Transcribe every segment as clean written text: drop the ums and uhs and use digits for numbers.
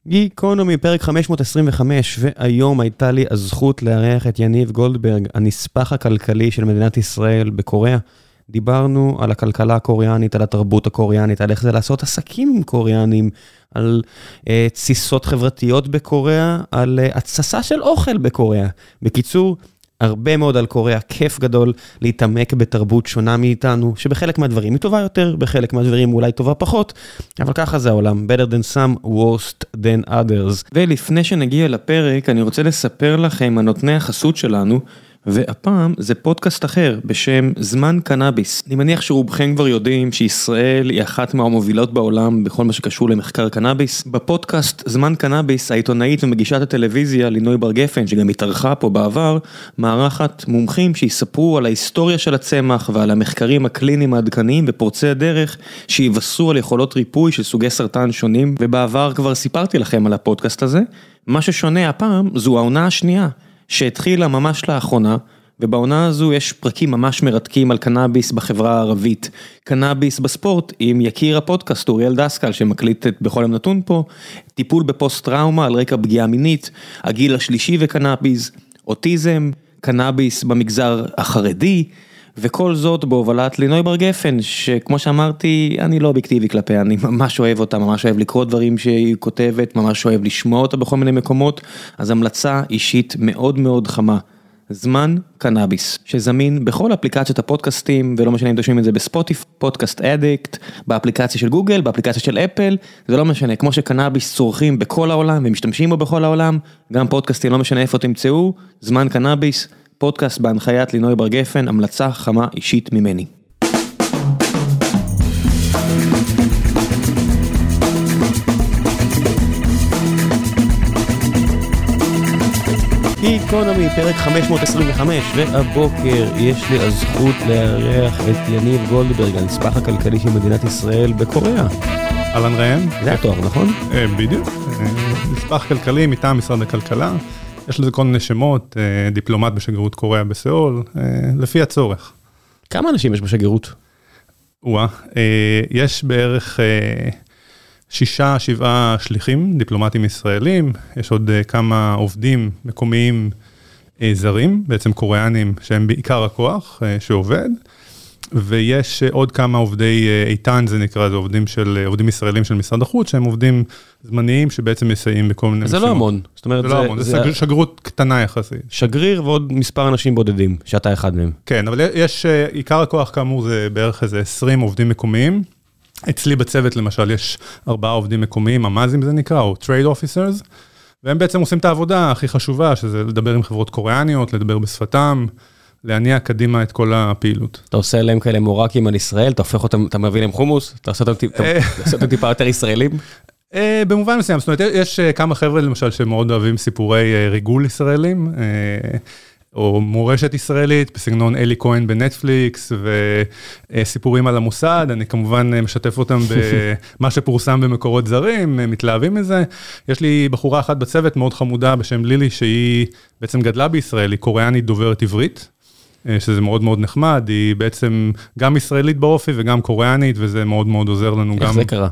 גיקונומי, פרק 525, והיום הייתה לי הזכות לארח את יניב גולדברג, הנספח הכלכלי של מדינת ישראל בקוריאה. דיברנו על הכלכלה הקוריאנית, על התרבות הקוריאנית, על איך זה לעשות עסקים עם קוריאנים, על תסיסות חברתיות בקוריאה, על התססה של אוכל בקוריאה. בקיצור, הרבה מאוד על קוריאה, כיף גדול להתעמק בתרבות שונה מאיתנו, שבחלק מהדברים היא טובה יותר, בחלק מהדברים אולי טובה פחות, אבל ככה זה העולם, better than some, worst than others. ולפני שנגיע לפרק, אני רוצה לספר לכם על נותני החסות שלנו, והפעם זה פודקאסט אחר בשם זמן קנאביס. אני מניח שרובכם כבר יודעים שישראל היא אחת מהמובילות בעולם בכל מה שקשור למחקר קנאביס. בפודקאסט זמן קנאביס, העיתונאית ומגישת הטלוויזיה לינוי בר גפן, שגם התארחה פה בעבר, מארחת מומחים שיספרו על ההיסטוריה של הצמח ועל המחקרים הקליניים העדכניים ופורצי הדרך שיבשרו על יכולות ריפוי של סוגי סרטן שונים, ובעבר כבר סיפרתי לכם על הפודקאסט הזה. מה ששונה הפעם זו העונה השנייה, שהתחילה ממש לאחרונה, ובעונה הזו יש פרקים ממש מרתקים על קנאביס בחברה הערבית. קנאביס בספורט עם יקיר הפודקאסט, אוריאל דסקל, שמקליט בכל יום נתון פה, טיפול בפוסט טראומה על רקע פגיעה מינית, הגיל השלישי וקנאביס, אוטיזם, קנאביס במגזר החרדי, וכל זאת בהובלת לינוי בר גפן, שכמו שאמרתי, אני לא אובייקטיבי כלפיה, אני ממש אוהב אותה, ממש אוהב לקרוא דברים שהיא כותבת, ממש אוהב לשמוע אותה בכל מיני מקומות, אז המלצה אישית מאוד מאוד חמה. זמן קנאביס, שזמין בכל אפליקציות הפודקאסטים, ולא משנה אם תשמעים את זה בספוטיפיי, פודקאסט אדיקט, באפליקציה של גוגל, באפליקציה של אפל, זה לא משנה, כמו שקנאביס צורכים בכל העולם, ומשתמשים בו בכל העולם, גם פודקאסטים לא משנה איפה תמצאו, זמן קנאביס, פודקאסט בהנחיית לינוי בר גפן, המלצה חמה אישית ממני. גיקונומי, פרק 525, והבוקר יש לי הזכות לארח את יניב גולדברג, הנספח הכלכלי של מדינת ישראל בקוריאה. אהלן ראם. זה התואר, נכון? בדיוק. נספח כלכלי מטעם משרד הכלכלה. יש לזה כל מיני שמות, דיפלומט בשגרירות קוריאה בסיאול, לפי הצורך. כמה אנשים יש בשגרירות? יש בערך 6-7 שליחים, דיפלומטים ישראלים, יש עוד כמה עובדים מקומיים זרים, בעצם קוריאנים שהם בעיקר הכוח שעובד, ויש עוד כמה עובדי איתן, זה נקרא, זה עובדים ישראלים של משרד החוץ, שהם עובדים זמניים שבעצם מסייעים בכל מיני משימות. זה לא המון. זאת אומרת, זה לא המון, זה שגרירות קטנה יחסית. שגריר ועוד מספר אנשים בודדים, שאתה אחד מהם. כן, אבל יש, עיקר הכוח כאמור זה בערך איזה 20 עובדים מקומיים. אצלי בצוות למשל יש 4 עובדים מקומיים, המאזים זה נקרא, או trade officers, והם בעצם עושים את העבודה הכי חשובה, שזה לדבר עם חברות קוריאניות, לדבר בשפתם, להניע קדימה את כל הפעילות. אתה עושה להם כאלה מורקים על ישראל, אתה הופך אותם, אתה מביא להם חומוס, אתה עושה אותם טיפה יותר ישראלים? במובן מסוים, זאת אומרת, יש כמה חבר'ה למשל שמאוד אוהבים סיפורי ריגול ישראלים, או מורשת ישראלית, בסגנון אלי כהן בנטפליקס, וסיפורים על המוסד, אני כמובן משתף אותם במה שפורסם במקורות זרים, מתלהבים מזה. יש לי בחורה אחת בצוות מאוד חמודה בשם לילי, שהיא בעצם גדלה בישראל, היא קוריאנית דוברת עברית, שזה מאוד מאוד נחמד, היא בעצם גם ישראלית באופי וגם קוריאנית, וזה מאוד מאוד עוזר לנו גם. איך זה קרה?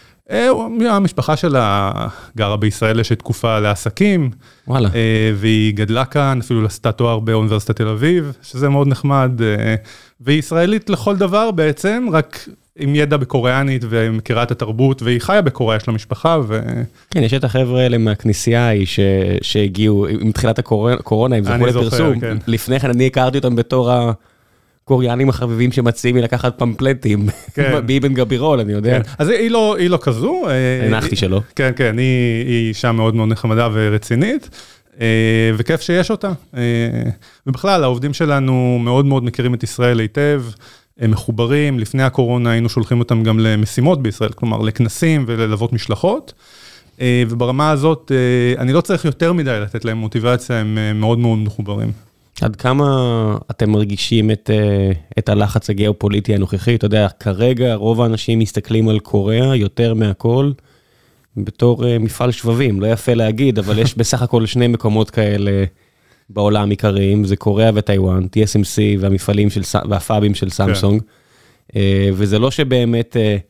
המשפחה שלה גרה בישראל יש תקופה לעסקים, והיא גדלה כאן, אפילו עשתה תואר באוניברסיטת תל אביב, שזה מאוד נחמד, והיא ישראלית לכל דבר בעצם, רק עם ידע בקוריאנית ומכירה את התרבות, והיא חיה בקוריאה, יש לה משפחה. כן, יש את החבר'ה האלה מהכנסייה ההיא שהגיעו עם תחילת הקורונה, אם זכו לפרסום, לפני כן אני הכרתי אותם בתור קוריאנים החביבים שמציעים לי לקחת פמפלטים, באבן גבירול, אני יודע. אז היא לא כזו. הנחתי שלא. כן, כן, היא אישה מאוד מאוד נחמדה ורצינית, וכיף שיש אותה. ובכלל, העובדים שלנו מאוד מאוד מכירים את ישראל היטב, הם מחוברים, לפני הקורונה היינו שולחים אותם גם למשימות בישראל, כלומר לכנסים וללוות משלחות, וברמה הזאת אני לא צריך יותר מדי לתת להם מוטיבציה, הם מאוד מאוד מחוברים. עד כמה אתם מרגישים את הלחץ הגיאופוליטי הנוכחי? אתה יודע, כרגע רוב האנשים מסתכלים על קוריאה יותר מהכל, בתור מפעל שבבים, לא יפה להגיד, אבל יש בסך הכל 2 מקומות כאלה בעולם עיקריים, זה קוריאה וטיואן, TSMC והמפעלים והפאבים של סמסונג, וזה לא שבאמת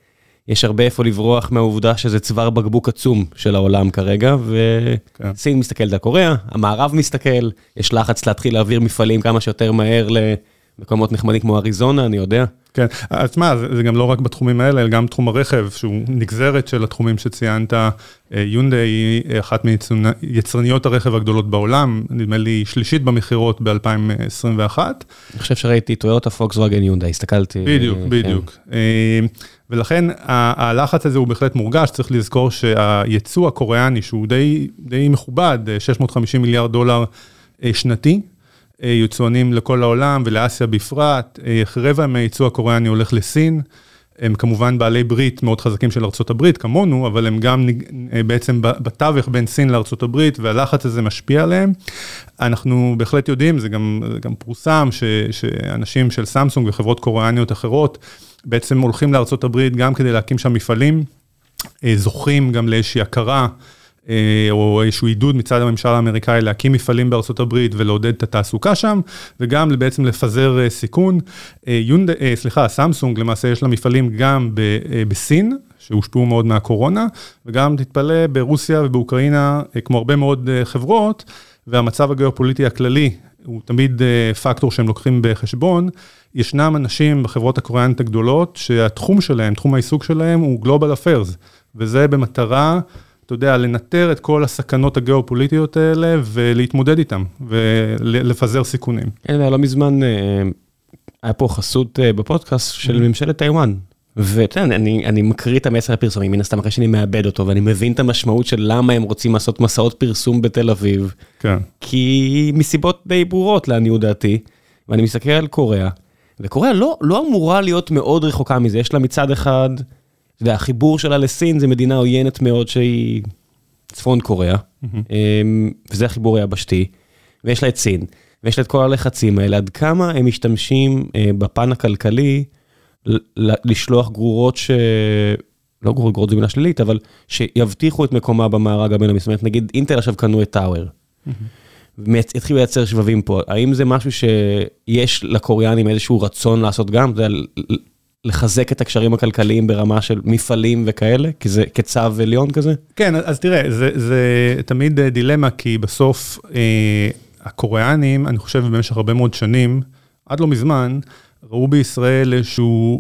יש הרבה איפה לברוח מהעובדה שזה צוואר בקבוק עצום של העולם כרגע, וסין מסתכלת על קוריאה, המערב מסתכל, יש לחץ להתחיל להעביר מפעלים כמה שיותר מהר למקומות נחמדים כמו אריזונה, אני יודע. כן, אז מה, זה גם לא רק בתחומים האלה, אלא גם תחום הרכב, שהוא נגזרת של התחומים שציינת, יונדאי היא אחת מיצרניות הרכב הגדולות בעולם, נדמה לי שלישית במחירות ב-2021. אני חושב שראיתי טויוטה, פוקסווגן, יונדאי, הסתכלתי. בדיוק. ולכן הלחץ הזה הוא בהחלט מורגש, צריך לזכור שהייצוא הקוריאני, שהוא די מכובד, $650 מיליארד שנתי, יצואנים לכל העולם ולאסיה בפרט, רבע מהייצוא הקוריאני הולך לסין, הם כמובן בעלי ברית מאוד חזקים של ארצות הברית, כמונו, אבל הם גם בעצם בתווך בין סין לארצות הברית, והלחץ הזה משפיע עליהם. אנחנו בהחלט יודעים, זה גם פורסם, שאנשים של סמסונג וחברות קוריאניות אחרות, בעצם הולכים לארצות הברית גם כדי להקים שם מפעלים, זוכים גם לאיזושהי הכרה, או איזשהו עידוד מצד הממשל האמריקאי להקים מפעלים בארצות הברית ולעודד את התעסוקה שם, וגם בעצם לפזר סיכון. סמסונג למעשה יש לה מפעלים גם בסין, שהושפעו מאוד מהקורונה, וגם תתפלא ברוסיה ובאוקראינה, כמו הרבה מאוד חברות, והמצב הגיאופוליטי הכללי הוא תמיד פקטור שהם לוקחים בחשבון. ישנם אנשים בחברות הקוריאניות הגדולות, שהתחום שלהם, תחום העיסוק שלהם הוא Global Affairs, וזה במטרה, אתה יודע, לנטר את כל הסכנות הגיאופוליטיות האלה, ולהתמודד איתם, ולפזר סיכונים. כן, לא מזמן, היה פה חסות בפודקאסט של ממשלת טיואן, ואתה יודע, אני מקריא את המסר הפרסומי, מן הסתם אחרי שאני מאבד אותו, ואני מבין את המשמעות של למה הם רוצים לעשות מסעות פרסום בתל אביב, כן. כי מסיבות די ברורות לעניות דעתי, ואני מסתכל על קוריאה, וקוריאה לא אמורה להיות מאוד רחוקה מזה, יש לה מצד אחד, אתה יודע, החיבור שלה לסין זה מדינה עוינת מאוד שהיא צפון קוריאה, וזה החיבור היבשתי, ויש לה את סין, ויש לה את כל הלחצים האלה, עד כמה הם משתמשים בפן הכלכלי, לשלוח גרורות לא גרורות זו מילה שלילית, אבל שיבטיחו את מקומה במארג הבינלאומי, זאת אומרת, נגיד אינטל עכשיו קנו את טאוור, והתחילו לייצר שבבים פה, האם זה משהו שיש לקוריאנים איזשהו רצון לעשות גם, זה לחזק את הקשרים הכלכליים ברמה של מפעלים וכאלה, כי זה כצו עליון כזה? כן, אז תראה, זה תמיד דילמה, כי בסוף הקוריאנים, אני חושב במשך הרבה מאוד שנים, עד לא מזמן, ראו בישראל איזשהו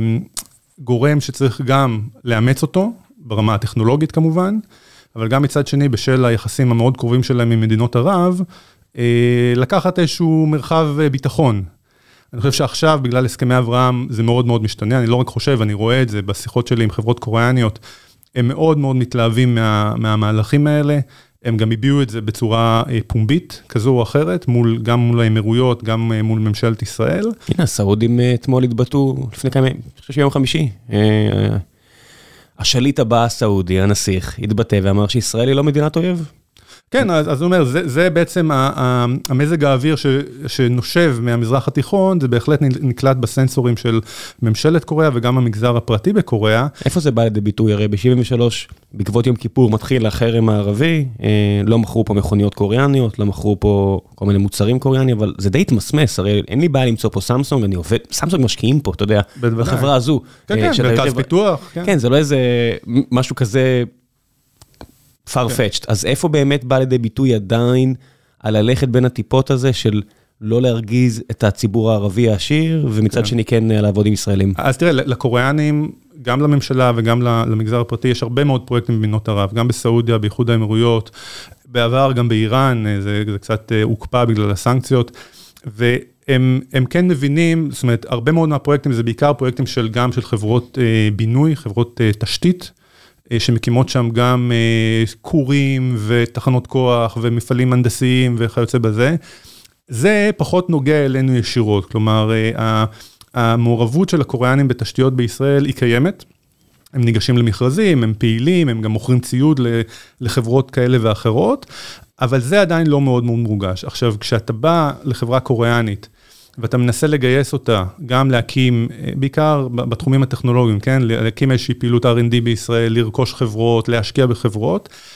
גורם שצריך גם לאמץ אותו, ברמה הטכנולוגית כמובן, אבל גם מצד שני, בשל היחסים המאוד קרובים שלהם עם מדינות ערב, לקחת איזשהו מרחב ביטחון. אני חושב שעכשיו, בגלל הסכמי אברהם, זה מאוד מאוד משתנה, אני לא רק חושב, אני רואה את זה בשיחות שלי עם חברות קוריאניות, הם מאוד מאוד מתלהבים מהמהלכים האלה, הם גם הביאו את זה בצורה פומבית, כזו או אחרת, גם מול האמירויות, גם מול ממשלת ישראל. הנה, הסעודים אתמול התבטאו, לפני כמה, אני חושב שיום חמישי, השליט הבא הסעודי, הנסיך, התבטא ואמר שישראל היא לא מדינת אויב. כן, אז הוא אומר, זה בעצם המזג האוויר שנושב מהמזרח התיכון, זה בהחלט נקלט בסנסורים של ממשלת קוריאה וגם המגזר הפרטי בקוריאה. איפה זה בא לידי ביטוי? הרי ב-73, בעקבות יום כיפור, מתחיל החרם הערבי, לא מכרו פה מכוניות קוריאניות, לא מכרו פה כל מיני מוצרים קוריאניים, אבל זה די התמסמס, הרי אין לי בעיה למצוא פה סמסונג, אני עובד, סמסונג משקיעים פה, אתה יודע, בחברה הזו. כן, כן, מרכז פיתוח. כן, זה לא איזה משהו כזה farfetched. אז איפה באמת בא לידי ביטוי עדיין על ללכת בין הטיפות הזה של לא להרגיז את הציבור הערבי העשיר, ומצד שני כן לעבוד עם ישראלים? אז תראה, לקוריאנים, גם לממשלה וגם למגזר הפרטי, יש הרבה מאוד פרויקטים במדינות ערב, גם בסעודיה, באיחוד האמירויות, בעבר גם באיראן, זה קצת הוקפא בגלל הסנקציות, והם כן מבינים, זאת אומרת, הרבה מאוד מהפרויקטים, זה בעיקר פרויקטים גם של חברות בינוי, חברות תשתית, שמקימות שם גם קורים ותחנות כוח ומפעלים הנדסיים וכיוצא בזה. זה פחות נוגע אלינו ישירות, כלומר, המעורבות של הקוריאנים בתשתיות בישראל היא קיימת, הם ניגשים למכרזים, הם פעילים, הם גם מוכרים ציוד לחברות כאלה ואחרות, אבל זה עדיין לא מאוד מאוד מורגש. עכשיו, כשאתה בא לחברה קוריאנית, ואתה מנסה לגייס אותה, גם להקים, בעיקר בתחומים הטכנולוגיים, כן? להקים איזושהי פעילות R&D בישראל, לרכוש חברות, להשקיע בחברות,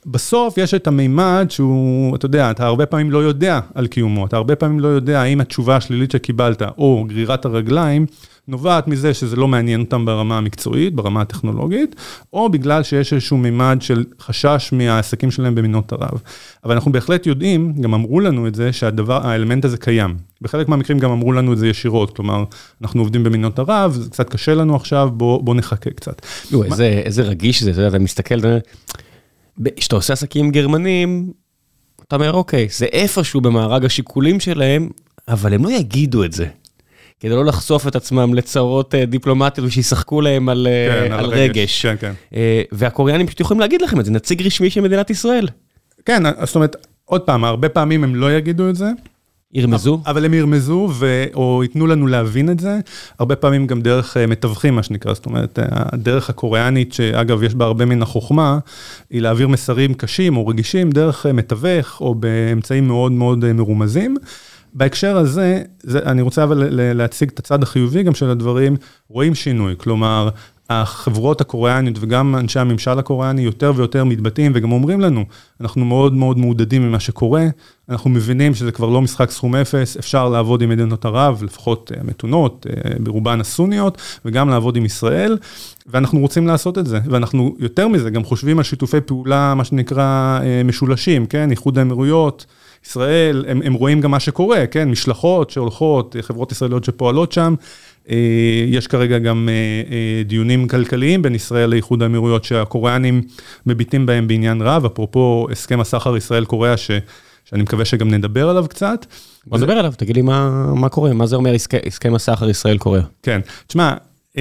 בסוף יש את המימד שהוא, אתה יודע, אתה הרבה פעמים לא יודע על קיומו, אתה הרבה פעמים לא יודע האם התשובה השלילית שקיבלת, או גרירת הרגליים, נובעת מזה שזה לא מעניין אותם ברמה המקצועית, ברמה הטכנולוגית, או בגלל שיש איזשהו מימד של חשש מהעסקים שלהם במדינות ערב. אבל אנחנו בהחלט יודעים, גם אמרו לנו את זה, האלמנט הזה קיים. בחלק מהמקרים גם אמרו לנו את זה ישירות, כלומר, אנחנו עובדים במדינות ערב, זה קצת קשה לנו עכשיו, בוא נחכה קצת. איזה רגיש זה, אתה מסתכל, כשאתה עושה עסקים גרמנים, אתה אומר, אוקיי, זה איפשהו במארג השיקולים שלהם, אבל הם לא יגידו את זה. כדי לא לחשוף את עצמם לצרות דיפלומטיות, ושישחקו להם על רגש. והקוריאנים פשוט יכולים להגיד לכם את זה, נציג רשמי של מדינת ישראל. כן, זאת אומרת, עוד פעם, הרבה פעמים הם לא יגידו את זה. ירמזו? אבל הם ירמזו, או ייתנו לנו להבין את זה. הרבה פעמים גם דרך מתווכים, מה שנקרא. זאת אומרת, הדרך הקוריאנית, שאגב, יש בה הרבה מן החוכמה, היא להעביר מסרים קשים או רגישים, דרך מתווך, או באמצעים מאוד מאוד מרומזים. בהקשר הזה, אני רוצה אבל להציג את הצד החיובי גם של הדברים, רואים שינוי, כלומר, החברות הקוריאניות וגם אנשי הממשל הקוריאני יותר ויותר מתבטאים וגם אומרים לנו, אנחנו מאוד מאוד מעודדים ממה שקורה, אנחנו מבינים שזה כבר לא משחק סכום אפס, אפשר לעבוד עם מדינות ערב, לפחות מתונות, ברובן הסוניות, וגם לעבוד עם ישראל, ואנחנו רוצים לעשות את זה, ואנחנו יותר מזה גם חושבים על שיתופי פעולה, מה שנקרא משולשים, כן, איחוד האמירויות, ישראל, הם רואים גם מה שקורה, כן, משלחות שהולכות, חברות ישראליות שפועלות שם, יש כרגע גם דיונים כלכליים בין ישראל לאיחוד האמירויות שהקוריאנים מביטים בהם בעניין רב, אפרופו הסכם הסחר ישראל-קוריאה שאני מקווה שגם נדבר עליו קצת. בוא נדבר עליו, תגיד לי מה קורה, מה זה אומר הסכם הסחר ישראל-קוריאה? כן, תשמע,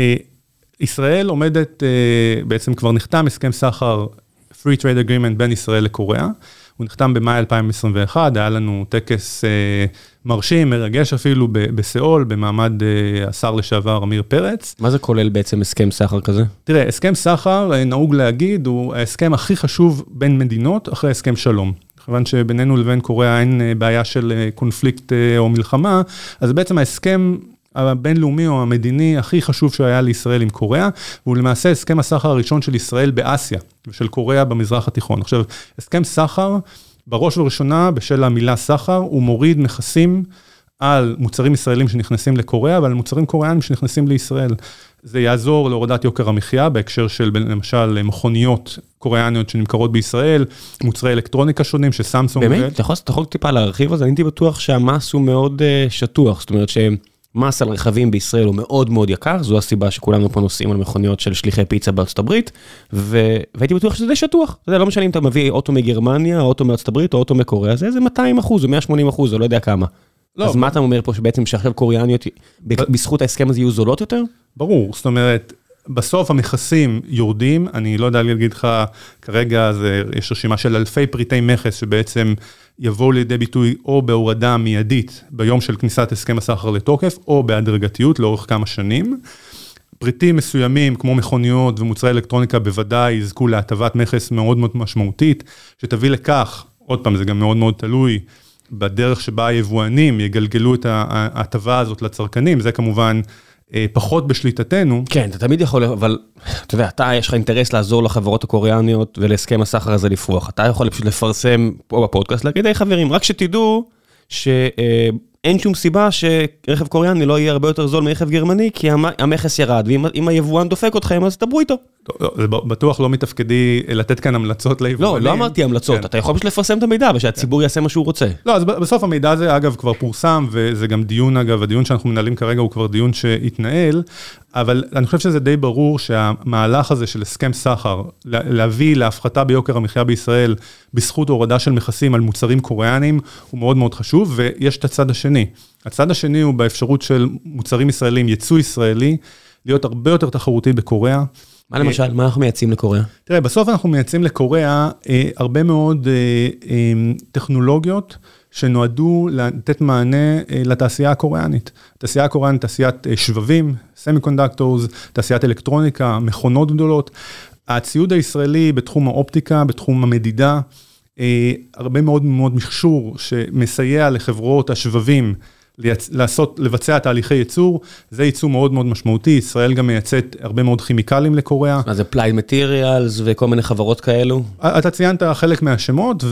ישראל עומדת, בעצם כבר נחתם הסכם סחר Free Trade Agreement בין ישראל לקוריאה, הוא נחתם במאי 2021, היה לנו טקס מרשים, מרגש אפילו בסיאול, במעמד השר לשעבר אמיר פרץ. מה זה כולל בעצם הסכם סחר כזה? תראה, הסכם סחר, נהוג להגיד, הוא ההסכם הכי חשוב בין מדינות אחרי הסכם שלום. כיוון שבינינו לבין קוריאה אין בעיה של קונפליקט או מלחמה, אז בעצם ההסכם הבינלאומי או המדיני הכי חשוב שהיה לישראל עם קוריאה, והוא למעשה הסכם הסחר הראשון של ישראל באסיה, ושל קוריאה במזרח התיכון. עכשיו, הסכם סחר, בראש ובראשונה, בשל המילה סחר, הוא מוריד מכסים על מוצרים ישראלים שנכנסים לקוריאה, ועל מוצרים קוריאנים שנכנסים לישראל. זה יעזור להורדת יוקר המחיה, בהקשר של למשל מכוניות קוריאניות שנמכרות בישראל, מוצרי אלקטרוניקה שונים שסמסונג... באמת? אתה יכול טיפה להרחיב על זה? אני הייתי בטוח שהמס הוא מאוד שטוח, זאת אומרת מס על רכבים בישראל הוא מאוד מאוד יקר, זו הסיבה שכולנו פה נוסעים על מכוניות של שליחי פיצה בארצות הברית, והייתי בטוח שזה די שטוח. אתה יודע, לא משנה אם אתה מביא אוטו מגרמניה, אוטו מארצות הברית או אוטו מקוריאה, זה 200% או 180%, או לא יודע כמה. אז מה אתה אומר פה שבעצם שעכשיו קוריאניות, בזכות ההסכם הזה יהיו זולות יותר? ברור, זאת אומרת, בסוף המכסים יורדים, אני לא יודע להגיד לך, כרגע יש רשימה של אלפי פריטי מכס שבעצם יבואו לידי ביטוי או בהורדה מיידית ביום של כניסת הסכם הסחר לתוקף, או בהדרגתיות לאורך כמה שנים. פריטים מסוימים כמו מכוניות ומוצרי אלקטרוניקה בוודאי יזכו להטבת מכס מאוד מאוד משמעותית, שתביא לכך, עוד פעם זה גם מאוד מאוד תלוי, בדרך שבה היבואנים יגלגלו את ההטבה הזאת לצרכנים, זה כמובן פחות בשליטתנו. כן, אתה תמיד יכול, אבל אתה יודע, אתה יש לך אינטרס לעזור לחברות הקוריאניות ולהסכם הסחר הזה לפרוח. אתה יכול פשוט לפרסם פה בפודקאסט, להגיד, היי חברים, רק שתדעו שאין שום סיבה שרכב קוריאני לא יהיה הרבה יותר זול מרכב גרמני, כי המכס ירד, ואם היבואן דופק אתכם, אז דברו איתו. זה בטוח לא מתפקדי לתת כאן המלצות ליבואנים. לא אמרתי המלצות, אתה יכול פשוט לפרסם את המידע, ושהציבור יעשה מה שהוא רוצה. לא, אז בסוף המידע הזה, אגב, כבר פורסם, וזה גם דיון, אגב, הדיון שאנחנו מנהלים כרגע הוא כבר דיון שהתנהל, אבל אני חושב שזה די ברור שהמהלך הזה של הסכם סחר, להביא להפחתה ביוקר המחיה בישראל, בזכות הורדה של מכסים על מוצרים קוריאנים, הוא מאוד מאוד חשוב, ויש את הצד השני. הצד השני הוא באפשרות של מוצרים ישראלים, ייצוא ישראלי, להיות הרבה יותר תחרותי בקוריאה. מה למשל, מה אנחנו מייצאים לקוריאה? תראה, בסוף אנחנו מייצאים לקוריאה הרבה מאוד טכנולוגיות שנועדו לתת מענה לתעשייה הקוריאנית. התעשייה הקוריאנית, תעשיית שבבים, סמיקונדקטורס, תעשיית אלקטרוניקה, מכונות גדולות. הציוד הישראלי בתחום האופטיקה, בתחום המדידה, הרבה מאוד מאוד מכשור שמסייע לחברות השבבים לבצע תהליכי ייצור, זה ייצור מאוד מאוד משמעותי, ישראל גם מייצאת הרבה מאוד כימיקלים לקוריאה. אז זה Applied Materials וכל מיני חברות כאלו? אתה ציינת חלק מהשמות,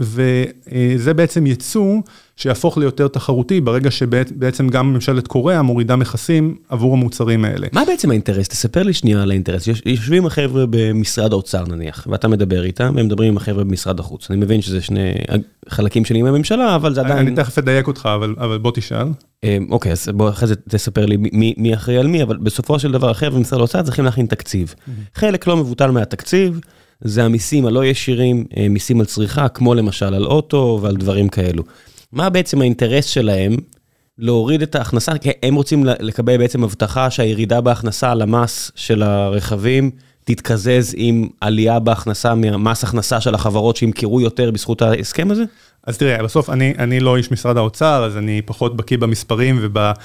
וזה בעצם ייצור שיהפוך ליותר תחרותי, ברגע שבעצם גם ממשלת קוריאה מורידה מכסים עבור המוצרים האלה. מה בעצם האינטרס? תספר לי שנייה על האינטרס. יושבים החבר'ה במשרד האוצר נניח, ואתה מדבר איתם, והם מדברים עם החבר'ה במשרד החוץ. אני מבין שזה שני חלקים שלי עם הממשלה, אבל זה עדיין... אני תכף אדייק אותך, אבל בוא תשאל. אוקיי, אז בוא אחרי זה תספר לי מי אחראי על מי, אבל בסופו של דבר החבר'ה במשרד האוצר צריכים להכין תקציב. חלק לא מבוטל מהתקציב, זה המיסים הלא ישירים, מיסים על צריכה, כמו למשל על אוטו ועל דברים כאלו. מה בעצם האינטרס שלהם להוריד את ההכנסה? כי הם רוצים לקבל בעצם הבטחה שהירידה בהכנסה על המס של הרכבים תתקזז עם עלייה בהכנסה מהמס הכנסה של החברות שימכרו יותר בזכות ההסכם הזה? אז תראה, בסוף אני לא איש משרד האוצר, אז אני פחות בקיא במספרים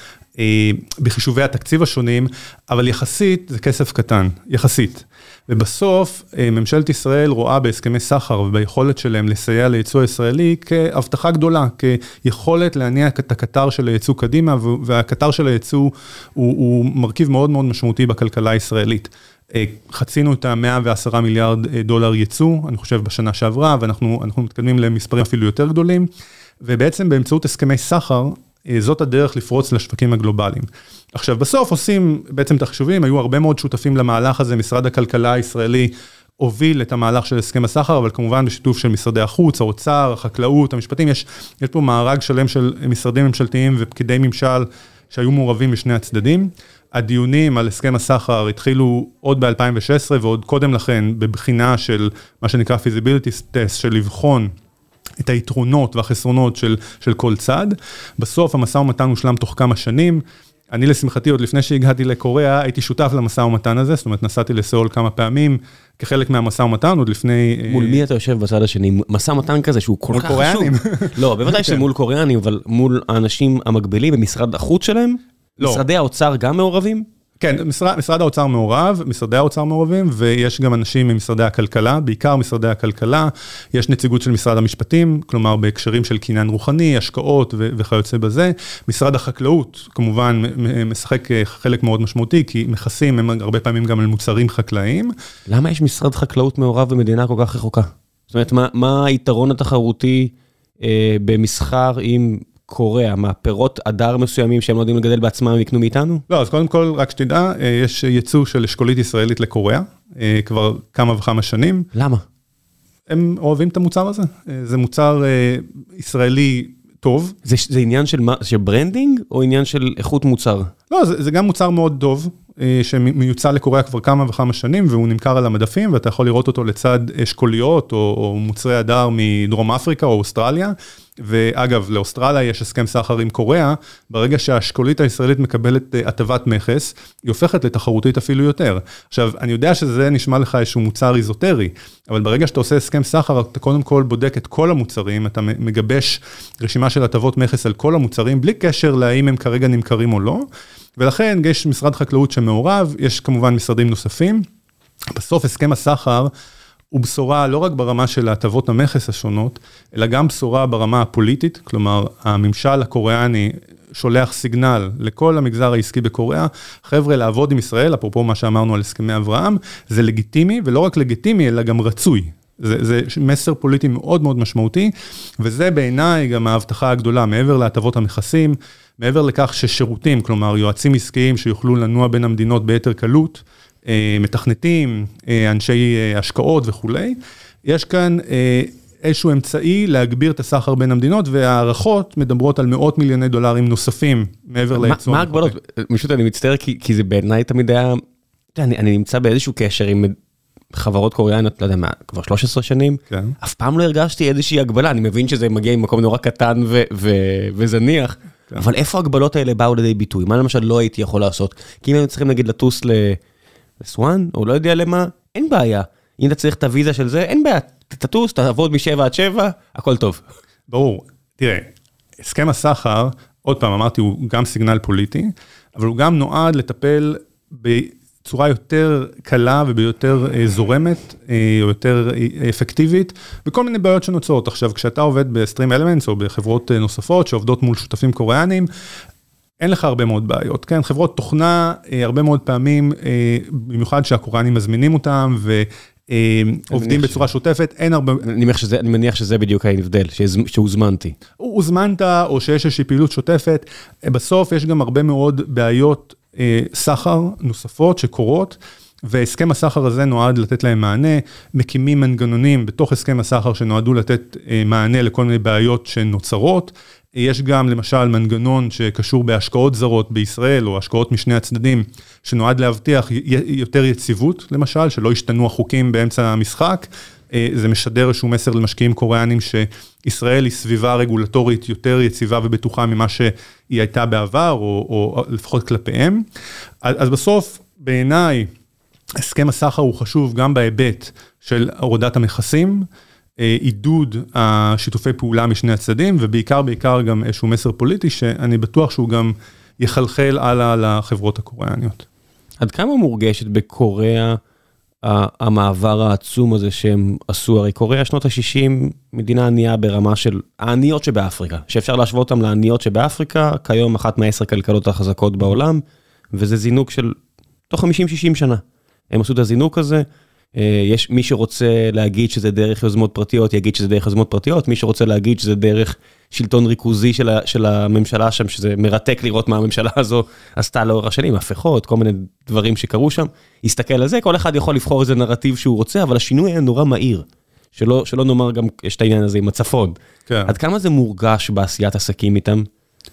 ובחישובי התקציב השונים, אבל יחסית זה כסף קטן, יחסית. ובסוף ממשלת ישראל רואה בהסכמי סחר וביכולת שלהם לסייע לייצוא הישראלי כהבטחה גדולה, כיכולת להניע את הקטר של הייצוא קדימה, והקטר של הייצוא הוא מרכיב מאוד מאוד משמעותי בכלכלה הישראלית. חצינו את $110 מיליארד ייצוא, אני חושב בשנה שעברה, ואנחנו מתקדמים למספרים אפילו יותר גדולים, ובעצם באמצעות הסכמי סחר, זאת הדרך לפרוץ לשווקים הגלובליים. עכשיו, בסוף עושים בעצם את החישובים, היו הרבה מאוד שותפים למהלך הזה, משרד הכלכלה הישראלי הוביל את המהלך של הסכם הסחר, אבל כמובן בשיתוף של משרדי החוץ, האוצר, החקלאות, המשפטים, יש פה מארג שלם של משרדים ממשלתיים ופקידי ממשל שהיו מעורבים בשני הצדדים. הדיונים על הסכם הסחר התחילו עוד ב-2016, ועוד קודם לכן בבחינה של מה שנקרא feasibility test, של לבחון את היתרונות והחסרונות של כל צד. בסוף המשא ומתן הושלם תוך כמה שנים. אני לשמחתי עוד לפני שהגעתי לקוריאה, הייתי שותף למשא ומתן הזה, זאת אומרת נסעתי לסאול כמה פעמים, כחלק מהמשא ומתן, עוד לפני... מול מי אתה יושב בצד השני? משא ומתן כזה שהוא כל כך חשוב. מול קוריאנים. לא, בוודאי שמול קוריאנים, אבל מול האנשים המקבילים במשרד החוץ שלהם? לא. משרדי האוצר גם מעורבים? כן, משרד האוצר מעורב, משרדי האוצר מעורבים, ויש גם אנשים ממשרדי הכלכלה, בעיקר משרדי הכלכלה, יש נציגות של משרד המשפטים, כלומר בהקשרים של קניין רוחני, השקעות וכיוצא בזה. משרד החקלאות, כמובן, משחק חלק מאוד משמעותי, כי מכסים הם הרבה פעמים גם על מוצרים חקלאיים. למה יש משרד חקלאות מעורב במדינה כל כך רחוקה? זאת אומרת, מה היתרון התחרותי במסחר עם... קוריאה, מה, פירות אדר מסוימים שהם לא יודעים לגדל בעצמם ויקנו מאיתנו? לא, אז קודם כל, רק שתדע, יש ייצוא של אשכולית ישראלית לקוריאה, כבר כמה וכמה שנים. למה? הם אוהבים את המוצר הזה. זה מוצר ישראלי טוב. זה עניין של ברנדינג, או עניין של איכות מוצר? לא, זה גם מוצר מאוד טוב, שמיוצא לקוריאה כבר כמה וכמה שנים, והוא נמכר על המדפים, ואתה יכול לראות אותו לצד אשכוליות, או מוצרי אדר מדרום אפריקה או אוסטרליה, ואגב, לאוסטרליה יש הסכם סחר עם קוריאה, ברגע שהאשכולית הישראלית מקבלת הטבת מכס, היא הופכת לתחרותית אפילו יותר. עכשיו, אני יודע שזה נשמע לך איזשהו מוצר איזוטרי, אבל ברגע שאתה עושה הסכם סחר, אתה קודם כל בודק את כל המוצרים, אתה מגבש רשימה של הטבות מכס על כל המוצרים, בלי קשר להאם הם כרגע נמכרים או לא, ולכן יש משרד חקלאות שמעורב, יש כמובן משרדים נוספים. בסוף הסכם הסחר הוא בשורה לא רק ברמה של הטבות המכס השונות, אלא גם בשורה ברמה הפוליטית, כלומר הממשל הקוריאני שולח סיגנל לכל המגזר העסקי בקוריאה, חבר'ה לעבוד עם ישראל, אפרופו מה שאמרנו על הסכמי אברהם, זה לגיטימי, ולא רק לגיטימי, אלא גם רצוי. זה מסר פוליטי מאוד מאוד משמעותי, וזה בעיניי גם ההבטחה הגדולה, מעבר להטבות המכסים, מעבר לכך ששירותים, כלומר יועצים עסקיים שיוכלו לנוע בין המדינות ביתר קלות, מתכנתים, אנשי השקעות וכולי, יש כאן איזשהו אמצעי להגביר את הסחר בין המדינות, והערכות מדברות על $100 מיליון נוספים מעבר לייצוא. מה הגבלות? פשוט אני מצטער, כי זה בעיניי תמיד היה, אני נמצא באיזשהו קשר עם חברות קוריאניות, לא יודע מה, כבר 13 שנים, אף פעם לא הרגשתי איזושהי הגבלה, אני מבין שזה מגיע ממקום נורא קטן וזניח, אבל איפה ההגבלות האלה באו לידי ביטוי? מה למשל לא הייתי יכול לעשות? כי אם הם צריכים נגיד לטוס לסואן, או לא יודע למה, אין בעיה. אם אתה צריך את הוויזה של זה, אין בעיה. תטוס, תעבוד מ7 עד 7, הכל טוב. ברור. תראה, הסכם הסחר, עוד פעם אמרתי, הוא גם סיגנל פוליטי, אבל הוא גם נועד לטפל בצורה יותר קלה וביותר זורמת, או יותר אפקטיבית, וכל מיני בעיות שנוצרות. עכשיו, כשאתה עובד בסטרים אלמנטס, או בחברות נוספות, שעובדות מול שותפים קוריאנים, אין לך הרבה מאוד בעיות, כן? חברות תוכנה, הרבה מאוד פעמים, במיוחד שהקוריאנים מזמינים אותם, ועובדים בצורה שוטפת, אין הרבה... אני מניח שזה בדיוק ההבדל, שהוזמנתי. הוזמנת, או שיש איזושהי פעילות שוטפת, בסוף יש גם הרבה מאוד בעיות סחר נוספות שקורות, והסכם הסחר הזה נועד לתת להם מענה, מקימים מנגנונים בתוך הסכם הסחר שנועדו לתת מענה לכל מיני בעיות שנוצרות, יש גם למשל מנגנון שקשור בהשקעות זרות בישראל, או השקעות משני הצדדים, שנועד להבטיח יותר יציבות, למשל, שלא ישתנו החוקים באמצע המשחק, זה משדר איזשהו מסר למשקיעים קוריאנים, שישראל היא סביבה רגולטורית יותר יציבה ובטוחה ממה שהיא הייתה בעבר, או לפחות כלפיהם. אז בסוף, בעיניי, הסכם הסחר הוא חשוב גם בהיבט של הורדת המכסים, עידוד השיתופי פעולה משני הצדדים, ובעיקר גם איזשהו מסר פוליטי, שאני בטוח שהוא גם יחלחל הלאה לחברות הקוריאניות. עד כמה מורגשת בקוריאה המעבר העצום הזה שהם עשו? הרי קוריאה שנות ה-60 מדינה ענייה ברמה של העניות שבאפריקה, שאפשר להשוות אותם לעניות שבאפריקה, כיום אחת מה10 כלכלות החזקות בעולם, וזה זינוק של תוך 50-60 שנה. הם עשו את הזינוק הזה, יש מי שרוצה להגיד שזה דרך יוזמות פרטיות, יגיד שזה דרך יוזמות פרטיות, מי שרוצה להגיד שזה דרך שלטון ריכוזי של הממשלה שם, שזה מרתק לראות מה הממשלה הזו עשתה לאורך השנים, הפכות, כל מיני דברים שקרו שם, יסתכל על זה, כל אחד יכול לבחור איזה נרטיב שהוא רוצה, אבל השינוי היה נורא מהיר, שלא נאמר גם, יש את העניין הזה עם הצפון. כן. עד כמה זה מורגש בעשיית עסקים איתם?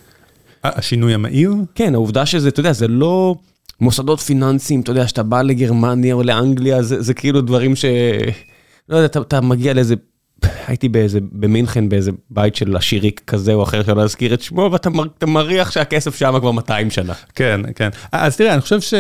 השינוי המהיר? כן, העובדה שזה, אתה יודע, זה לא... מוסדות פיננסיים, אתה יודע, שאתה בא לגרמניה או לאנגליה, זה כאילו דברים ש... לא יודע, אתה מגיע לאיזה... הייתי במינכן, באיזה בית של עשיריק כזה או אחר, שלא להזכיר את שמו, ואתה מריח שהכסף שם כבר 200 שנה. כן, כן. אז תראה, אני חושב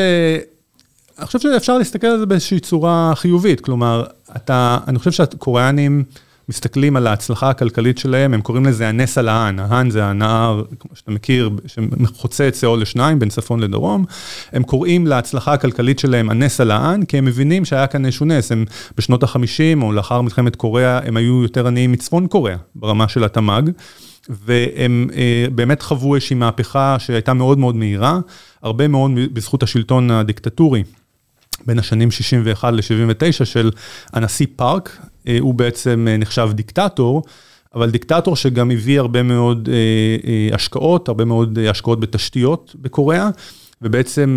שאפשר להסתכל על זה באיזושהי צורה חיובית, כלומר, אני חושב שהקוריאנים מסתכלים על ההצלחה הכלכלית שלהם, הם קוראים לזה הנס על ההן, ההן זה הנהר, כמו שאתה מכיר, שחוצה את סאול לשניים, בין צפון לדרום, הם קוראים להצלחה הכלכלית שלהם הנס על ההן, כי הם מבינים שהיה כאן איזשהו נס, הם בשנות ה-50, או לאחר מלחמת קוריאה, הם היו יותר עניים מצפון קוריאה, ברמה של התמ"ג, והם באמת חוו איזושהי מהפכה שהייתה מאוד מאוד מהירה, הרבה מאוד בזכות השלטון הדיקטטורי, בין השנים 61 ל-79 של הנשיא פארק, הוא בעצם נחשב דיקטטור, אבל דיקטטור שגם הביא הרבה מאוד השקעות, הרבה מאוד השקעות בתשתיות בקוריאה, ובעצם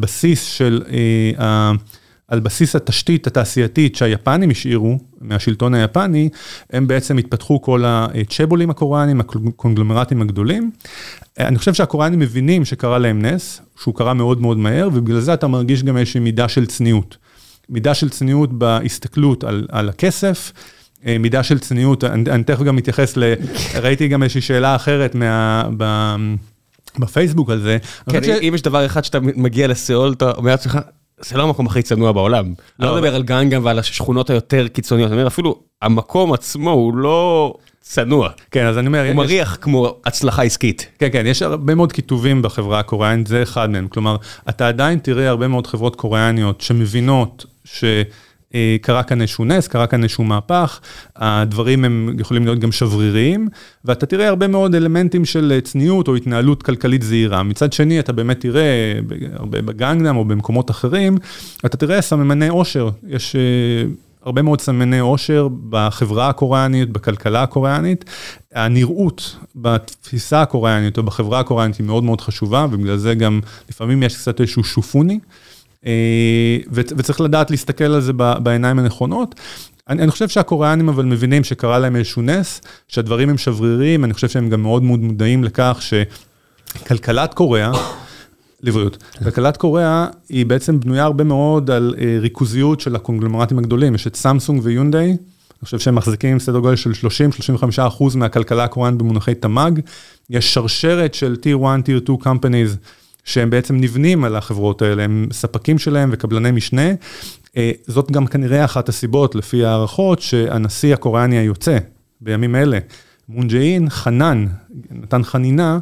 על בסיס התשתית התעשייתית שהיפנים השאירו, מהשלטון היפני, הם בעצם התפתחו כל הצ'בולים הקוריאנים, הקונגלומרטים הגדולים. אני חושב שהקוריאנים מבינים שקרה להם נס, שהוא קרה מאוד מאוד מהר, ובגלל זה אתה מרגיש גם איזושהי מידה של צניעות. מידה של צניעות בהסתכלות על הכסף, מידה של צניעות, אני תכף גם מתייחס ראיתי גם איזושהי שאלה אחרת בפייסבוק על זה. כן, אם יש דבר אחד שאתה מגיע לסאול, אתה אומר לעצמך, זה לא המקום הכי צנוע בעולם. לא מדבר על גנגם ועל השכונות היותר קיצוניות, אני אומר, אפילו המקום עצמו הוא לא צנוע. כן, אז אני אומר... הוא מריח כמו הצלחה עסקית. כן, כן, יש הרבה מאוד כיתובים בחברה הקוריאנית, זה אחד מהם. כלומר, אתה עדיין תראה הרבה מאוד חברות קוריאניות שמבינות שקרה כאן איזשהו נס, קרה כאן איזשהו מהפך, הדברים הם יכולים להיות גם שבריריים, ואתה תראה הרבה מאוד אלמנטים של צניעות או התנהלות כלכלית זהירה. מצד שני, אתה באמת תראה, הרבה בגנגנם או במקומות אחרים, אתה תראה סממני עושר. יש הרבה מאוד סממני עושר בחברה הקוריאנית, בכלכלה הקוריאנית. הנראות בתפיסה הקוריאנית או בחברה הקוריאנית היא מאוד מאוד חשובה, ובגלל זה גם לפעמים יש קצת איזשהו שופוני, וצריך לדעת להסתכל על זה בעיניים הנכונות. אני חושב שהקוריאנים אבל מבינים שקרה להם איזשהו נס, שהדברים הם שבריריים, אני חושב שהם גם מאוד מאוד מודעים לכך שכלכלת קוריאה, לבריאות, כלכלת קוריאה היא בעצם בנויה הרבה מאוד על ריכוזיות של הקונגלומרטים הגדולים, יש את סמסונג ויונדאי, אני חושב שהם מחזיקים סדר גודל של 30-35% מהכלכלה הקוריאנית במונחי תמ"ג, יש שרשרת של Tier 1, Tier 2 companies, שהם בעצם נבנים על החברות האלה, הם ספקים שלהם וקבלני משנה, זאת גם כנראה אחת הסיבות, לפי הערכות, שהנשיא הקוריאני היוצא, בימים אלה, מון ג'אין, נתן חנינה,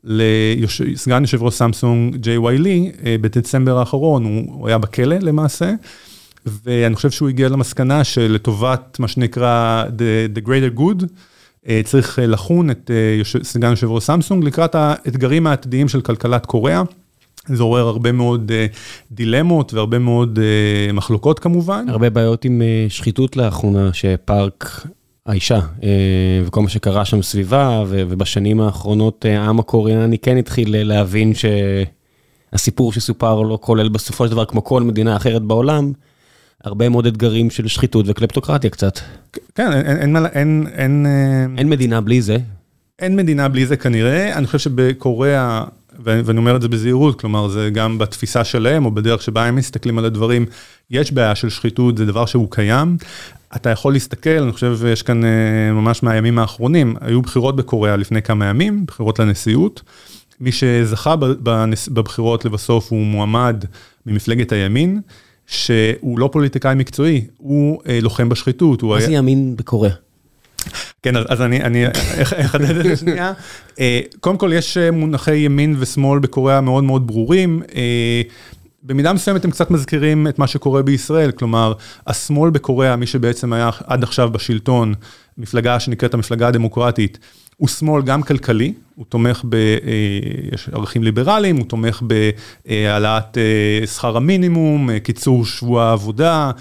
לסגן יושב ראש סמסונג ג'יי וואי לי, בדצמבר האחרון, הוא היה בכלא למעשה, ואני חושב שהוא הגיע למסקנה שלטובת מה שנקרא the greater good, צריך לחון את סגן יושב ראש סמסונג לקראת האתגרים העתידיים של כלכלת קוריאה, זה עורר הרבה מאוד דילמות והרבה מאוד מחלוקות כמובן. הרבה בעיות עם שחיתות לאחרונה שפארק האישה וכל מה שקרה שם סביבה, ובשנים האחרונות העם הקוריאני כן התחיל להבין שהסיפור שסופר לא כולל בסופו של דבר כמו כל מדינה אחרת בעולם, הרבה מאוד אתגרים של שחיתות וקלפטוקרטיה קצת. כן, אין מדינה בלי זה. אין מדינה בלי זה כנראה, אני חושב שבקוריאה, ואני אומר את זה בזהירות, כלומר זה גם בתפיסה שלהם, או בדרך שבה הם מסתכלים על הדברים, יש בעיה של שחיתות, זה דבר שהוא קיים, אתה יכול להסתכל, אני חושב יש כאן ממש מהימים האחרונים, היו בחירות בקוריאה לפני כמה ימים, בחירות לנשיאות, מי שזכה בבחירות לבסוף הוא מועמד ממפלגת הימין, שהוא לא פוליטיקאי מקצועי, הוא לוחם בשחיתות. מה זה ימין בקוריאה? כן, אז אני אחדד את זה שנייה. קודם כל, יש מונחי ימין ושמאל בקוריאה מאוד מאוד ברורים. במידה מסוימת הם קצת מזכירים את מה שקורה בישראל, כלומר, השמאל בקוריאה, מי שבעצם היה עד עכשיו בשלטון, מפלגה שנקראת המפלגה הדמוקרטית, הוא שמאל גם כלכלי, הוא תומך יש ערכים ליברליים, הוא תומך בהעלאת שכר המינימום, קיצור שבוע העבודה,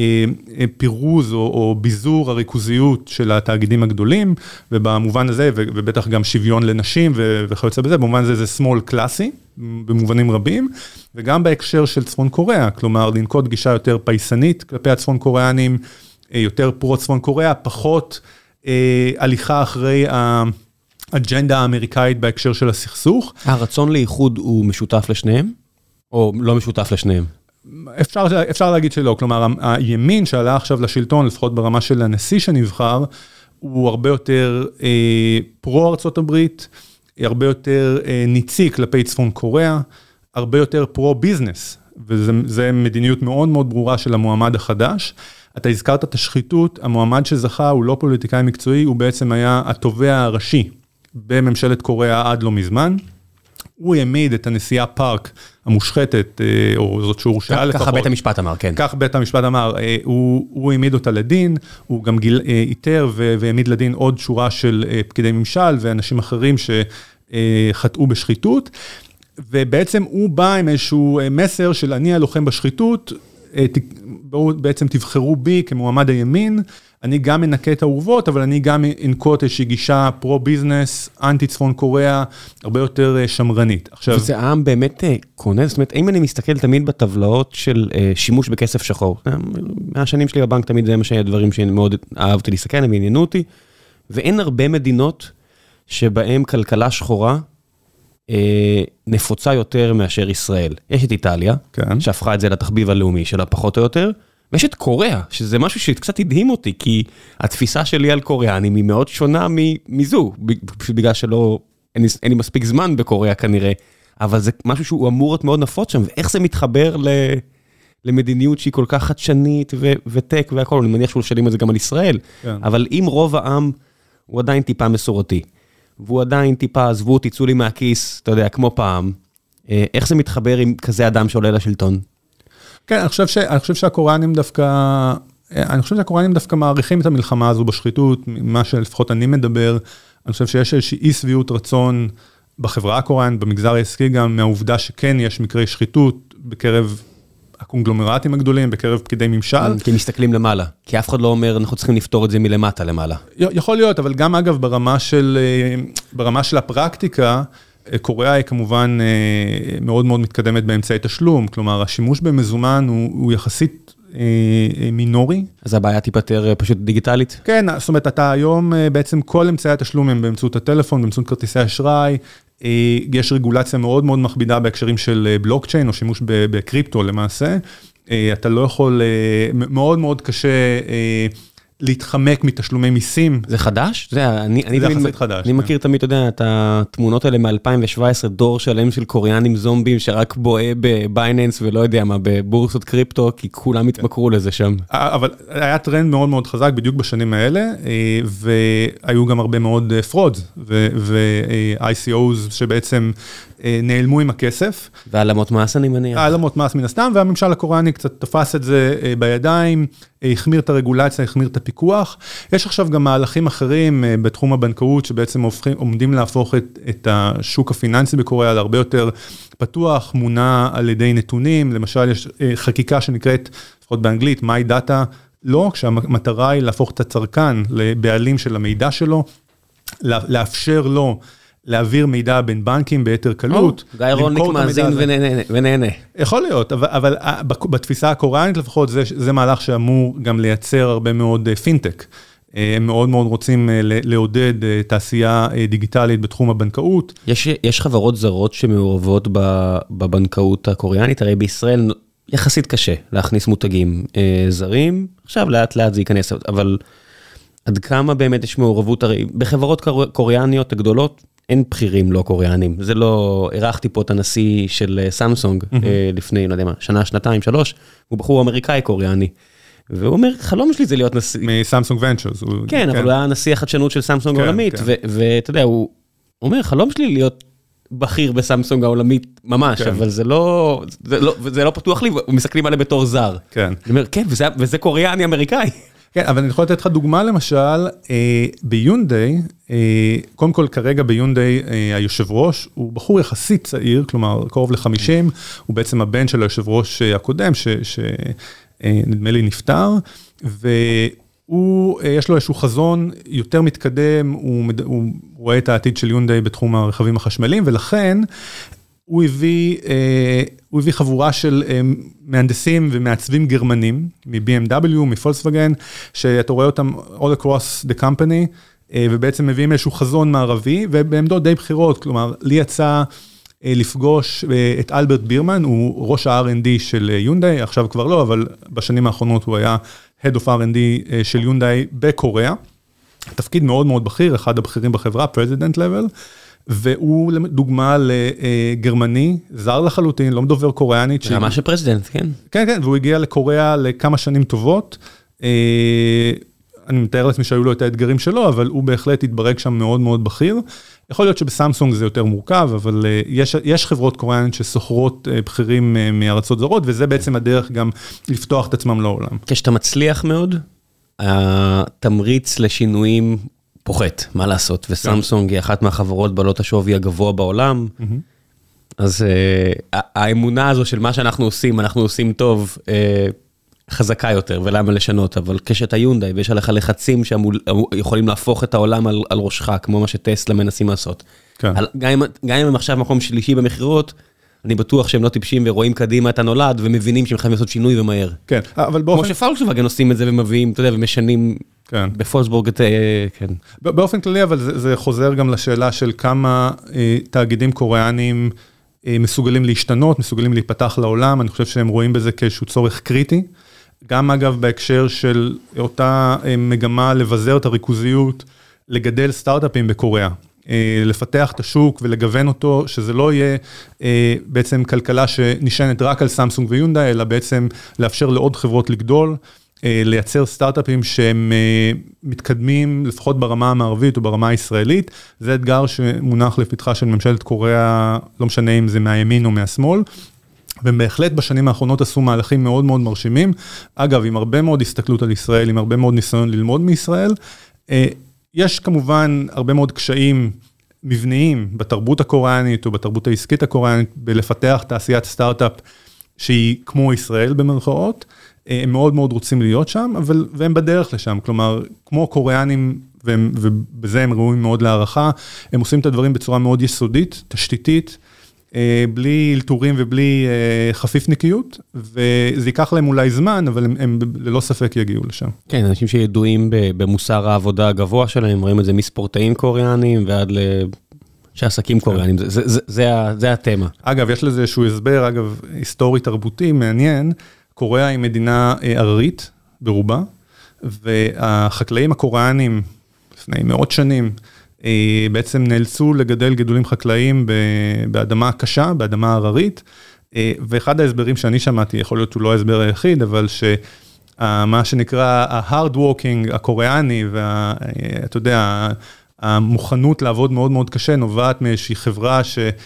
פירוז או ביזור הריכוזיות של התאגידים הגדולים, ובמובן הזה, ובטח גם שוויון לנשים וכיוצא בזה, במובן הזה זה שמאל קלאסי, במובנים רבים, וגם בהקשר של צפון קוריאה, כלומר לנקוט גישה יותר פייסנית כלפי הצפון קוריאנים, יותר פרו צפון קוריאה, פחות הליכה אחרי האג'נדה האמריקאית בהקשר של הסכסוך. הרצון לאיחוד הוא משותף לשניהם? או לא משותף לשניהם? אפשר להגיד שלא, כלומר, הימין שעלה עכשיו לשלטון, לפחות ברמה של הנשיא שנבחר, הוא הרבה יותר פרו ארצות הברית, הרבה יותר ניצי כלפי צפון קוריאה, הרבה יותר פרו ביזנס, וזו מדיניות מאוד מאוד ברורה של המועמד החדש. אתה הזכרת את השחיתות, המועמד שזכה הוא לא פוליטיקאי מקצועי, הוא בעצם היה התובע הראשי בממשלת קוריאה עד לא מזמן. הוא העמיד את הנשיאה פארק המושחתת, או זאת שהורשעה לפחות. ככה בית המשפט אמר, כן. כך בית המשפט אמר, הוא העמיד אותה לדין, הוא גם איתר והעמיד לדין עוד שורה של פקידי ממשל ואנשים אחרים שחטאו בשחיתות, ובעצם הוא בא עם איזשהו מסר של אני הלוחם בשחיתות, בואו בעצם תבחרו בי כמועמד הימין, אני גם מנקה את העורבות, אבל אני גם אנקוט איזושהי גישה פרו-ביזנס, אנטי צפון קוריאה, הרבה יותר שמרנית. עכשיו, וזה העם באמת קונה, זאת אומרת, אם אני מסתכל תמיד בטבלאות של שימוש בכסף שחור, מהשנים שלי בבנק תמיד זה מה שהיה דברים שמאוד אהבתי להסתכל, הם עניינו אותי, ואין הרבה מדינות שבהם כלכלה שחורה, נפוצה יותר מאשר ישראל. יש את איטליה, כן. שהפכה את זה לתחביב הלאומי שלה פחות או יותר, ויש את קוריאה, שזה משהו שקצת הדהים אותי, כי התפיסה שלי על קוריאנים היא מאוד שונה מזו, בגלל שלא, אין לי מספיק זמן בקוריאה כנראה, אבל זה משהו שהוא אמור להיות מאוד נפוץ שם, ואיך זה מתחבר למדיניות שהיא כל כך חדשנית וטק והכל, אני מניח שהוא שואלים את זה גם על ישראל, כן. אבל אם רוב העם הוא עדיין טיפה מסורתי, והוא עדיין טיפה, עזבו, תצאו לי מהכיס, אתה יודע, כמו פעם. איך זה מתחבר עם כזה אדם שעולה לשלטון? כן, אני חושב שהקוריאנים דווקא מעריכים את המלחמה הזו בשחיתות, מה שלפחות אני מדבר, אני חושב שיש איזושהי אי שביעות רצון בחברה הקוריאנית, במגזר העסקי גם, מהעובדה שכן יש מקרי שחיתות בקרב הקונגלומרטים הגדולים, בקרב פקידי ממשל. כי מסתכלים למעלה, כי אף אחד לא אומר, אנחנו צריכים לפתור את זה מלמטה למעלה. יכול להיות, אבל גם אגב, ברמה של הפרקטיקה, קוריאה היא כמובן מאוד מאוד מתקדמת באמצעי תשלום, כלומר, השימוש במזומן הוא יחסית מינורי. אז הבעיה תיפטר פשוט דיגיטלית? כן, זאת אומרת, אתה היום בעצם כל אמצעי התשלום הם באמצעות הטלפון, באמצעות כרטיסי אשראי, יש רגולציה מאוד מאוד מכבידה בהקשרים של בלוקצ'יין או שימוש בקריפטו למעשה, אתה לא יכול, מאוד מאוד קשה להתחמק מתשלומי מיסים. זה חדש? זה יחסית חדש. אני מכיר תמיד, אתה יודע, את התמונות האלה מ-2017, דור שלם של קוריאנים זומבים שרק בואה בבייננס ולא יודע מה, בבורסות קריפטו, כי כולם התמכרו לזה שם. אבל היה טרנד מאוד מאוד חזק בדיוק בשנים האלה, והיו גם הרבה מאוד פרוד, ו-ICOs שבעצם נעלמו עם הכסף. והעלמות מס אני מניח. העלמות מס מן הסתם, והממשל הקוריאני קצת תפס את זה בידיים, החמיר את הרגולציה, החמיר את הפיקוח. יש עכשיו גם מהלכים אחרים בתחום הבנקאות, שבעצם עומדים להפוך את השוק הפיננסי בקוריאה להרבה יותר פתוח, מונע על ידי נתונים, למשל יש חקיקה שנקראת, לפחות באנגלית, My Data, לא, כשהמטרה היא להפוך את הצרכן לבעלים של המידע שלו, לאפשר לו להעביר מידע בין בנקים ביתר קלות. גיא רולניק מאזין ונהנה. יכול להיות, אבל בתפיסה הקוריאנית לפחות, זה מהלך שאמור גם לייצר הרבה מאוד פינטק. הם מאוד מאוד רוצים לעודד תעשייה דיגיטלית בתחום הבנקאות. יש חברות זרות שמעורבות בבנקאות הקוריאנית, הרי בישראל יחסית קשה להכניס מותגים זרים, עכשיו לאט לאט זה ייכנס, אבל עד כמה באמת יש מעורבות, הרי בחברות קוריאניות הגדולות, אין בכירים לא קוריאנים, זה לא, ערכתי פה את הנשיא של סמסונג לפני, לא יודע מה, שנה, שנתיים, 3, הוא בחור אמריקאי קוריאני, והוא אומר, חלום שלי זה להיות נשיא. מסמסונג ונצ'רס. כן, אבל הוא היה נשיא החדשנות של סמסונג העולמית, ואתה יודע, הוא אומר, חלום שלי להיות בכיר בסמסונג העולמית ממש, אבל זה לא פתוח לי, ומסתכלים עליהם בתור זר. כן. אני אומר, כן, וזה קוריאני אמריקאי. כן, אבל אני יכול לתת לך דוגמה למשל, ביונדאי, קודם כל כרגע ביונדאי היושב ראש, הוא בחור יחסית צעיר, כלומר קרוב ל-50, הוא בעצם הבן של היושב ראש הקודם, שנדמה לי נפטר, והוא, יש לו איזשהו חזון יותר מתקדם, הוא רואה את העתיד של יונדאי בתחום הרכבים החשמליים, ולכן הוא הביא חבורה של מהנדסים ומעצבים גרמנים, מ-BMW, מפולקסווגן, שאתה רואה אותם all across the company, ובעצם מביאים איזשהו חזון מערבי, ובעמדות די בחירות, כלומר, לי יצא לפגוש את אלברט בירמן, הוא ראש ה-R&D של יונדאי, עכשיו כבר לא, אבל בשנים האחרונות הוא היה Head of R&D של יונדאי בקוריאה, תפקיד מאוד מאוד בכיר, אחד הבכירים בחברה, President Level, והוא דוגמה לגרמני, זר לחלוטין, לא מדובר קוריאנית. ממש הפרזידנט, כן. כן, כן, והוא הגיע לקוריאה לכמה שנים טובות. אני מתאר לעצמי שהיו לו את האתגרים שלו, אבל הוא בהחלט התברג שם מאוד מאוד בכיר. יכול להיות שבסמסונג זה יותר מורכב, אבל יש חברות קוריאניות שסוחרות בכירים מארצות זרות, וזה בעצם הדרך גם לפתוח את עצמם לעולם. כשאתה מצליח מאוד, התמריץ לשינויים פוחת, מה לעשות, וסמסונג היא אחת מהחברות בעלות השווי הגבוה בעולם, אז האמונה הזו של מה שאנחנו עושים טוב, חזקה יותר, ולמה לשנות, אבל כשאתה יונדאי, ויש עליך לחצים שיכולים להפוך את העולם על ראשך, כמו מה שטסלה מנסים לעשות. גם אם הם עכשיו מקום שלישי במחירות, אני בטוח שהם לא טיפשים ורואים קדימה את הנולד, ומבינים שהם חייבים לעשות שינוי ומהר. כן, אבל באופן... כמו שפולקסווגן עושים את זה ומביאים, אתה יודע, ומשנים בפולקסבורג את... כן. באופן כללי, אבל זה חוזר גם לשאלה של כמה תאגידים קוריאנים מסוגלים להשתנות, מסוגלים להיפתח לעולם, אני חושב שהם רואים בזה כאיזשהו צורך קריטי. גם אגב בהקשר של אותה מגמה לבזר את הריכוזיות, לגדל סטארט-אפים בקוריאה. לפתח את השוק ולגוון אותו, שזה לא יהיה בעצם כלכלה שנשענת רק על סמסונג ויונדאי, אלא בעצם לאפשר לעוד חברות לגדול, לייצר סטארט-אפים שהם מתקדמים לפחות ברמה המערבית או ברמה הישראלית. זה אתגר שמונח לפתחה של ממשלת קוריאה, לא משנה אם זה מהימין או מהשמאל, ובהחלט בשנים האחרונות עשו מהלכים מאוד מאוד מרשימים. אגב, עם הרבה מאוד הסתכלות על ישראל, עם הרבה מאוד ניסיון ללמוד מישראל, יש כמובן הרבה מאוד קשיים מבניים בתרבות הקוריאנית או בתרבות העסקית הקוריאנית, בלפתח תעשיית סטארט-אפ שהיא כמו ישראל במרכאות, הם מאוד מאוד רוצים להיות שם, והם בדרך לשם, כלומר, כמו קוריאנים, ובזה הם ראויים מאוד להערכה, הם עושים את הדברים בצורה מאוד יסודית, תשתיתית, בלי אלתורים ובלי חפיפניקיות, וזה ייקח להם אולי זמן, אבל הם ללא ספק יגיעו לשם. כן, אנשים שידועים במוסר העבודה הגבוה שלהם, רואים את זה מספורטאים קוריאנים ועד שעסקים קוריאנים, זה התמה. אגב, יש לזה איזשהו הסבר, אגב, היסטורי תרבותי מעניין, קוריאה היא מדינה עררית ברובה, והחקלאים הקוריאנים, לפני מאות שנים, בעצם נאלצו לגדל גידולים חקלאיים באדמה קשה, באדמה הררית, ואחד ההסברים שאני שמעתי, יכול להיות שהוא לא ההסבר היחיד, אבל מה שנקרא ה-hard working הקוריאני, ואתה יודע, המוכנות לעבוד מאוד מאוד קשה, נובעת מאיזושהי חברה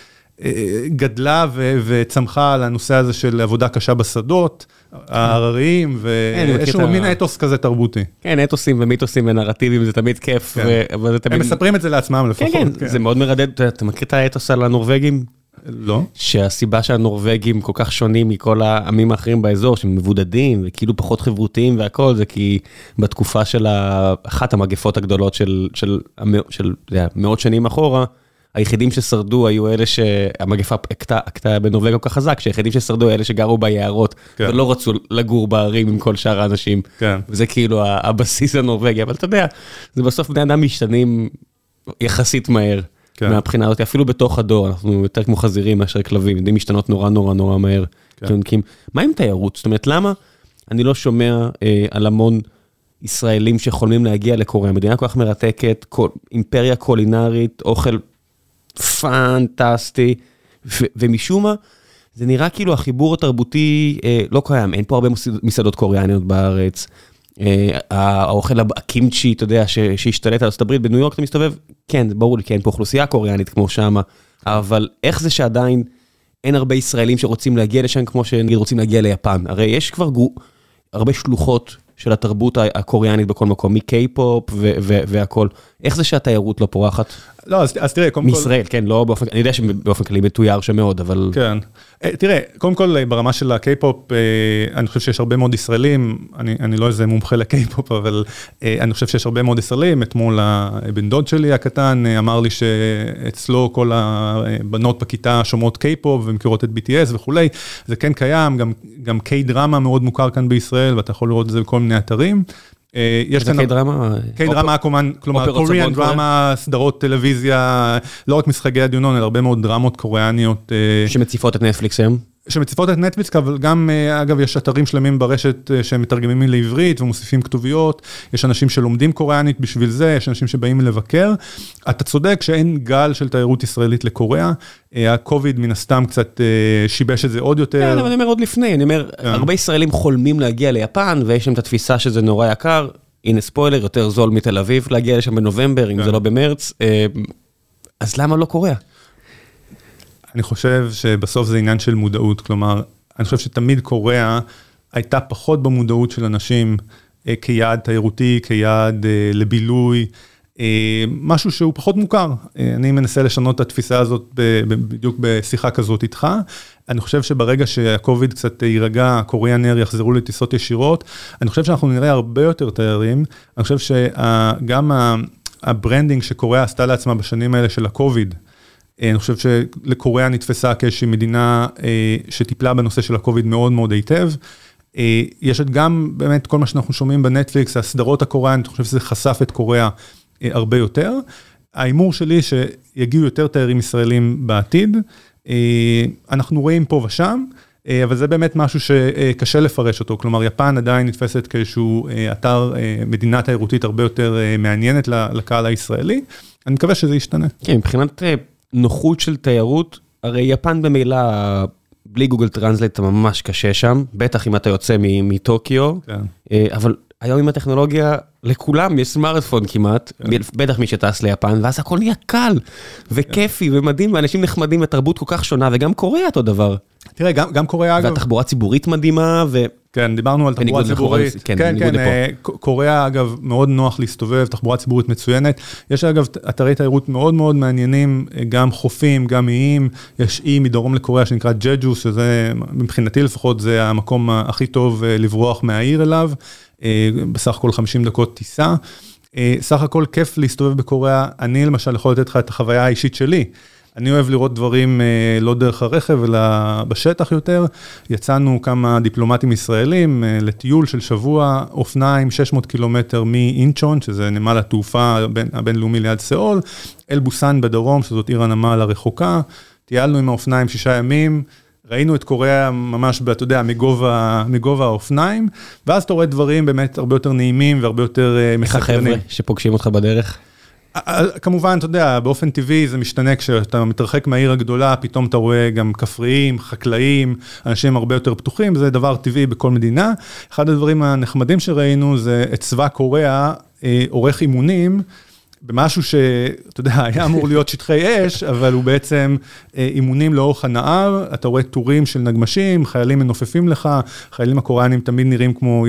שגדלה וצמחה על הנושא הזה של עבודה קשה בשדות, ההרריים, ויש לו מין אתוס כזה תרבותי. כן, אתוסים ומיתוסים ונרטיבים, זה תמיד כיף. הם מספרים את זה לעצמם לפחות. כן, זה מאוד מרדד. אתה מכיר את האתוס על הנורווגים? לא. שהסיבה שהנורווגים כל כך שונים מכל העמים האחרים באזור, שהם מבודדים וכאילו פחות חברותיים והכל, זה כי בתקופה של אחת המגפות הגדולות של מאות שנים אחורה, היחידים ששרדו היו אלה שהמגפה הקטה בנורווגיה כל כך חזק, שהיחידים ששרדו אלה שגרו ביערות, ולא רצו לגור בערים עם כל שאר האנשים. וזה כאילו הבסיס הנורווגי, אבל אתה יודע, זה בסוף בני אדם משתנים יחסית מהר. מהבחינה הזאת, אפילו בתוך הדור, אנחנו יותר כמו חזירים מאשר כלבים, יודעים משתנות נורא נורא נורא מהר. מה עם תיירות? זאת אומרת, למה אני לא שומע על המון ישראלים שחולמים להגיע לקוריאה? מדינה כל כך מרתקת, אימפריה קולינרית, אוכל פנטסטי, ומשום מה, זה נראה כאילו החיבור התרבותי לא קיים, אין פה הרבה מסעדות קוריאניות בארץ, האוכל הקימצ'י, אתה יודע, שהשתלט על ארצות הברית, בניו יורק אתה מסתובב, כן, ברור לי, כי אין פה אוכלוסייה קוריאנית כמו שמה, אבל איך זה שעדיין אין הרבה ישראלים שרוצים להגיע לשם, כמו שנגיד רוצים להגיע ליפן? הרי יש כבר הרבה שלוחות של התרבות הקוריאנית בכל מקום, מקיי-פופ והכל. איך זה שהתיירות לא פורחת? לא, אז תראה, קודם כל... מישראל, כן, לא באופן... אני יודע שבאופן כללי מתויר שמאוד, אבל... כן. תראה, קודם כל, ברמה של הקיי-פופ, אני חושב שיש הרבה מאוד ישראלים, אני לא איזה מומחה לקיי-פופ, אבל אני חושב שיש הרבה מאוד ישראלים. אתמול הבן דוד שלי הקטן אמר לי שאצלו כל הבנות בכיתה שומעות קיי-פופ ומכירות את BTS וכולי. זה כן קיים, גם קיי-דרמה מאוד מוכר כאן בישראל, ואתה יכול לראות את זה בכל מיני אתרים. יש כאן קיי-דרמה? קיי-דרמה, כלומר, קוריאן דרמה, סדרות טלוויזיה, לא רק משחקי הדיונון, אלא הרבה מאוד דרמות קוריאניות. שמציפות את נטפליקס היום? שמציפות את נטפליקס, אבל גם, אגב, יש אתרים שלמים ברשת שהם מתרגמים לעברית ומוסיפים כתוביות, יש אנשים שלומדים קוריאנית בשביל זה, יש אנשים שבאים לבקר. אתה צודק שאין גל של תיירות ישראלית לקוריאה, הקוביד מן הסתם קצת שיבש את זה עוד יותר. כן, אבל אני אומר עוד לפני, אני אומר, הרבה ישראלים חולמים להגיע ליפן, ויש שם את התפיסה שזה נורא יקר, הנה ספוילר, יותר זול מתל אביב, להגיע לשם בנובמבר, אם זה לא במרץ, אז למה לא קוריאה? אני חושב שבסוף זה עניין של מודעות, כלומר, אני חושב שתמיד קוריאה הייתה פחות במודעות של אנשים כיעד תיירותי, כיעד לבילוי, משהו שהוא פחות מוכר. אני מנסה לשנות את התפיסה הזאת בדיוק בשיחה כזאת איתך. אני חושב שברגע שהקוביד קצת יירגע, קוריאן אייר יחזרו לטיסות ישירות, אני חושב שאנחנו נראה הרבה יותר תיירים. אני חושב שגם הברנדינג שקוריאה עשתה לעצמה בשנים האלה של הקוביד, אני חושב שלקוריאה נתפסה כאיזושהי מדינה שטיפלה בנושא של הקוביד מאוד מאוד היטב. יש את גם באמת כל מה שאנחנו שומעים בנטפליקס, הסדרות הקוריאניות, אני חושב שזה חשף את קוריאה הרבה יותר. האימור שלי שיגיעו יותר תיירים ישראלים בעתיד, אנחנו רואים פה ושם, אבל זה באמת משהו שקשה לפרש אותו, כלומר יפן עדיין נתפסת כאיזשהו אתר מדינה תיירותית הרבה יותר מעניינת לקהל הישראלי, אני מקווה שזה ישתנה. כן, מבחינת נוחות של תיירות, הרי יפן במילה, בלי גוגל טרנסלייט, ממש קשה שם, בטח אם אתה יוצא מטוקיו, אבל היום עם הטכנולוגיה, לכולם יש סמארטפון כמעט, בטח מי שטס ליפן, ואז הכל נהיה קל, וכיפי, ומדהים, ואנשים נחמדים, ותרבות כל כך שונה, וגם קוריאה אותו דבר. תראה, גם קוריאה אגב... והתחבורה ציבורית מדהימה, כן, דיברנו על תחבורה ציבורית. כן, קוריאה אגב מאוד נוח להסתובב, תחבורה ציבורית מצוינת. יש אגב אתרי תיירות מאוד מאוד מעניינים, גם חופים, גם איים. יש אי מדרום לקוריאה שנקרא ג'ג'ו, שזה מבחינתי לפחות זה המקום הכי טוב לברוח מהעיר אליו. בסך הכל 50 דקות טיסה. סך הכל כיף להסתובב בקוריאה. אני למשל יכול לתת לך את החוויה האישית שלי. אני אוהב לראות דברים לא דרך הרכב, אלא בשטח יותר. יצאנו כמה דיפלומטים ישראלים לטיול של שבוע, אופניים 600 קילומטר מאינצ'ון, שזה נמל התעופה הבינלאומי ליד סאול, אל בוסן בדרום, שזאת עיר הנמל הרחוקה. טיילנו עם האופניים 6 ימים, ראינו את קוריאה ממש, אתה יודע, מגובה האופניים, ואז אתה רואה דברים באמת הרבה יותר נעימים והרבה יותר מסקרנים. איך החבר'ה שפוגשים אותך בדרך? כמובן, אתה יודע, באופן טבעי זה משתנה כשאתה מתרחק מהעיר הגדולה, פתאום אתה רואה גם כפריים, חקלאים, אנשים הרבה יותר פתוחים, זה דבר טבעי בכל מדינה. אחד הדברים הנחמדים שראינו זה את צבא קוריאה, עורך אימונים, במשהו שאתה יודע, היה אמור להיות שטחי אש, אבל הוא בעצם אימונים לאורך הנהר, אתה רואה טורים של נגמשים, חיילים מנופפים לך, חיילים הקוריאנים תמיד נראים כמו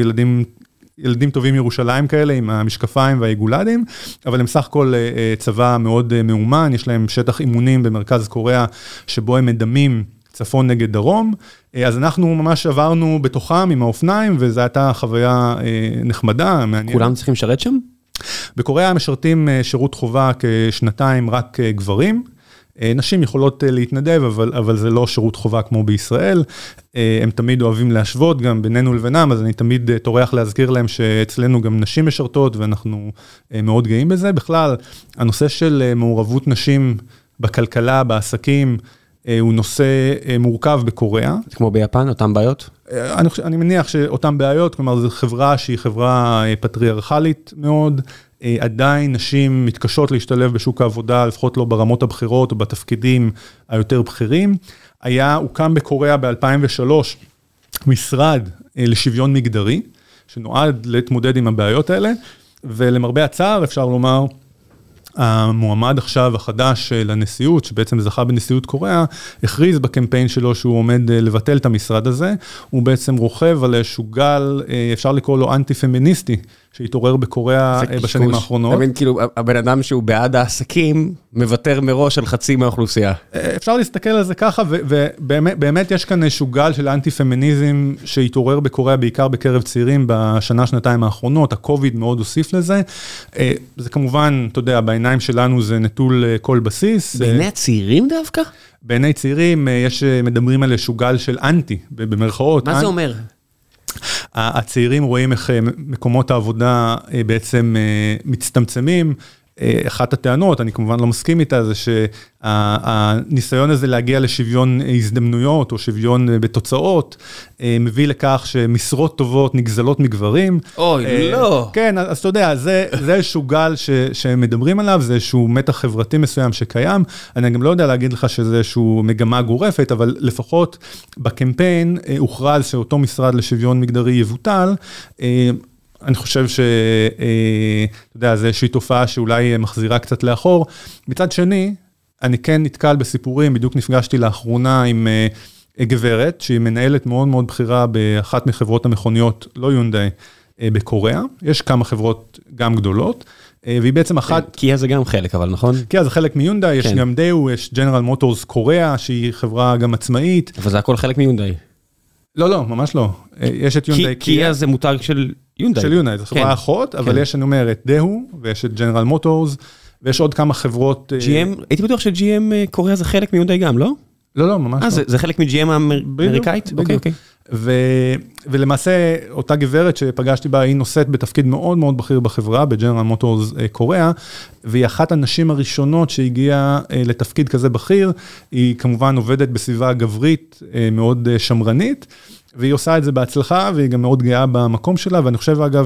ילדים טובים ירושלים כאלה, עם המשקפיים והעיגולדים, אבל הם סך הכל צבא מאוד מאומן, יש להם שטח אימונים במרכז קוריאה, שבו הם מדמים צפון נגד דרום, אז אנחנו ממש עברנו בתוכם עם האופניים, וזו הייתה חוויה נחמדה, מעניינת. כולם צריכים לשרת שם? בקוריאה משרתים שירות חובה כשנתיים רק גברים, נשים יכולות להתנדב, אבל זה לא שירות חובה כמו בישראל, הם תמיד אוהבים להשוות גם בינינו לבינם, אז אני תמיד טורח להזכיר להם שאצלנו גם נשים משרתות, ואנחנו מאוד גאים בזה. בכלל, הנושא של מעורבות נשים בכלכלה, בעסקים, הוא נושא מורכב בקוריאה. כמו ביפן, אותם בעיות? אני מניח שאותם בעיות, כלומר, זו חברה שהיא חברה פטריארכלית מאוד, עדיין נשים מתקשות להשתלב בשוק העבודה, לפחות לא ברמות הבכירות או בתפקידים היותר בכירים. הוקם בקוריאה ב-2003 משרד לשוויון מגדרי, שנועד להתמודד עם הבעיות האלה, ולמרבה הצער אפשר לומר, המועמד עכשיו החדש לנשיאות, שבעצם זכה בנשיאות קוריאה, הכריז בקמפיין שלו שהוא עומד לבטל את המשרד הזה, הוא בעצם רוכב על איזשהו גל, אפשר לקרוא לו אנטי-פמיניסטי, שהתעורר בקוריאה בשנים האחרונות. אתה מבין, כאילו, הבן אדם שהוא בעד העסקים, מוותר מראש על חצי מהאוכלוסייה. אפשר להסתכל על זה ככה, ובאמת יש כאן איזשהו גל של אנטי-פמיניזם, שהתעורר בקוריאה בעיקר בקרב צעירים בשנה, שנתיים האחרונות, הקוביד מאוד הוסיף לזה. זה כמובן, אתה יודע, בעיניים שלנו זה נטול כל בסיס. בעיני הצעירים דווקא? בעיני צעירים מדברים על איזשהו גל של אנטי, במרכאות. מה זה אומר? הצעירים רואים איך מקומות העבודה בעצם מצטמצמים. אחת הטענות, אני כמובן לא מסכים איתה, זה שהניסיון הזה להגיע לשוויון הזדמנויות או שוויון בתוצאות, מביא לכך שמשרות טובות נגזלות מגברים. אוי, לא. כן, אז אתה יודע, זה איזשהו גל שמדברים עליו, זה איזשהו מתח חברתי מסוים שקיים. אני גם לא יודע להגיד לך שזה איזשהו מגמה גורפת, אבל לפחות בקמפיין הוכרז שאותו משרד לשוויון מגדרי יבוטל, אני חושב אתה יודע, זה איזושהי תופעה שאולי מחזירה קצת לאחור. מצד שני, אני כן נתקל בסיפורים, בדיוק נפגשתי לאחרונה עם גברת, שהיא מנהלת מאוד מאוד בכירה באחת מחברות המכוניות, לא יונדאי, בקוריאה. יש כמה חברות גם גדולות, והיא בעצם אחת... קיה זה גם חלק, אבל נכון? קיה זה חלק מיונדאי, יש גם דאו, יש ג'נרל מוטורס קוריאה, שהיא חברה גם עצמאית. אבל זה הכל חלק מיונדאי. לא, ממש לא. יש את יונדאי קיה זה מותג של יונדאי. של יונדאי, זו חברה אחות, אבל יש, אני אומר, את דאו, ויש את ג'נרל מוטורס, ויש עוד כמה חברות... GM, הייתי בטוח ש-GM קוריאה זה חלק מיונדאי גם, לא? לא, ממש לא. זה חלק מ-GM האמריקאית? אוקיי. ולמעשה, אותה גברת שפגשתי בה, היא נושאת בתפקיד מאוד מאוד בכיר בחברה, בג'נרל מוטורס קוריאה, והיא אחת הנשים הראשונות שהגיעה לתפקיד כזה בכיר, היא כמובן עובדת בסביבה גברית מאוד שמרנית, והיא עושה את זה בהצלחה, והיא גם מאוד גאה במקום שלה, ואני חושב אגב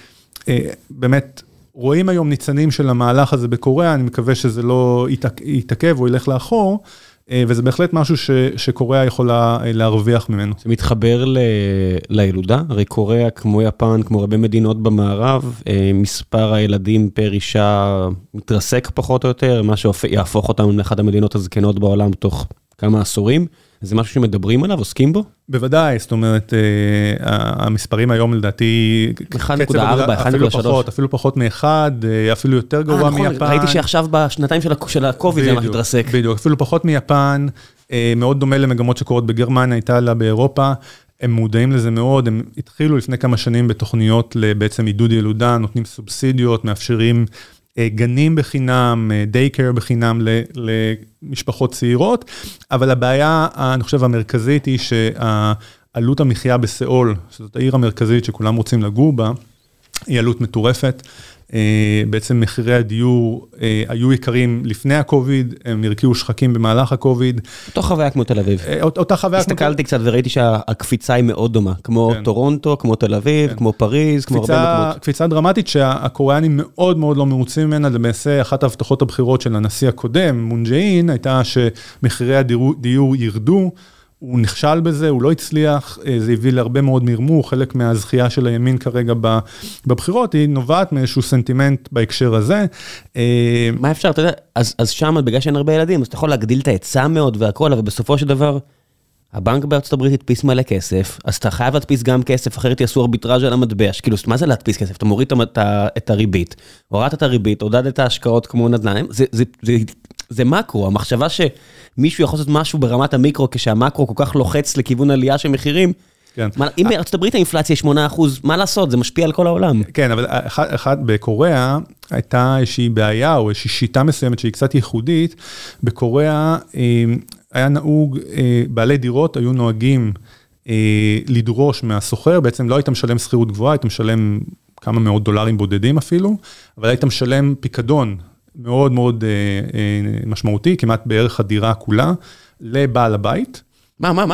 שבאמת רואים היום ניצנים של המהלך הזה בקוריאה, אני מקווה שזה לא יתעכב או ילך לאחור, וזה בהחלט משהו שקוריאה יכולה להרוויח ממנו. זה מתחבר לילודה, הרי קוריאה כמו יפן, כמו הרבה מדינות במערב, מספר הילדים פר אישה מתרסק פחות או יותר, מה שיהפוך אותם לאחת המדינות הזקנות בעולם תוך כמה עשורים. זה משהו שמדברים עליו, עוסקים בו? בוודאי, זאת אומרת, המספרים היום לדעתי... 1.4, 1.3. אפילו פחות מ-1, אפילו יותר גרוע מיפן. ראיתי שעכשיו בשנתיים של הקוביד זה מה התרסק. בדיוק, אפילו פחות מיפן, מאוד דומה למגמות שקורות בגרמניה, איטליה, באירופה, הם מודעים לזה מאוד, הם התחילו לפני כמה שנים בתוכניות בעצם עידוד ילודה, נותנים סובסידיות, מאפשרים גנים בחינם, דייקר בחינם למשפחות צעירות, אבל הבעיה, אני חושב, המרכזית היא שעלות המחיה בסאול, שזאת העיר המרכזית שכולם רוצים לגור בה, היא עלות מטורפת. בעצם מחירי הדיור היו יקרים לפני הקוביד, הם הרקיעו שחקים במהלך הקוביד. אותו חוויה כמו תל אביב. אותה חוויה. הסתכלתי קצת וראיתי שהקפיצה היא מאוד דומה, כמו טורונטו, כמו תל אביב, כמו פריז, כמו הרבה מקומות. קפיצה דרמטית שהקוריאנים מאוד מאוד לא מרוצים ממנה, למעשה אחת ההבטחות הבחירות של הנשיא הקודם, מון ג'אין, הייתה שמחירי הדיור ירדו, הוא נכשל בזה, הוא לא הצליח, זה הביא להרבה מאוד מרמור, חלק מהזכייה של הימין כרגע בבחירות, היא נובעת מאיזשהו סנטימנט בהקשר הזה. מה אפשר, אתה יודע, אז שם, בגלל שאין הרבה ילדים, אז אתה יכול להגדיל את ההיצע מאוד והכל, אבל בסופו של דבר, הבנק בארצות הברית הדפיס מלא כסף, אז אתה חייב להדפיס גם כסף, אחרת יעשו ארביטראז' על המטבע, כאילו, מה זה להדפיס כסף? אתה מוריד את הריבית, הורדת את הריבית, הודד את ההשקעות כמו נדל"ן, זה מקרו, המחשבה שמישהו יכול לעשות משהו ברמת המיקרו, כשהמקרו כל כך לוחץ לכיוון עלייה של מחירים, אם בארצות הברית האינפלציה היא 8%, מה לעשות? זה משפיע על כל העולם. כן, אבל בקוריאה הייתה איזושהי בעיה, או איזושהי שיטה מסוימת שהיא קצת ייחודית, בקוריאה היה נהוג, בעלי דירות היו נוהגים לדרוש מהסוחר, בעצם לא היית משלם שכירות גבוהה, היית משלם כמה מאות דולרים בודדים אפילו, אבל היית משלם פיקדון מאוד מאוד משמעותי, כמעט בערך הדירה כולה, לבעל הבית. מה?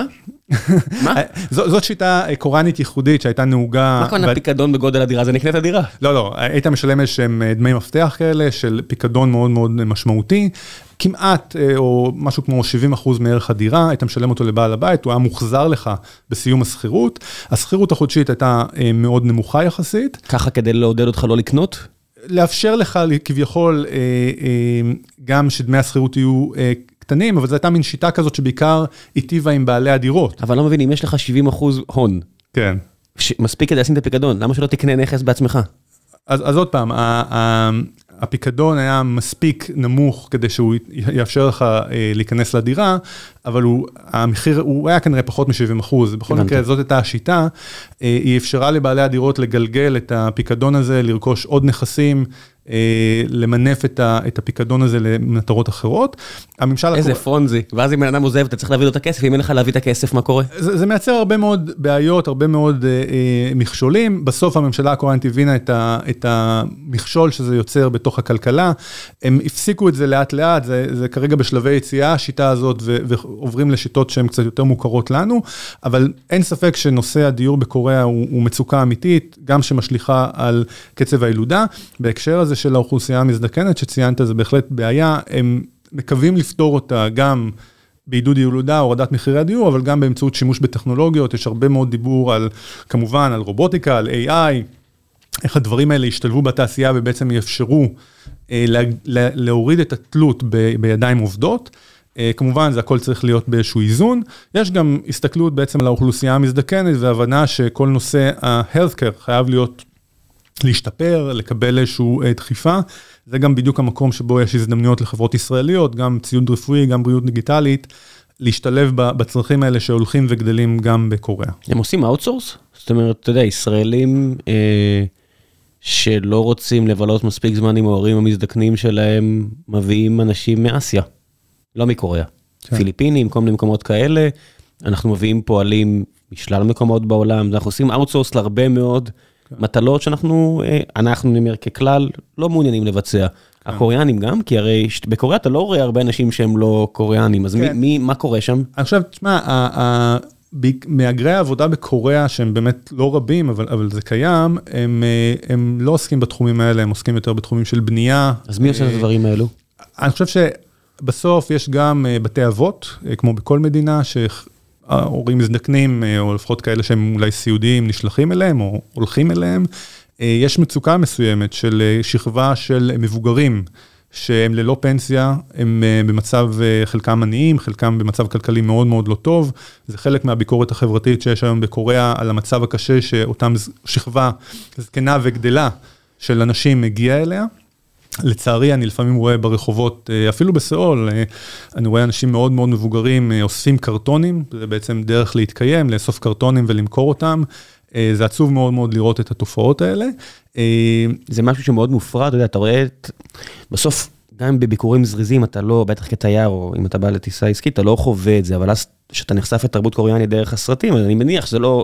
זאת שיטה קוריאנית ייחודית שהייתה נהוגה. מה קונה פיקדון בגודל הדירה? זה נקנה את הדירה? לא, היית משלם איזשהם דמי מפתח כאלה, של פיקדון מאוד מאוד משמעותי, כמעט, או משהו כמו 70% מערך הדירה, היית משלם אותו לבעל הבית, הוא היה מוחזר לך בסיום השכירות, השכירות החודשית הייתה מאוד נמוכה יחסית. ככה כדי לעודד אותך לא לקנות? לאפשר לך כביכול גם שדמי השכירות יהיו קטנים, אבל זו הייתה מין שיטה כזאת שבעיקר היטיבה עם בעלי הדירות. אבל לא מבין, אם יש לך 70% הון, כן. מספיק כדי לשים את הפיקדון, למה שלא תקנה נכס בעצמך? אז עוד פעם, הפיקדון היה מספיק נמוך כדי שהוא יאפשר לך להיכנס לדירה, אבל המחיר, הוא היה כנראה פחות מ-70%. בכל מקרה, זאת הייתה השיטה, היא אפשרה לבעלי הדירות לגלגל את הפיקדון הזה, לרכוש עוד נכסים, למנף את הפיקדון הזה למטרות אחרות. איזה פרונזי, ואז אם בן אדם עוזב, אתה צריך להביא לו את הכסף, אם אין לך להביא את הכסף, מה קורה? זה מייצר הרבה מאוד בעיות, הרבה מאוד מכשולים. בסוף הממשלה הקוריאנית הבינה את המכשול שזה יוצר בתוך הכלכלה. הם הפסיקו את זה לאט לאט, זה כרגע בשלבי יציאה, השיטה הזאת, ועוברים לשיטות שהן קצת יותר מוכרות לנו, אבל אין ספק שנושא הדיור בקוריאה הוא מצוקה אמיתית, גם שמשליחה על קצב הילודה. בהקשר הזה של האוכלוסייה המזדקנת שציינת, זה בהחלט בעיה, הם מקווים לפתור אותה גם בעידוד ילודה, הורדת מחירי הדיור, אבל גם באמצעות שימוש בטכנולוגיות, יש הרבה מאוד דיבור על, כמובן, על רובוטיקה, על AI, איך הדברים האלה ישתלבו בתעשייה ובעצם יאפשרו להוריד את התלות בידיים עובדות. כמובן, זה הכל צריך להיות באיזשהו איזון. יש גם הסתכלות בעצם על האוכלוסייה המזדקנת, והבנה שכל נושא ה-healthcare חייב להשתפר, לקבל איזשהו דחיפה. זה גם בדיוק המקום שבו יש הזדמנויות לחברות ישראליות, גם ציוד רפואי, גם בריאות דיגיטלית, להשתלב בצרכים האלה שהולכים וגדלים גם בקוריאה. הם עושים אאוטסורס? זאת אומרת, אתה יודע, ישראלים שלא רוצים לבלות מספיק זמן עם ההורים המזדקנים שלהם, מביאים אנשים מאסיה, לא מקוריאה. פיליפינים, כל מיני מקומות כאלה, אנחנו מביאים פועלים משלל מקומות בעולם, אנחנו עושים אאוטסורס להרבה מאוד מטלות שאנחנו נאמר ככלל, לא מעוניינים לבצע. הקוריאנים גם, כי הרי בקוריאה אתה לא רואה הרבה אנשים שהם לא קוריאנים, אז מה קורה שם? אני חושב, תשמע, מהגרי העבודה בקוריאה, שהם באמת לא רבים, אבל זה קיים, הם לא עוסקים בתחומים האלה, הם עוסקים יותר בתחומים של בנייה. אז מי עושה את הדברים האלו? אני חושב שבסוף יש גם בתי אבות, כמו בכל מדינה, ההורים מזדקנים, או לפחות כאלה שהם אולי סיעודיים, נשלחים אליהם, או הולכים אליהם. יש מצוקה מסוימת של שכבה של מבוגרים, שהם ללא פנסיה, הם במצב חלקם עניים, חלקם במצב כלכלי מאוד מאוד לא טוב. זה חלק מהביקורת החברתית שיש היום בקוריאה, על המצב הקשה שאותם שכבה זקנה וגדלה של אנשים מגיע אליה. לצערי, אני לפעמים רואה ברחובות, אפילו בסאול, אני רואה אנשים מאוד מאוד מבוגרים, אוספים קרטונים, זה בעצם דרך להתקיים, לאסוף קרטונים ולמכור אותם. זה עצוב מאוד מאוד לראות את התופעות האלה. זה משהו שמאוד מופרד, אתה יודע, אתה רואה בסוף, גם בביקורים זריזים, אתה לא, בטח כתייר, או אם אתה בא לטיסה עסקית, אתה לא חווה את זה, אבל אז שאתה נחשף לתרבות קוריאנית דרך הסרטים, אני מניח שזה לא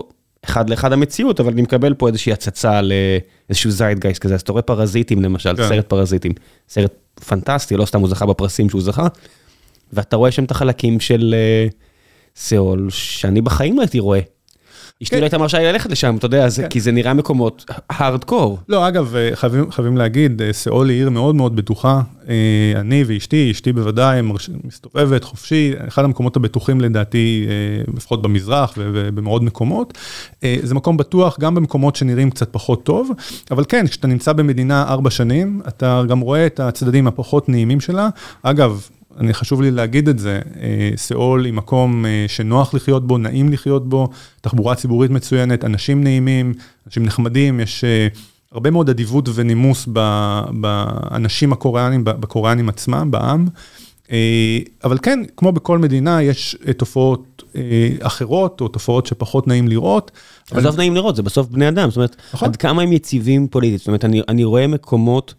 אחד לאחד המציאות, אבל אני מקבל פה איזושהי הצצה לאיזשהו זיידגייסט כזה, אז אתה רואה פרזיטים למשל, סרט פרזיטים, סרט פנטסטי, לא סתם הוא זכה בפרסים שהוא זכה, ואתה רואה שם את החלקים של סאול, שאני בחיים לא הייתי רואה. אשתי לא הייתה מרשה לי ללכת לשם, אתה יודע, כי זה נראה מקומות הארדקור. לא, אגב, חייבים להגיד, סאול היא עיר מאוד מאוד בטוחה, אני ואשתי בוודאי מסתובבת חופשי, אחד המקומות הבטוחים לדעתי, לפחות במזרח ובמאוד מקומות, זה מקום בטוח גם במקומות שנראים קצת פחות טוב, אבל כן, כשאתה נמצא במדינה 4 שנים, אתה גם רואה את הצדדים הפחות נעימים שלה, אגב, חשוב לי להגיד את זה, סאול היא מקום שנוח לחיות בו, נעים לחיות בו, תחבורה ציבורית מצוינת, אנשים נעימים, אנשים נחמדים, יש הרבה מאוד אדיבות ונימוס באנשים הקוריאנים, בקוריאנים עצמם, בעם, אבל כן, כמו בכל מדינה, יש תופעות אחרות, או תופעות שפחות נעים לראות. בסוף נעים לראות, זה בסוף בני אדם, זאת אומרת, עד כמה הם יציבים פוליטית, זאת אומרת, אני רואה מקומות,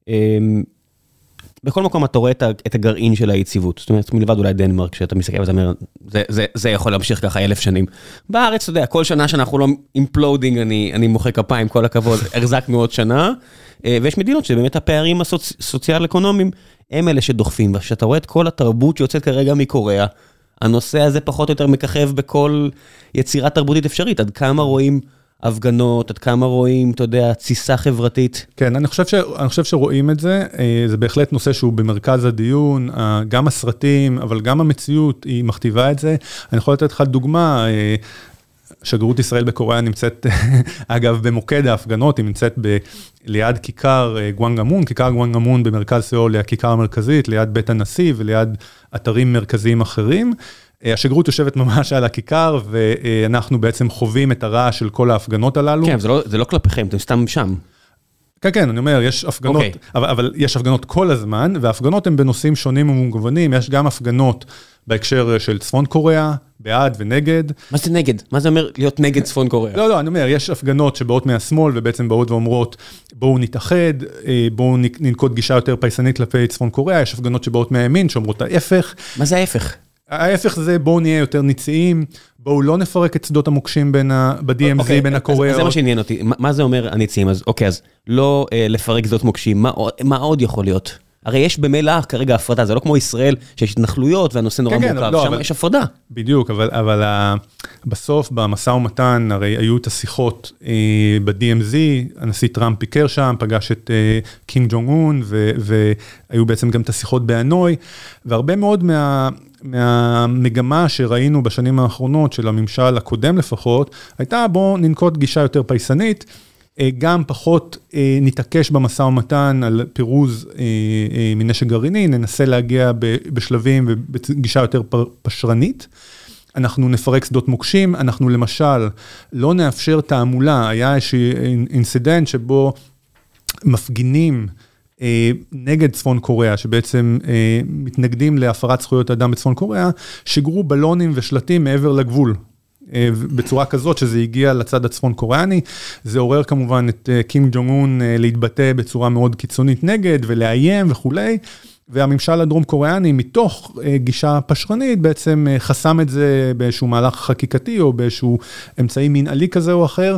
בכל מקום אתה רואה את הגרעין של היציבות, זאת אומרת, מלבד אולי דנמרק, שאתה מסתכל וזה אומר, זה יכול להמשיך ככה 1000 שנים. בארץ, אתה יודע, כל שנה שאנחנו לא אימפלודינג, אני מוחא כפיים, כל הכבוד, החזקנו עוד שנה, ויש מדינות שבאמת הפערים הסוציאל-אקונומיים, הם אלה שדוחפים, ושאתה רואה את כל התרבות שיוצאת כרגע מקוריאה, הנושא הזה פחות או יותר מככב בכל יצירה תרבותית אפשרית, עד כמה רואים הפגנות, עד כמה רואים, אתה יודע, תסיסה חברתית. כן, אני חושב שרואים את זה, זה בהחלט נושא שהוא במרכז הדיון, גם הסרטים, אבל גם המציאות היא מכתיבה את זה. אני יכול לתת לך דוגמה, שגרירות ישראל בקוריאה נמצאת, אגב, במוקד ההפגנות, היא נמצאת ליד כיכר גואנגמון, כיכר גואנגמון במרכז סאול, הכיכר המרכזית, ליד בית הנשיא וליד אתרים מרכזיים אחרים. השגרירות יושבת ממש על הכיכר, ואנחנו בעצם חווים את הרעש של כל ההפגנות הללו. כן, זה לא כלפיכם, אתם סתם שם. כן, אני אומר, יש הפגנות, אבל יש הפגנות כל הזמן, וההפגנות הן בנושאים שונים ומגוונים, יש גם הפגנות בהקשר של צפון קוריאה, בעד ונגד. מה זה נגד? מה זה אומר להיות נגד צפון קוריאה? לא, אני אומר, יש הפגנות שבאות מהשמאל, ובעצם באות ואומרות, בואו נתאחד, בואו ננקוט גישה יותר פייסנית כלפי צפון קוריאה, יש הפגנות שבאות מהימין, שאומרות ההפך. מה זה ההפך? ההפך זה בואו נהיה יותר ניציים, בואו לא נפרק את שדות המוקשים ב-DMZ, בין הקוריאות. זה מה שעניין אותי, מה זה אומר הניציים? אז אוקיי, אז לא לפרק שדות מוקשים, מה עוד יכול להיות? הרי יש במילא כרגע הפרדה, זה לא כמו ישראל, שיש התנחלויות והנושא נורא מורכב, שם יש הפרדה. בדיוק, אבל בסוף במשא ומתן, הרי היו את השיחות ב-DMZ, הנשיא טראמפ ביקר שם, פגש את קים ג'ונג און, והיו בעצם גם את השיחות בהנוי, והרבה מאוד מהמגמה שראינו בשנים האחרונות, של הממשל הקודם לפחות, הייתה בוא ננקוט גישה יותר פייסנית, גם פחות נתעקש במשא ומתן על פירוז מנשק גרעיני, ננסה להגיע בשלבים ובגישה יותר פשרנית, אנחנו נפרק שדות מוקשים, אנחנו למשל לא נאפשר תעמולה, היה איזשהו אינסידנט שבו מפגינים נגד צפון קוריאה, שבעצם מתנגדים להפרת זכויות אדם בצפון קוריאה, שגרו בלונים ושלטים מעבר לגבול, בצורה כזאת שזה הגיע לצד הצפון קוריאני, זה עורר כמובן את קים ג'ונג און להתבטא בצורה מאוד קיצונית נגד ולאיים וכולי, והממשל הדרום קוריאני מתוך גישה פשרנית בעצם חסם את זה באיזשהו מהלך חקיקתי או באיזשהו אמצעי מנהלי כזה או אחר,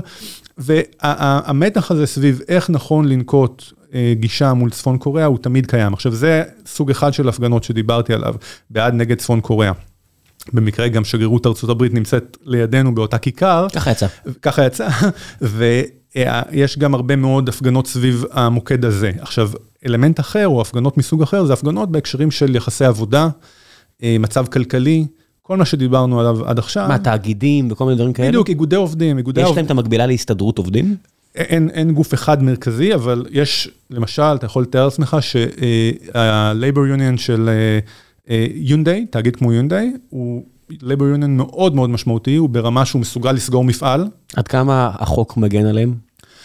והמתח הזה סביב איך נכון לנקוט גישה מול צפון קוריאה הוא תמיד קיים. עכשיו זה סוג אחד של הפגנות שדיברתי עליו, בעד נגד צפון קוריאה. במקרה גם שגרירות ארצות הברית נמצאת לידינו באותה כיכר. ככה יצא, ויש גם הרבה מאוד הפגנות סביב המוקד הזה. עכשיו, אלמנט אחר או הפגנות מסוג אחר, זה הפגנות בהקשרים של יחסי עבודה, מצב כלכלי, כל מה שדיברנו עליו עד עכשיו. מה, תאגידים וכל מיני דברים כאלה? בדיוק, איגודי עובדים. יש להם את המקבילה להסתדרות עובדים? אין גוף אחד מרכזי, אבל יש, למשל, אתה יכול לתאר לעצמך שה-Labor Union של יונדאי, תאגיד כמו יונדאי, הוא Labor Union מאוד מאוד משמעותי, הוא ברמה שהוא מסוגל לסגור מפעל. עד כמה החוק מגן עליהם?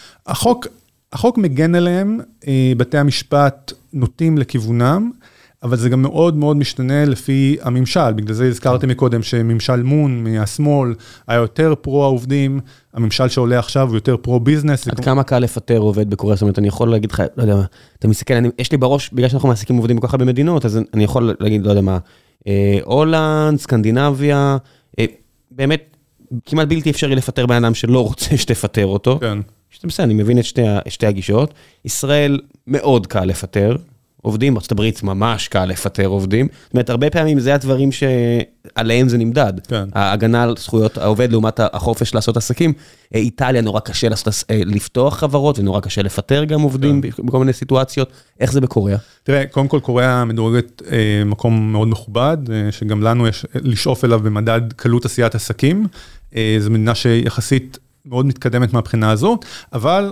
החוק מגן עליהם, בתי המשפט נוטים לכיוונם, אבל זה גם מאוד מאוד משתנה לפי הממשל, בגלל זה הזכרתי מקודם שממשל מון מהשמאל היה יותר פרו העובדים, הממשל שעולה עכשיו הוא יותר פרו ביזנס. עד כמה קל לפטר עובד בקוריאה, זאת אומרת אני יכול להגיד לך, לא יודע מה, אתה מסתכל, יש לי בראש, בגלל שאנחנו מעסיקים עובדים בכל כך במדינות, אז אני יכול להגיד, לא יודע מה, הולנד, סקנדינביה, באמת כמעט בלתי אפשרי לפטר בן אדם שלא רוצה שתפטר אותו. כן. בסדר, אני מבין את שתי הגישות. ישראל מאוד קל לפטר עובדים, ארצות הברית ממש קל לפטר עובדים. זאת אומרת, הרבה פעמים זה הדברים שעליהם זה נמדד. כן. ההגנה על זכויות העובד לעומת החופש לעשות עסקים. איטליה נורא קשה לפתוח חברות, ונורא קשה לפטר גם עובדים בכל מיני סיטואציות. איך זה בקוריאה? תראה, קודם כל קוריאה מדורגת מקום מאוד מכובד, שגם לנו יש לשאוף אליו במדד קלות עשיית עסקים. זו מדינה שיחסית מאוד מתקדמת מהבחינה הזאת, אבל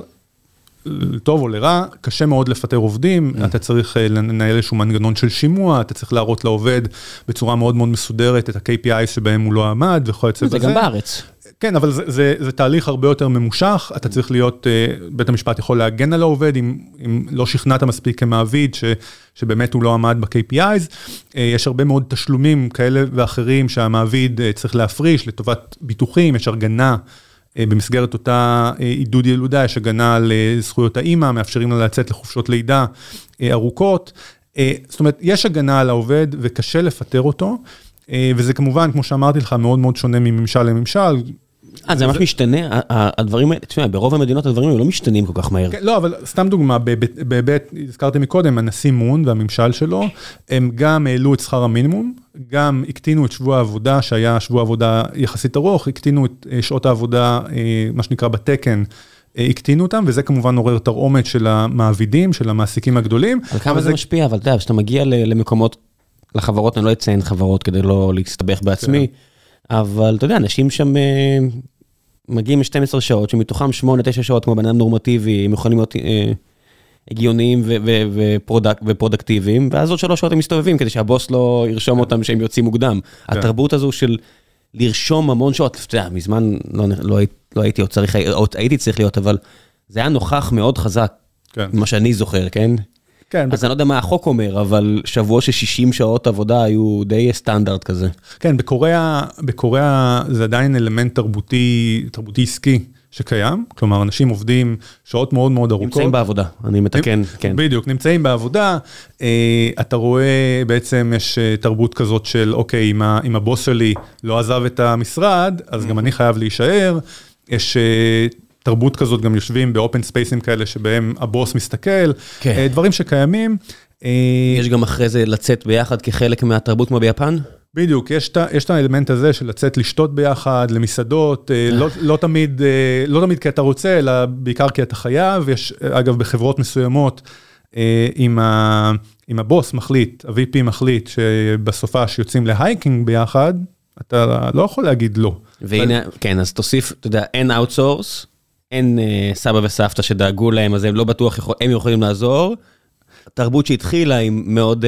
לטוב או לרע, קשה מאוד לפטר עובדים, אתה צריך לנהל איזשהו מנגנון של שימוע, אתה צריך להראות לעובד בצורה מאוד מאוד מסודרת את ה-KPI שבהם הוא לא עמד, וכל יצא בזה. זה גם בארץ. כן, אבל זה תהליך הרבה יותר ממושך, אתה צריך להיות, בית המשפט יכול להגן על העובד, אם לא שכנעת מספיק כמעביד, שבאמת הוא לא עמד ב-KPIs, יש הרבה מאוד תשלומים כאלה ואחרים שהמעביד צריך להפריש לטובת ביטוחים, יש הגנה, במסגרת אותה עידוד ילודה, יש הגנה על זכויות האמא, מאפשרים לה לצאת לחופשות לידה ארוכות. זאת אומרת, יש הגנה על העובד וקשה לפטר אותו, וזה כמובן, כמו שאמרתי לך, מאוד מאוד שונה מממשל לממשל. זה ממש משתנה, הדברים האלה, תשמע, ברוב המדינות הדברים האלה לא משתנים כל כך מהר. לא, אבל סתם דוגמה, בבית, הזכרתי מקודם, הנשיא מון והממשל שלו, הם גם העלו את שכר המינימום, גם הקטינו את שבוע העבודה, שהיה שבוע עבודה יחסית ארוך, הקטינו את שעות העבודה, מה שנקרא בתקן, הקטינו אותם, וזה כמובן עורר תרעומת של המעבידים, של המעסיקים הגדולים. על כמה זה משפיע, אבל אתה יודע, כשאתה מגיע למקומות, לחברות, אני לא אציין חברות כדי לא להסתבך בעצמי, אבל אתה יודע, אנשים שם מגיעים ל-12 שעות, שמתוכם 8-9 שעות כמו בן אדם נורמטיבי, הם יכולים להיות הגיוניים ופרודקטיביים, ואז עוד 3 שעות הם מסתובבים, כדי שהבוס לא ירשום אותם שהם יוצאים מוקדם. התרבות הזו של לרשום המון שעות, אתה יודע, מזמן לא הייתי עוד צריך, הייתי צריך להיות, אבל זה היה נוכח מאוד חזק, מה שאני זוכר, כן? כן. אז אני לא יודע מה החוק אומר, אבל שבוע של 60 שעות עבודה היו די סטנדרט כזה. כן, בקוריאה זה עדיין אלמנט תרבותי עסקי שקיים, כלומר, אנשים עובדים שעות מאוד מאוד ארוכות. נמצאים בעבודה, אני מתקן, כן. בדיוק, נמצאים בעבודה, אתה רואה בעצם יש תרבות כזאת של, אוקיי, אם הבוס שלי לא עזב את המשרד, אז גם אני חייב להישאר, יש תרבות כזאת, גם יושבים באופן ספייסים כאלה, שבהם הבוס מסתכל, דברים שקיימים. יש גם אחרי זה לצאת ביחד כחלק מהתרבות כמו ביפן? בדיוק, יש את האלמנט הזה של לצאת לשתות ביחד, למסעדות, לא תמיד כי אתה רוצה, אלא בעיקר כי אתה חייב. יש, אגב, בחברות מסוימות, אם הבוס מחליט, ה-VP מחליט, שבסופה שיוצאים להייקינג ביחד, אתה לא יכול להגיד לא. והנה, כן, אז תוסיף, אתה יודע, אין אאוטסורס, אין סבא וסבתא שדאגו להם, אז הם לא בטוח, הם יכולים לעזור. תרבות שהתחילה עם מאוד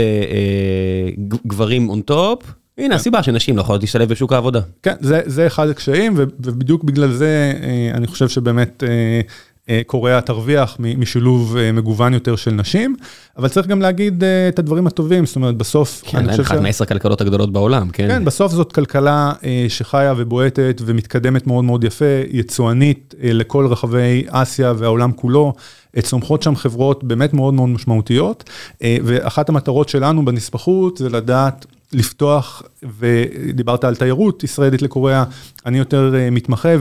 גברים on top, הנה הסיבה שנשים לא יכולות להשתלב בשוק העבודה. כן, זה אחד הקשיים, ובדיוק בגלל זה אני חושב שבאמת קוריאה תרוויח משילוב מגוון יותר של נשים, אבל צריך גם להגיד את הדברים הטובים, זאת אומרת, בסוף... כן, אחת מ10 כלכלות הגדולות בעולם, כן? כן, בסוף זאת כלכלה שחיה ובועטת ומתקדמת מאוד מאוד יפה, יצואנית לכל רחבי אסיה והעולם כולו, צומחות שם חברות באמת מאוד מאוד משמעותיות, ואחת המטרות שלנו בנספחות זה לדעת לפתוח, ודיברת על תיירות ישראלית לקוריאה, אני יותר מתמחה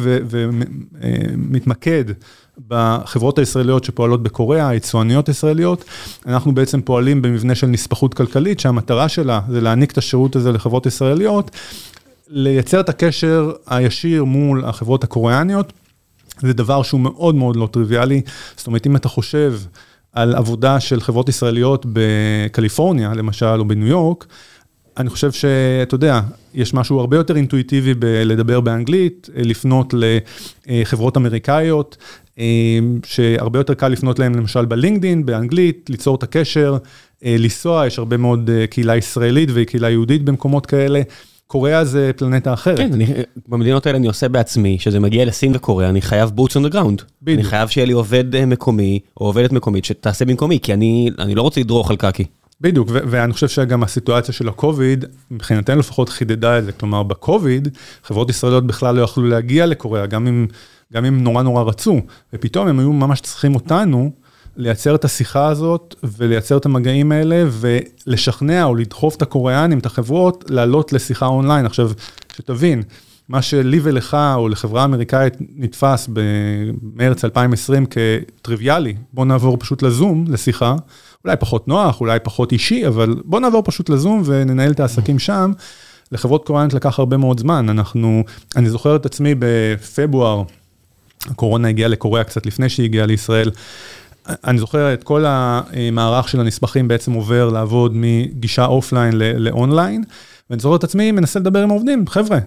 ומתמקד בחברות הישראליות שפועלות בקוריאה, היצואניות ישראליות, אנחנו בעצם פועלים במבנה של נספחות כלכלית, שהמטרה שלה זה להעניק את השירות הזה לחברות ישראליות, לייצר את הקשר הישיר מול החברות הקוריאניות, זה דבר שהוא מאוד מאוד לא טריוויאלי, זאת אומרת, אם אתה חושב על עבודה של חברות ישראליות בקליפורניה, למשל, או בניו יורק, אני חושב שאתה יודע, יש משהו הרבה יותר אינטואיטיבי בלדבר באנגלית, לפנות לחברות אמריקאיות, שהרבה יותר קל לפנות להם למשל בלינקדין, באנגלית, ליצור את הקשר, לנסוע, יש הרבה מאוד קהילה ישראלית וקהילה יהודית במקומות כאלה, קוריאה זה פלנטה אחרת. כן, במדינות האלה אני עושה בעצמי, שזה מגיע לסין וקוריאה, אני חייב boots on the ground. אני חייב שיהיה לי עובד מקומי, או עובדת מקומית, שתעשה במקומי, כי אני לא רוצה לדרוך על קקי. בדיוק, ואני חושב שגם הסיטואציה של הקוביד, מבחינתנו לפחות חידדה את זה, כלומר בקוביד, חברות ישראליות בכלל לא יכלו להגיע לקוריאה, גם אם נורא נורא רצו, ופתאום הם היו ממש צריכים אותנו, לייצר את השיחה הזאת, ולייצר את המגעים האלה, ולשכנע או לדחוף את הקוריאנים, את החברות, לעלות לשיחה אונליין. עכשיו, שתבין, מה שלי ולך או לחברה אמריקאית נתפס במרץ 2020 כטריוויאלי, בוא נעבור פשוט לזום, לשיחה, אולי פחות נוח, אולי פחות אישי, אבל בוא נעבור פשוט לזום וננהל את העסקים שם. לחברות קוריאניות לקח הרבה מאוד זמן. אני זוכר את עצמי בפברואר, הקורונה הגיעה לקוריאה קצת לפני שהיא הגיעה לישראל, אני זוכר את כל המערך של הנספחים בעצם עובר לעבוד מגישה אופליין לאונליין, ואני זוכר את עצמי מנסה לדבר עם העובדים, חבר'ה,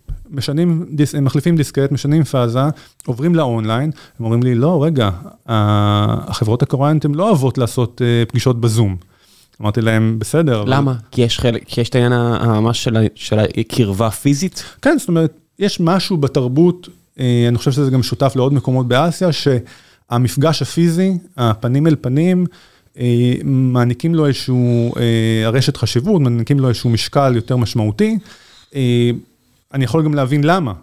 מחליפים דיסקט, משנים פאזה, עוברים לאונליין, הם אומרים לי, לא, רגע, החברות הקוריאניות הן לא אוהבות לעשות פגישות בזום. אמרתי להם, בסדר. למה? כי יש את העניין ממש של הקרבה פיזית? כן, זאת אומרת, יש משהו בתרבות, אני חושב שזה גם שותף לעוד מקומות באסיה, שהמפגש הפיזי, הפנים אל פנים, מעניקים לו איזשהו הרשת חשיבות, מעניקים לו איזשהו משקל יותר משמעותי. אני יכול גם להבין למה.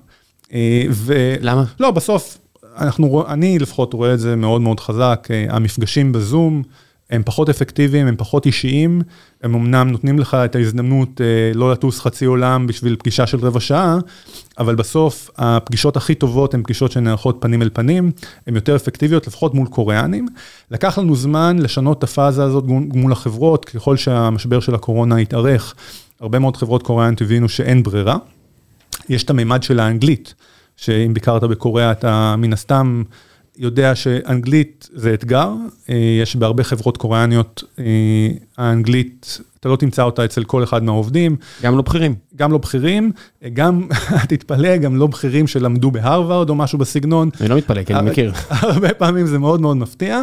למה? לא, בסוף, אני לפחות רואה את זה מאוד מאוד חזק, המפגשים בזום, הם פחות אפקטיביים, הם פחות אישיים, הם אמנם נותנים לך את ההזדמנות לא לטוס חצי עולם בשביל פגישה של רבע שעה, אבל בסוף הפגישות הכי טובות הן פגישות שנערכות פנים אל פנים, הן יותר אפקטיביות, לפחות מול קוריאנים. לקח לנו זמן לשנות את הפאזה הזאת מול החברות, ככל שהמשבר של הקורונה התארך, הרבה מאוד חברות קוריאניות הבינו שאין ברירה. יש את המימד של האנגלית, שאם ביקרת בקוריאה אתה מן הסתם יודע שאנגלית זה אתגר, יש בהרבה חברות קוריאניות, האנגלית, אתה לא תמצא אותה אצל כל אחד מהעובדים. גם לא בכירים. גם לא בכירים, גם, תתפלא, גם לא בכירים שלמדו בהרווארד או משהו בסגנון. אני לא מתפלא, כי אני מכיר. הרבה פעמים זה מאוד מאוד מפתיע.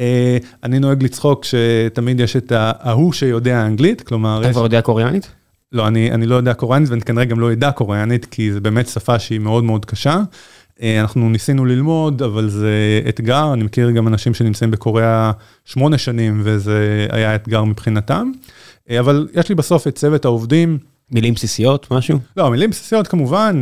אני נוהג לצחוק שתמיד יש את ההוא שיודע אנגלית, כלומר... אתה כבר יודע קוריאנית? לא, אני לא יודע קוריאנית, ואני כנראה גם לא יודע קוריאנית, כי זה באמת שפה שהיא מאוד מאוד קשה. אנחנו ניסינו ללמוד, אבל זה אתגר, אני מכיר גם אנשים שנמצאים בקוריאה 8 שנים, וזה היה אתגר מבחינתם, אבל יש לי בסוף את צוות העובדים. מילים בסיסיות, משהו? לא, מילים בסיסיות כמובן,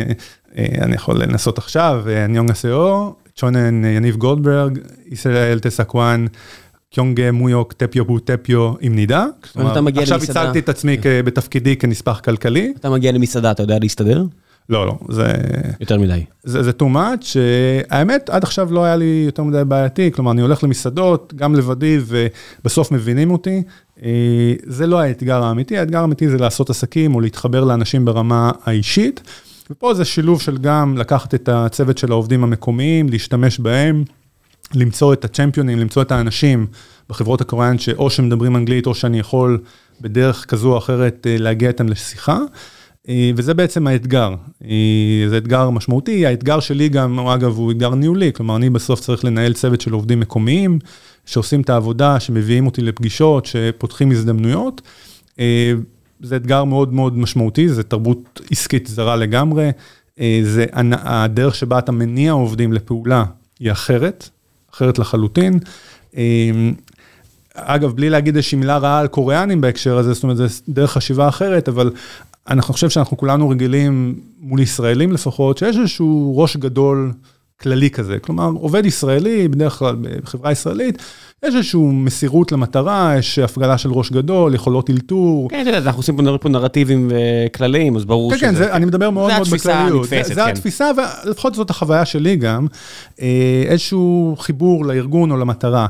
אני יכול לנסות עכשיו, אניונג אסאו, צ'ונן יניב גולדברג, ישראל תסקואן, קיונגה מויוק טפיו בו טפיו עם נידה. עכשיו הצגתי את עצמי בתפקידי כנספח כלכלי. אתה מגיע למסעדה, אתה יודע להסתדר? לא, לא, זה... יותר מדי. זה too much, שהאמת, עד עכשיו לא היה לי יותר מדי בעייתי, כלומר, אני הולך למסעדות, גם לבדי, ובסוף מבינים אותי. זה לא האתגר האמיתי, האתגר האמיתי זה לעשות עסקים, או להתחבר לאנשים ברמה האישית, ופה זה שילוב של גם לקחת את הצוות של העובדים המקומיים, להשתמש בהם, למצוא את הצ'מפיונים, למצוא את האנשים בחברות הקוריאניות, שאו שמדברים אנגלית, או שאני יכול בדרך כזו או אחרת להגיע איתם לשיחה, וזה בעצם האתגר, זה אתגר משמעותי, האתגר שלי גם, אגב, הוא אתגר ניהולי, כלומר, אני בסוף צריך לנהל צוות של עובדים מקומיים, שעושים את העבודה, שמביאים אותי לפגישות, שפותחים הזדמנויות, זה אתגר מאוד מאוד משמעותי, זה תרבות עסקית זרה לגמרי, זה הדרך שבה אתה מניע עובדים לפעולה, היא אחרת לחלוטין, אגב, בלי להגיד איזושהי מילה רעה על קוריאנים בהקשר הזה, זאת אומרת, זה דרך חשיבה אחרת, אבל אני חושב שאנחנו כולנו רגילים מול ישראלים לפחות, שיש איזשהו ראש גדול כללי כזה, כלומר, עובד ישראלי, בדרך כלל בחברה ישראלית, יש איזשהו מסירות למטרה, יש הפגלה של ראש גדול, יכולות אלתור. כן, אנחנו עושים פה נרטיבים כלליים, אז ברור שזה... כן, אני מדבר מאוד מאוד בכלליות. זה התפיסה, ולפחות זאת החוויה שלי גם, איזשהו חיבור לארגון או למטרה.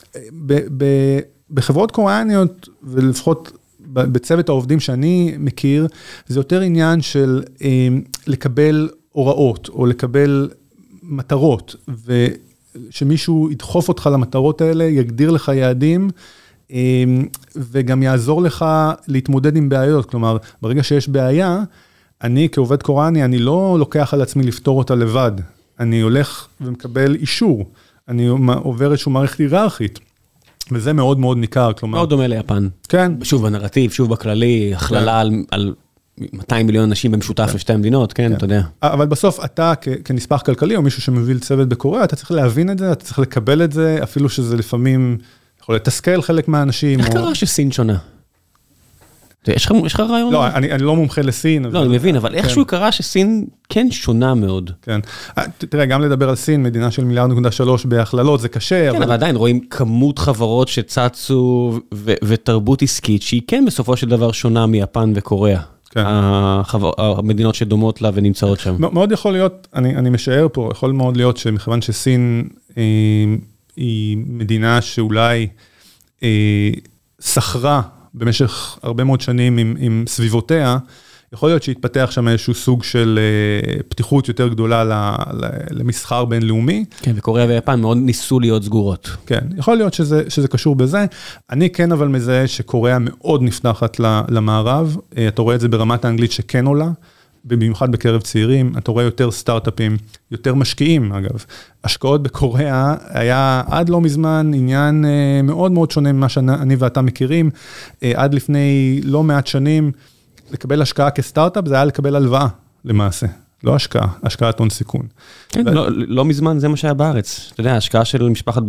בחברות קוריאניות, ולפחות בצוות העובדים שאני מכיר, זה יותר עניין של לקבל הוראות, או לקבל מטרות, ושמישהו ידחוף אותך למטרות האלה, יגדיר לך יעדים, וגם יעזור לך להתמודד עם בעיות. כלומר, ברגע שיש בעיה, אני כעובד קוריאני, אני לא לוקח על עצמי לפתור אותה לבד. אני הולך ומקבל אישור. אני עובר איזשהו מערכת היררכית. וזה מאוד מאוד ניכר, כלומר... מאוד דומה ליפן. כן. שוב בנרטיב, שוב בכללי, הכללה על 200 מיליון אנשים במשותף לשתי המדינות, כן, אתה יודע. אבל בסוף אתה כנספח כלכלי, או מישהו שמוביל צוות בקוריאה, אתה צריך להבין את זה, אתה צריך לקבל את זה, אפילו שזה לפעמים יכול לתסכל חלק מהאנשים. איך קרה שסין שונה? יש לך רעיון? לא, אני לא מומחה לסין. לא, אני מבין, אבל איכשהו קרה שסין כן שונה מאוד. כן. תראה, גם לדבר על סין, מדינה של 1.3 בהכללות, זה קשה. כן, אבל עדיין רואים כמות חברות שצצו ותרבות עסקית, שהיא כן בסופו של דבר שונה מיפן וקוריאה. המדינות שדומות לה ונמצאות שם. מאוד יכול להיות, אני משער פה, יכול מאוד להיות שמכיוון שסין היא מדינה שאולי סחרה במשך הרבה מאוד שנים עם סביבותיה, יכול להיות שהתפתח שם איזשהו סוג של פתיחות יותר גדולה למסחר בינלאומי. כן, וקוריאה ויפן מאוד ניסו להיות סגורות. כן, יכול להיות שזה קשור בזה. אני כן אבל מזהה שקוריאה מאוד נפתחת למערב. אתה רואה את זה ברמת האנגלית שכן עולה, במיוחד בקרב צעירים. אתה רואה יותר סטארט-אפים, יותר משקיעים אגב. השקעות בקוריאה היה עד לא מזמן עניין מאוד מאוד שונה ממה שאני ואתה מכירים. עד לפני לא מעט שנים, לקבל השקעה כסטארט-אפ, זה היה לקבל הלוואה, למעשה. לא השקעה, השקעת הון סיכון. כן, לא מזמן, זה מה שהיה בארץ. אתה יודע, ההשקעה של משפחת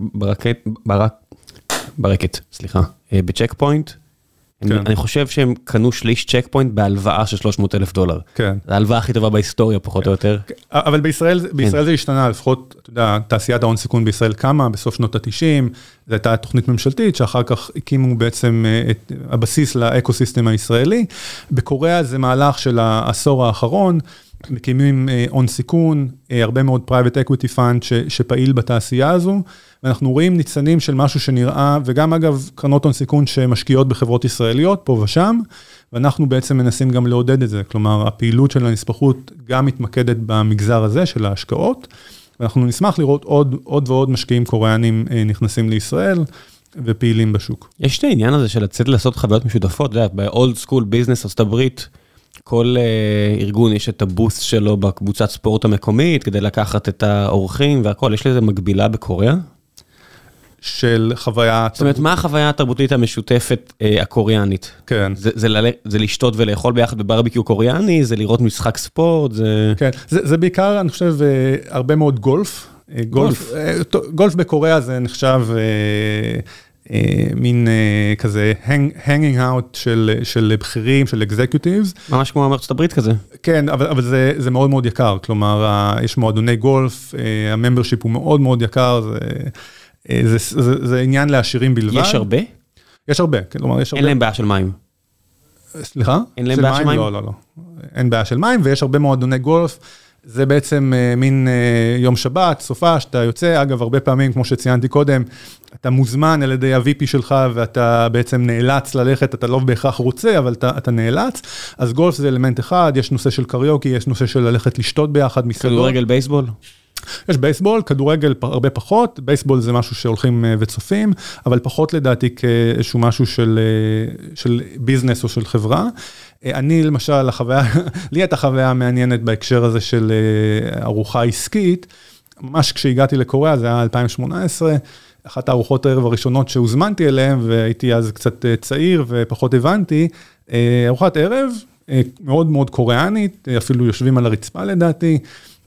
ברקת, סליחה, בצ'ק פוינט, אני חושב שהם קנו שליש צ'ק פוינט בהלוואה של $300,000. כן. זה ההלוואה הכי טובה בהיסטוריה, פחות או יותר. אבל בישראל זה השתנה, לפחות, אתה יודע, תעשיית ההון סיכון בישראל קמה בסוף שנות ה-90, זו הייתה תוכנית ממשלתית, שאחר כך הקימו בעצם את הבסיס לאקוסיסטם הישראלי. בקוריאה זה מהלך של העשור האחרון, מקימים הון סיכון, הרבה מאוד private equity fund שפעיל בתעשייה הזו, ואנחנו רואים ניצנים של משהו שנראה, וגם אגב קרנות הון סיכון שמשקיעות בחברות ישראליות פה ושם, ואנחנו בעצם מנסים גם לעודד את זה, כלומר הפעילות של הנספחות גם מתמקדת במגזר הזה של ההשקעות, ואנחנו נשמח לראות עוד ועוד משקיעים קוריאנים נכנסים לישראל, ופעילים בשוק. יש את העניין הזה של לצאת לעשות חוויות משותפות, אתה יודע, ב-old school business ארצות הברית, כל ארגון יש את הבוס שלו בקבוצת ספורט המקומית, כדי לקחת את האורחים והכל, יש לזה מקבילה בקוריאה? של חוויה... זאת אומרת, מה החוויה התרבותית המשותפת הקוריאנית? כן. זה לשתות ולאכול ביחד בברביקיו קוריאני, זה לראות משחק ספורט, זה... כן, זה בעיקר, אני חושב, הרבה מאוד גולף. גולף בקוריאה זה נחשב... מין כזה hanging out של בכירים, של executives. ממש כמו ארצות הברית כזה. כן, אבל זה מאוד מאוד יקר, כלומר, יש מועדוני גולף, הממברשיפ הוא מאוד מאוד יקר, זה עניין לעשירים בלבד. יש הרבה? יש הרבה, כלומר, יש הרבה. אין להם בעיה של מים. סליחה? אין להם בעיה של מים? לא. אין בעיה של מים, ויש הרבה מועדוני גולף, זה בעצם מין יום שבת, סופה, שאתה יוצא, אגב, הרבה פעמים, כמו שציינתי קודם, אתה מוזמן על ידי ה-VP שלך, ואתה בעצם נאלץ ללכת, אתה לא בהכרח רוצה, אבל אתה נאלץ. אז גולף זה אלמנט אחד, יש נושא של קריוקי, יש נושא של ללכת לשתות ביחד, מסעדות. כדורגל, בייסבול? יש בייסבול, כדורגל הרבה פחות, בייסבול זה משהו שהולכים וצופים, אבל פחות לדעתי כאיזשהו משהו של ביזנס או של חברה. אני למשל, לי הייתה חוויה מעניינת בהקשר הזה של ארוחה עסקית, ממש כשהגעתי לקוריאה, זה היה 2018, אחת הארוחות הערב הראשונות שהוזמנתי אליהם, והייתי אז קצת צעיר ופחות הבנתי, ארוחת ערב מאוד מאוד קוריאנית, אפילו יושבים על הרצפה לדעתי,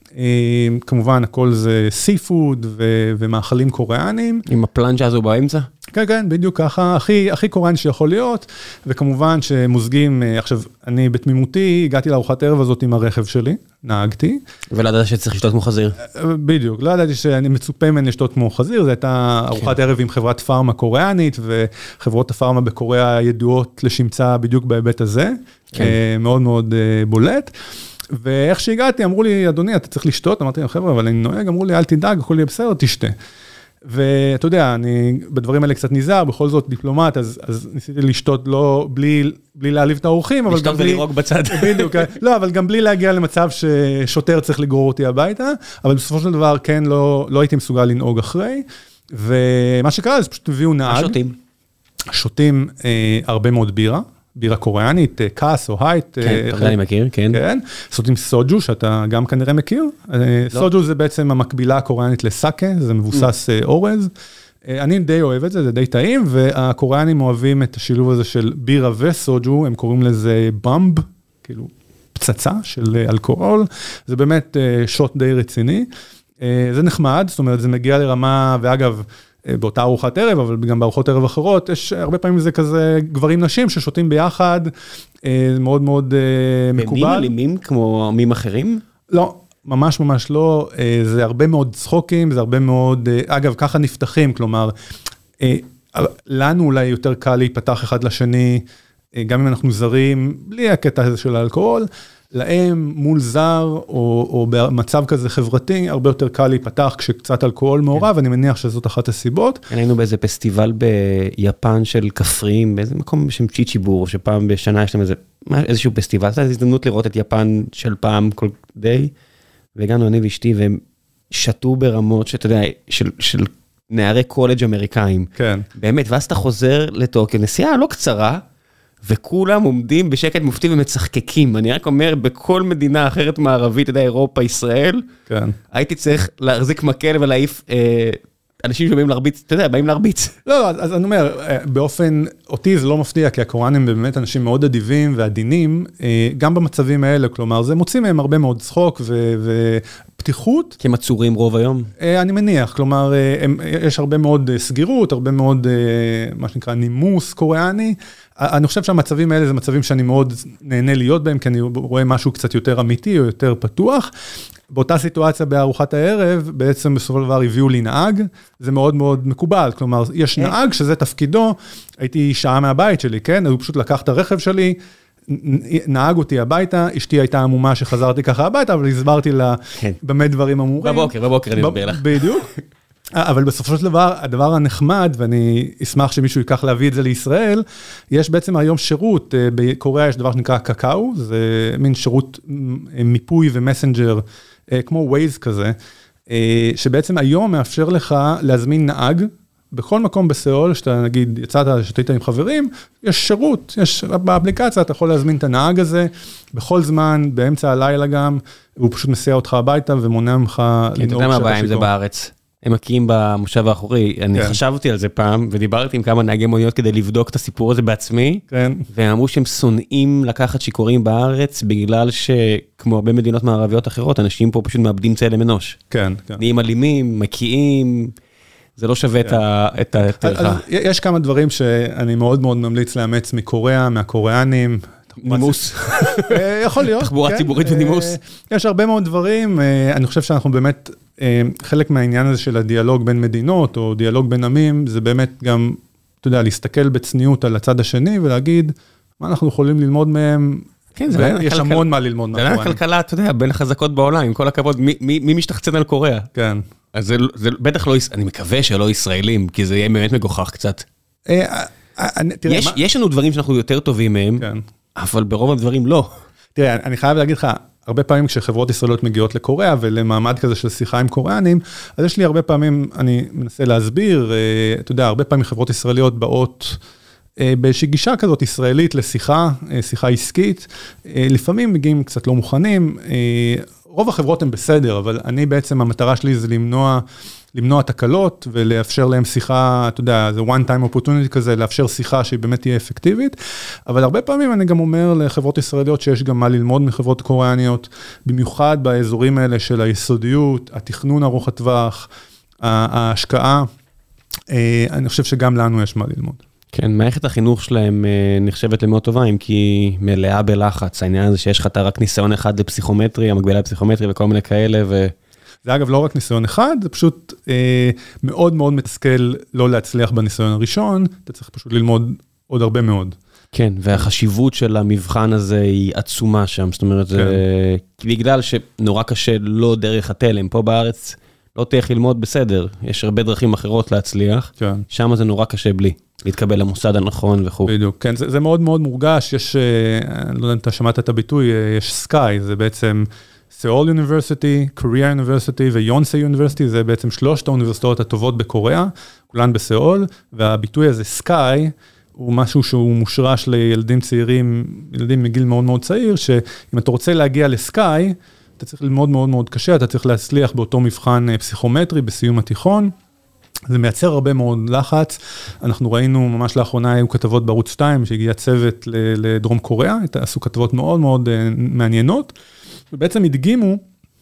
כמובן הכל זה סי-פוד ומאכלים קוריאנים. עם הפלנג'ה הזו באמצע? כן, כן, בדיוק ככה, הכי קוריאני שיכול להיות, וכמובן שמוזגים, עכשיו, אני בתמימותי, הגעתי לארוחת ערב הזאת עם הרכב שלי, נהגתי. ולא ידעתי שצריך לשתות כמו חזיר. בדיוק, לא ידעתי שאני מצופה ממני לשתות כמו חזיר, זו הייתה ארוחת ערב עם חברת פארמה קוריאנית, וחברות הפארמה בקוריאה ידועות לשמצה בדיוק בהיבט הזה, מאוד מאוד בולט. ואיך שהגעתי, אמרו לי, אדוני, אתה צריך לשתות, אמרתי להם, חבר'ה, אבל אני נוהג, אמרו לי, אל תדאג, הכל יהיה בסדר, תשתה. ואתה יודע, אני בדברים האלה קצת נזהר, בכל זאת דיפלומט, אז ניסיתי לשתות בלי להעליב את האורחים, אבל לשתות ולרוק בצד. בדיוק, לא, אבל גם בלי להגיע למצב ששוטר צריך לגרור אותי הביתה, אבל בסופו של דבר, כן, לא הייתי מסוגל לנהוג אחרי, ומה שקרה, זה פשוט הביאו נהג. שותים? שותים הרבה מאוד בירה קוריאנית, קאס או הייט. כן, אני מכיר, כן. כן, שותים סוג'ו, שאתה גם כנראה מכיר. סוג'ו זה בעצם המקבילה הקוריאנית לסאקה, זה מבוסס אורז. אני די אוהב את זה, זה די טעים, והקוריאנים אוהבים את השילוב הזה של בירה וסוג'ו, הם קוראים לזה במב, כאילו פצצה של אלכוהול. זה באמת שוט די רציני. זה נחמד, זאת אומרת, זה מגיע לרמה, ואגב, באותה ארוחת ערב, אבל גם בארוחות ערב אחרות, יש הרבה פעמים זה כזה גברים נשים ששותים ביחד, מאוד מאוד מקובל. במים אלימים כמו מים אחרים? לא, ממש ממש לא, זה הרבה מאוד צחוקים, זה הרבה מאוד, אגב, ככה נפתחים, כלומר, לנו אולי יותר קל להיפתח אחד לשני, גם אם אנחנו זרים, בלי הקטע הזה של האלכוהול, להם מול זר, או במצב כזה חברתי, הרבה יותר קל להיפתח כשקצת אלכוהול מעורב, אני מניח שזאת אחת הסיבות. היינו באיזה פסטיבל ביפן של כפריים, באיזה מקום בשם צ'יצ'יבור, שפעם בשנה יש להם איזשהו פסטיבל, זו הזדמנות לראות את יפן של פעם כל די, והגענו אני ואשתי, והם שתו ברמות שאתה יודע, של נערי קולג' אמריקאים. כן. באמת, ואז אתה חוזר לטוקיו, נסיעה לא קצרה, וכולם עומדים בשקט מופתי ומצחקקים. אני רק אומר, בכל מדינה אחרת מערבית, אתה יודע, אירופה, ישראל, כן. הייתי צריך להחזיק מקל ולהעיף אנשים שבאים להרביץ, אתה יודע, באים להרביץ. לא, אז אני אומר, באופן, אותי זה לא מפתיע, כי הקוריאנים באמת אנשים מאוד אדיבים ועדינים, גם במצבים האלה, כלומר, זה מוציא מהם הרבה מאוד צחוק ופתיחות. כי הם עצורים רוב היום? אני מניח, כלומר, יש הרבה מאוד סגירות, הרבה מאוד, מה שנקרא, נימוס קוריאני. אני חושב שהמצבים האלה זה מצבים שאני מאוד נהנה להיות בהם, כי אני רואה משהו קצת יותר אמיתי או יותר פתוח. באותה סיטואציה בארוחת הערב, בעצם בסופו של דבר הביאו לי נהג, זה מאוד מאוד מקובל, כלומר, יש נהג שזה תפקידו, הייתי שעה מהבית שלי, כן? הוא פשוט לקח את הרכב שלי, נהג אותי הביתה, אשתי הייתה עמומה שחזרתי ככה הביתה, אבל הסברתי לה באמת דברים אמורים. בבוקר אני אסביר לך. בדיוק. אבל בסופו של דבר, הדבר הנחמד, ואני אשמח שמישהו ייקח להביא את זה לישראל, יש בעצם היום שירות, בקוריאה יש דבר שנקרא קקאו, זה מין שירות מיפוי ומסנג'ר, כמו ווייז כזה, שבעצם היום מאפשר לך להזמין נהג, בכל מקום בסיאול, שאתה נגיד יצאת, שתית עם חברים, יש שירות, יש באפליקציה, אתה יכול להזמין את הנהג הזה, בכל זמן, באמצע הלילה גם, והוא פשוט מסיע אותך הביתה ומונע ממך לנהוג שבע שיכור. אתה יודע מה הבעיה עם זה בארץ? הם מקיאים במושב האחורי, אני חשבתי על זה פעם, ודיברתי עם כמה נהגי מוניות כדי לבדוק את הסיפור הזה בעצמי, והם אמרו שהם שונאים לקחת שיכורים בארץ, בגלל שכמו הרבה מדינות מערביות אחרות, אנשים פה פשוט מאבדים צלם אנוש. כן. נהיים אלימים, מקיאים, זה לא שווה את הטרחה. יש כמה דברים שאני מאוד מאוד ממליץ לאמץ מקוריאה, מהקוריאנים. נימוס. יכול להיות. תחבורה ציבורית ונימוס. יש הרבה מאוד דברים, אני חושב שאנחנו באמת, חלק מהעניין הזה של הדיאלוג בין מדינות, או דיאלוג בין עמים, זה באמת גם, אתה יודע, להסתכל בצניעות על הצד השני, ולהגיד, מה אנחנו יכולים ללמוד מהם, יש המון מה ללמוד מהקוריאנים. זה הכלכלה, אתה יודע, בין החזקות בעולם, עם כל הכבוד, מי משתחצן על קוריאה? כן. אז זה בטח לא, אני מקווה שלא ישראלים, כי זה יהיה באמת מגוחך קצת. יש לנו דברים שאנחנו יותר טובים מהם, אבל ברוב הדברים לא. תראה, אני חייב להגיד לך, הרבה פעמים כשחברות ישראליות מגיעות לקוריאה, ולמעמד כזה של שיחה עם קוריאנים, אז יש לי הרבה פעמים, אני מנסה להסביר, אתה יודע, הרבה פעמים חברות ישראליות באות באיזושהי גישה כזאת ישראלית לשיחה, שיחה עסקית, לפעמים מגיעים קצת לא מוכנים, רוב החברות הן בסדר, אבל אני בעצם, המטרה שלי זה למנוע תקלות, ולאפשר להם שיחה, אתה יודע, זה one time opportunity כזה, לאפשר שיחה שהיא באמת תהיה אפקטיבית, אבל הרבה פעמים אני גם אומר לחברות ישראליות, שיש גם מה ללמוד מחברות קוריאניות, במיוחד באזורים האלה של היסודיות, התכנון ארוך הטווח, ההשקעה, אני חושב שגם לנו יש מה ללמוד. כן, מערכת החינוך שלהם נחשבת למאוד טובה, אם כי מלאה בלחץ, העניין הזה שיש לך רק ניסיון אחד לפסיכומטרי, המקבילה לפסיכומטרי וכל מיני כאלה, זה אגב לא רק ניסיון אחד, זה פשוט מאוד מאוד מתסכל לא להצליח בניסיון הראשון, אתה צריך פשוט ללמוד עוד הרבה מאוד. כן, והחשיבות של המבחן הזה היא עצומה שם, זאת אומרת, זה בגלל שנורא קשה לא דרך התלם, פה בארץ לא תלך ללמוד בסדר, יש הרבה דרכים אחרות להצליח, שם זה נורא קשה בלי. להתקבל למוסד הנכון וכו'. בדיוק, כן, זה מאוד מאוד מורגש, יש, אני לא יודע אם אתה שמעת את הביטוי, יש סקאי, זה בעצם סיאול יוניברסיטי, קוריאה יוניברסיטי ויונסי יוניברסיטי, זה בעצם 3 האוניברסיטאות הטובות בקוריאה, כולן בסיאול, והביטוי הזה סקאי, הוא משהו שהוא מושרש לילדים צעירים, ילדים מגיל מאוד מאוד צעיר, שאם אתה רוצה להגיע לסקאי, אתה צריך ללמוד מאוד מאוד קשה, אתה צריך להצליח באותו מבחן פסיכומטרי בסיום התיכון, זה מייצר הרבה מאוד לחץ, אנחנו ראינו ממש לאחרונה, היו כתבות בערוץ 2, שהגיע צוות לדרום קוריאה, עשו כתבות מאוד מאוד מעניינות, ובעצם הדגימו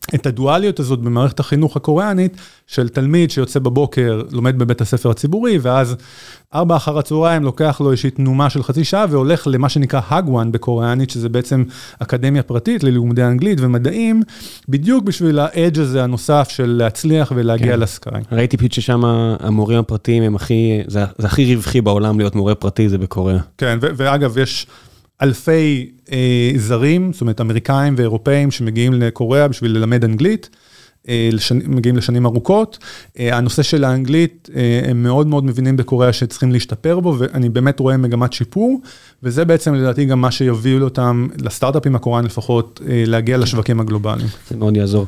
את הדואליות הזאת במערכת החינוך הקוריאנית, של תלמיד שיוצא בבוקר, לומד בבית הספר הציבורי, ואז 4 אחר הצהריים לוקח לו איזושהי תנומה של חצי שעה, והולך למה שנקרא הגוואן בקוריאנית, שזה בעצם אקדמיה פרטית ללימודי אנגלית ומדעים, בדיוק בשביל האדג' הזה הנוסף של להצליח ולהגיע לסקאי. ראיתי פשוט ששם המורים הפרטיים הם זה הכי רווחי בעולם להיות מורה פרטי, זה בקוריאה. כן, ואגב, יש אלפי זרים, זאת אומרת, אמריקאים ואירופאים שמגיעים לקוריאה בשביל ללמד אנגלית, מגיעים לשנים ארוכות. הנושא של האנגלית, הם מאוד מאוד מבינים בקוריאה שצריכים להשתפר בו, ואני באמת רואה מגמת שיפור, וזה בעצם לדעתי גם מה שיוביל אותם, לסטארט-אפים הקוריאנים לפחות, להגיע לשווקים הגלובליים. זה מאוד יעזור.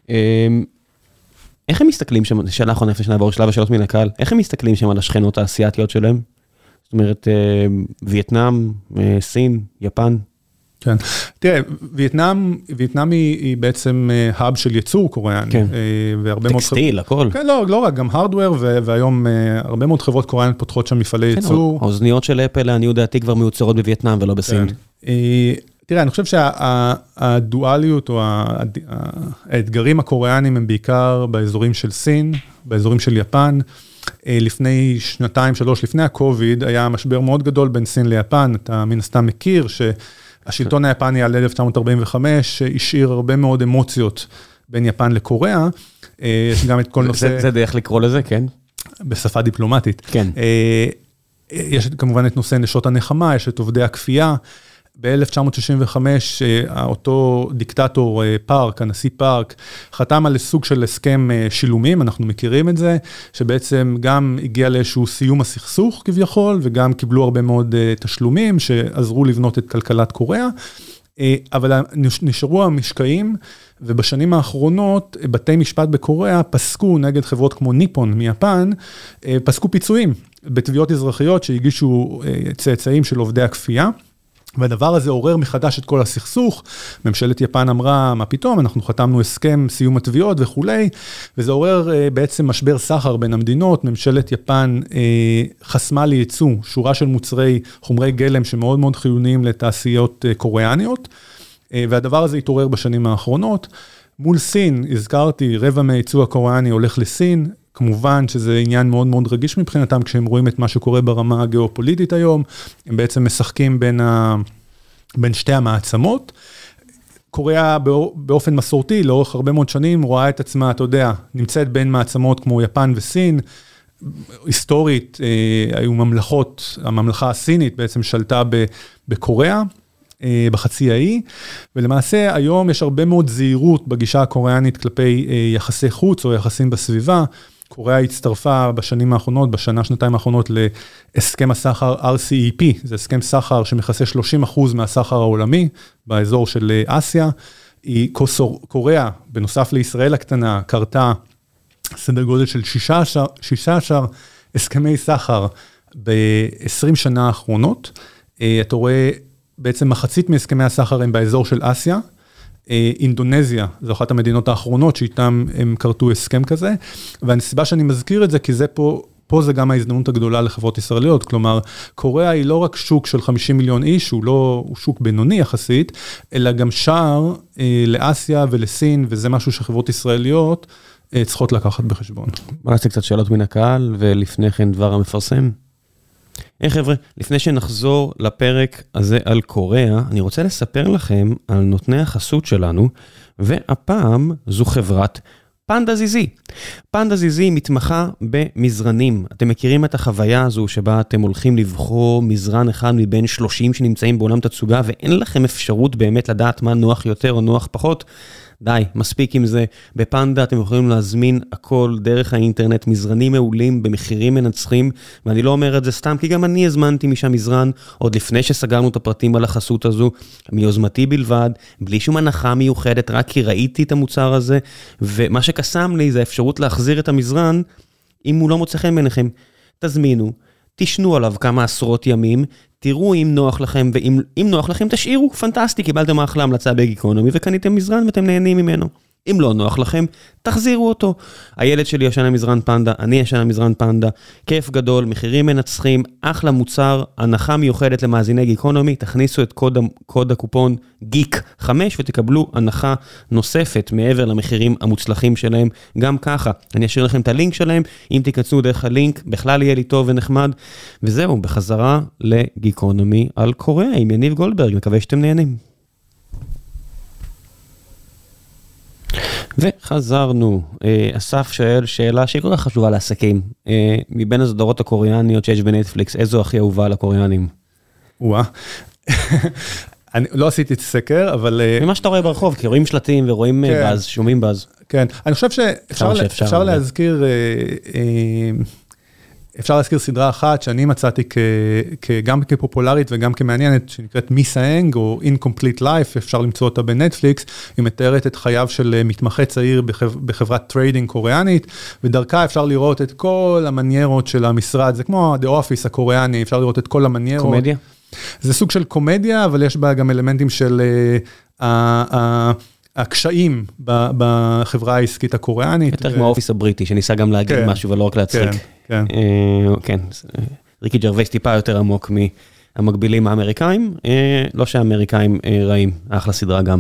איך הם מסתכלים שם, שאלה אחרונה לפני שנעבור שלב השאלות מן הקהל, איך הם מסתכלים שם על השכנות האסייתיות שלהם? זאת אומרת, וייטנאם, סין, יפן. כן, תראה, וייטנאם היא בעצם האב של ייצור קוריאני. כן, טקסטיל, הכל. כן, לא רק, גם הארדוור, והיום הרבה מאוד חברות קוריאניות פותחות שם מפעלי ייצור. האוזניות של אפל, לעניות דעתי, כבר מיוצרות בווייטנאם ולא בסין. תראה, אני חושב שהדואליות או האתגרים הקוריאנים הם בעיקר באזורים של סין, באזורים של יפן. לפני 2-3, לפני הקוביד, היה משבר מאוד גדול בין סין ליפן. אתה מן הסתם מכיר שהשלטון היפני על 1945 השאיר הרבה מאוד אמוציות בין יפן לקוריאה. יש גם את כל נושא... זה דרך לקרוא לזה, כן? בשפה דיפלומטית. כן. יש כמובן את נושא נשות הנחמה, יש את עובדי הכפייה. ב-1965, אותו דיקטטור פארק, הנשיא פארק, חתם על סוג של הסכם שילומים, אנחנו מכירים את זה, שבעצם גם הגיע לאיזשהו סיום הסכסוך כביכול, וגם קיבלו הרבה מאוד תשלומים שעזרו לבנות את כלכלת קוריאה, אבל נשארו המשקעים, ובשנים האחרונות, בתי משפט בקוריאה פסקו נגד חברות כמו ניפון מיפן, פסקו פיצויים בתביעות אזרחיות שהגישו צאצאים של עובדי הכפייה, והדבר הזה עורר מחדש את כל הסכסוך, ממשלת יפן אמרה, מה פתאום, אנחנו חתמנו הסכם סיום התביעות וכולי, וזה עורר בעצם משבר סחר בין המדינות, ממשלת יפן חסמה לייצוא שורה של חומרי גלם שמאוד מאוד חיוניים לתעשיות קוריאניות, והדבר הזה התעורר בשנים האחרונות. מול סין, הזכרתי, רבע מהייצוא הקוריאני הולך לסין, כמובן שזה עניין מאוד מאוד רגיש מבחינתם, כשהם רואים את מה שקורה ברמה הגיאופוליטית היום, הם בעצם משחקים בין שתי המעצמות. קוריאה באופן מסורתי, לאורך הרבה מאוד שנים, רואה את עצמה, אתה יודע, נמצאת בין מעצמות כמו יפן וסין, היסטורית, היו ממלכות, הממלכה הסינית בעצם שלטה בקוריאה, בחצי האי, ולמעשה היום יש הרבה מאוד זהירות בגישה הקוריאנית כלפי יחסי חוץ או יחסים בסביבה. קוריאה הצטרפה בשנים האחרונות, שנתיים האחרונות, להסכם הסחר RCEP, זה הסכם סחר שמכסה 30% מהסחר העולמי, באזור של אסיה. קוריאה, בנוסף לישראל הקטנה, קרתה סדר גודל של 16 הסכמי סחר ב-20 שנה האחרונות. אתה רואה בעצם מחצית מהסכמי הסחר הם באזור של אסיה, אינדונזיה, זו אחת המדינות האחרונות שאיתם הם קרתו הסכם כזה, והסיבה שאני מזכיר את זה, כי זה פה זה גם ההזדמנות הגדולה לחברות ישראליות, כלומר, קוריאה היא לא רק שוק של 50 מיליון איש, הוא שוק בינוני יחסית, אלא גם שער לאסיה ולסין, וזה משהו שחברות ישראליות צריכות לקחת בחשבון. בוא נעשה קצת שאלות מן הקהל, ולפני כן דבר המפרסם. חבר'ה, לפני שנחזור לפרק הזה על קוריאה, אני רוצה לספר לכם על נותני החסות שלנו, והפעם זו חברת פנדה זיזי. פנדה זיזי מתמחה במזרנים. אתם מכירים את החוויה הזו שבה אתם הולכים לבחור מזרן אחד מבין 30 שנמצאים בעולם תצוגה, ואין לכם אפשרות באמת לדעת מה נוח יותר או נוח פחות? די, מספיק עם זה. בפנדה אתם יכולים להזמין הכל דרך האינטרנט, מזרנים מעולים במחירים מנצחים, ואני לא אומר את זה סתם, כי גם אני הזמנתי משם מזרן, עוד לפני שסגרנו את הפרטים על החסות הזו, מיוזמתי בלבד, בלי שום הנחה מיוחדת, רק כי ראיתי את המוצר הזה, ומה שקסם לי זה האפשרות להחזיר את המזרן, אם הוא לא מוצא חן ביניכם. תזמינו, תשנו עליו כמה עשרות ימים, תראו אם נוח לכם, ואם נוח לכם תשאירו, פנטסטי, קיבלתם אחלה המלצה בגיקונומי, וקניתם מזרן ואתם נהנים ממנו. אם לא נוח לכם, תחזירו אותו. הילד שלי ישן למזרן פנדה, אני ישן למזרן פנדה, כיף גדול, מחירים מנצחים, אחלה מוצר, הנחה מיוחדת למאזיני גיקונומי, תכניסו את קוד הקופון גיק 5 ותקבלו הנחה נוספת מעבר למחירים המוצלחים שלהם, גם ככה. אני אשאיר לכם את הלינק שלהם, אם תיכנסו דרך הלינק, בכלל יהיה לי טוב ונחמד, וזהו, בחזרה לגיקונומי על קוריאה, עם יניב גולדברג, מקווה שאתם נהנים. וחזרנו, אסף שואל שאלה שהיא כל כך חשובה לעסקים, מבין הסדרות הקוריאניות שיש בנטפליקס, איזו הכי אהובה לקוריאנים? אני לא עשיתי את הסקר, אבל... ממה שאתה רואה ברחוב, כי רואים שלטים ורואים באז, שומעים באז. כן, אני חושב שאפשר להזכיר... אפשר להזכיר סדרה אחת שאני מצאתי גם כפופולרית וגם כמעניינת, שנקראת מיסאנג או Incomplete Life, אפשר למצוא אותה בנטפליקס, היא מתארת את חייו של מתמחה צעיר בחברת טריידינג קוריאנית, ודרכה אפשר לראות את כל המניירות של המשרד, זה כמו The Office הקוריאני, אפשר לראות את כל המניירות. קומדיה? זה סוג של קומדיה, אבל יש בה גם אלמנטים של הקשיים בחברה העסקית הקוריאנית. יותר כמו האופיס הבריטי, שניסה גם להגיד משהו ולא רק להצחיק. כן. כן, ריקי ג'רווייס טיפה יותר עמוק מהמקבילים האמריקאים, לא שהאמריקאים רעים, אחלה סדרה גם.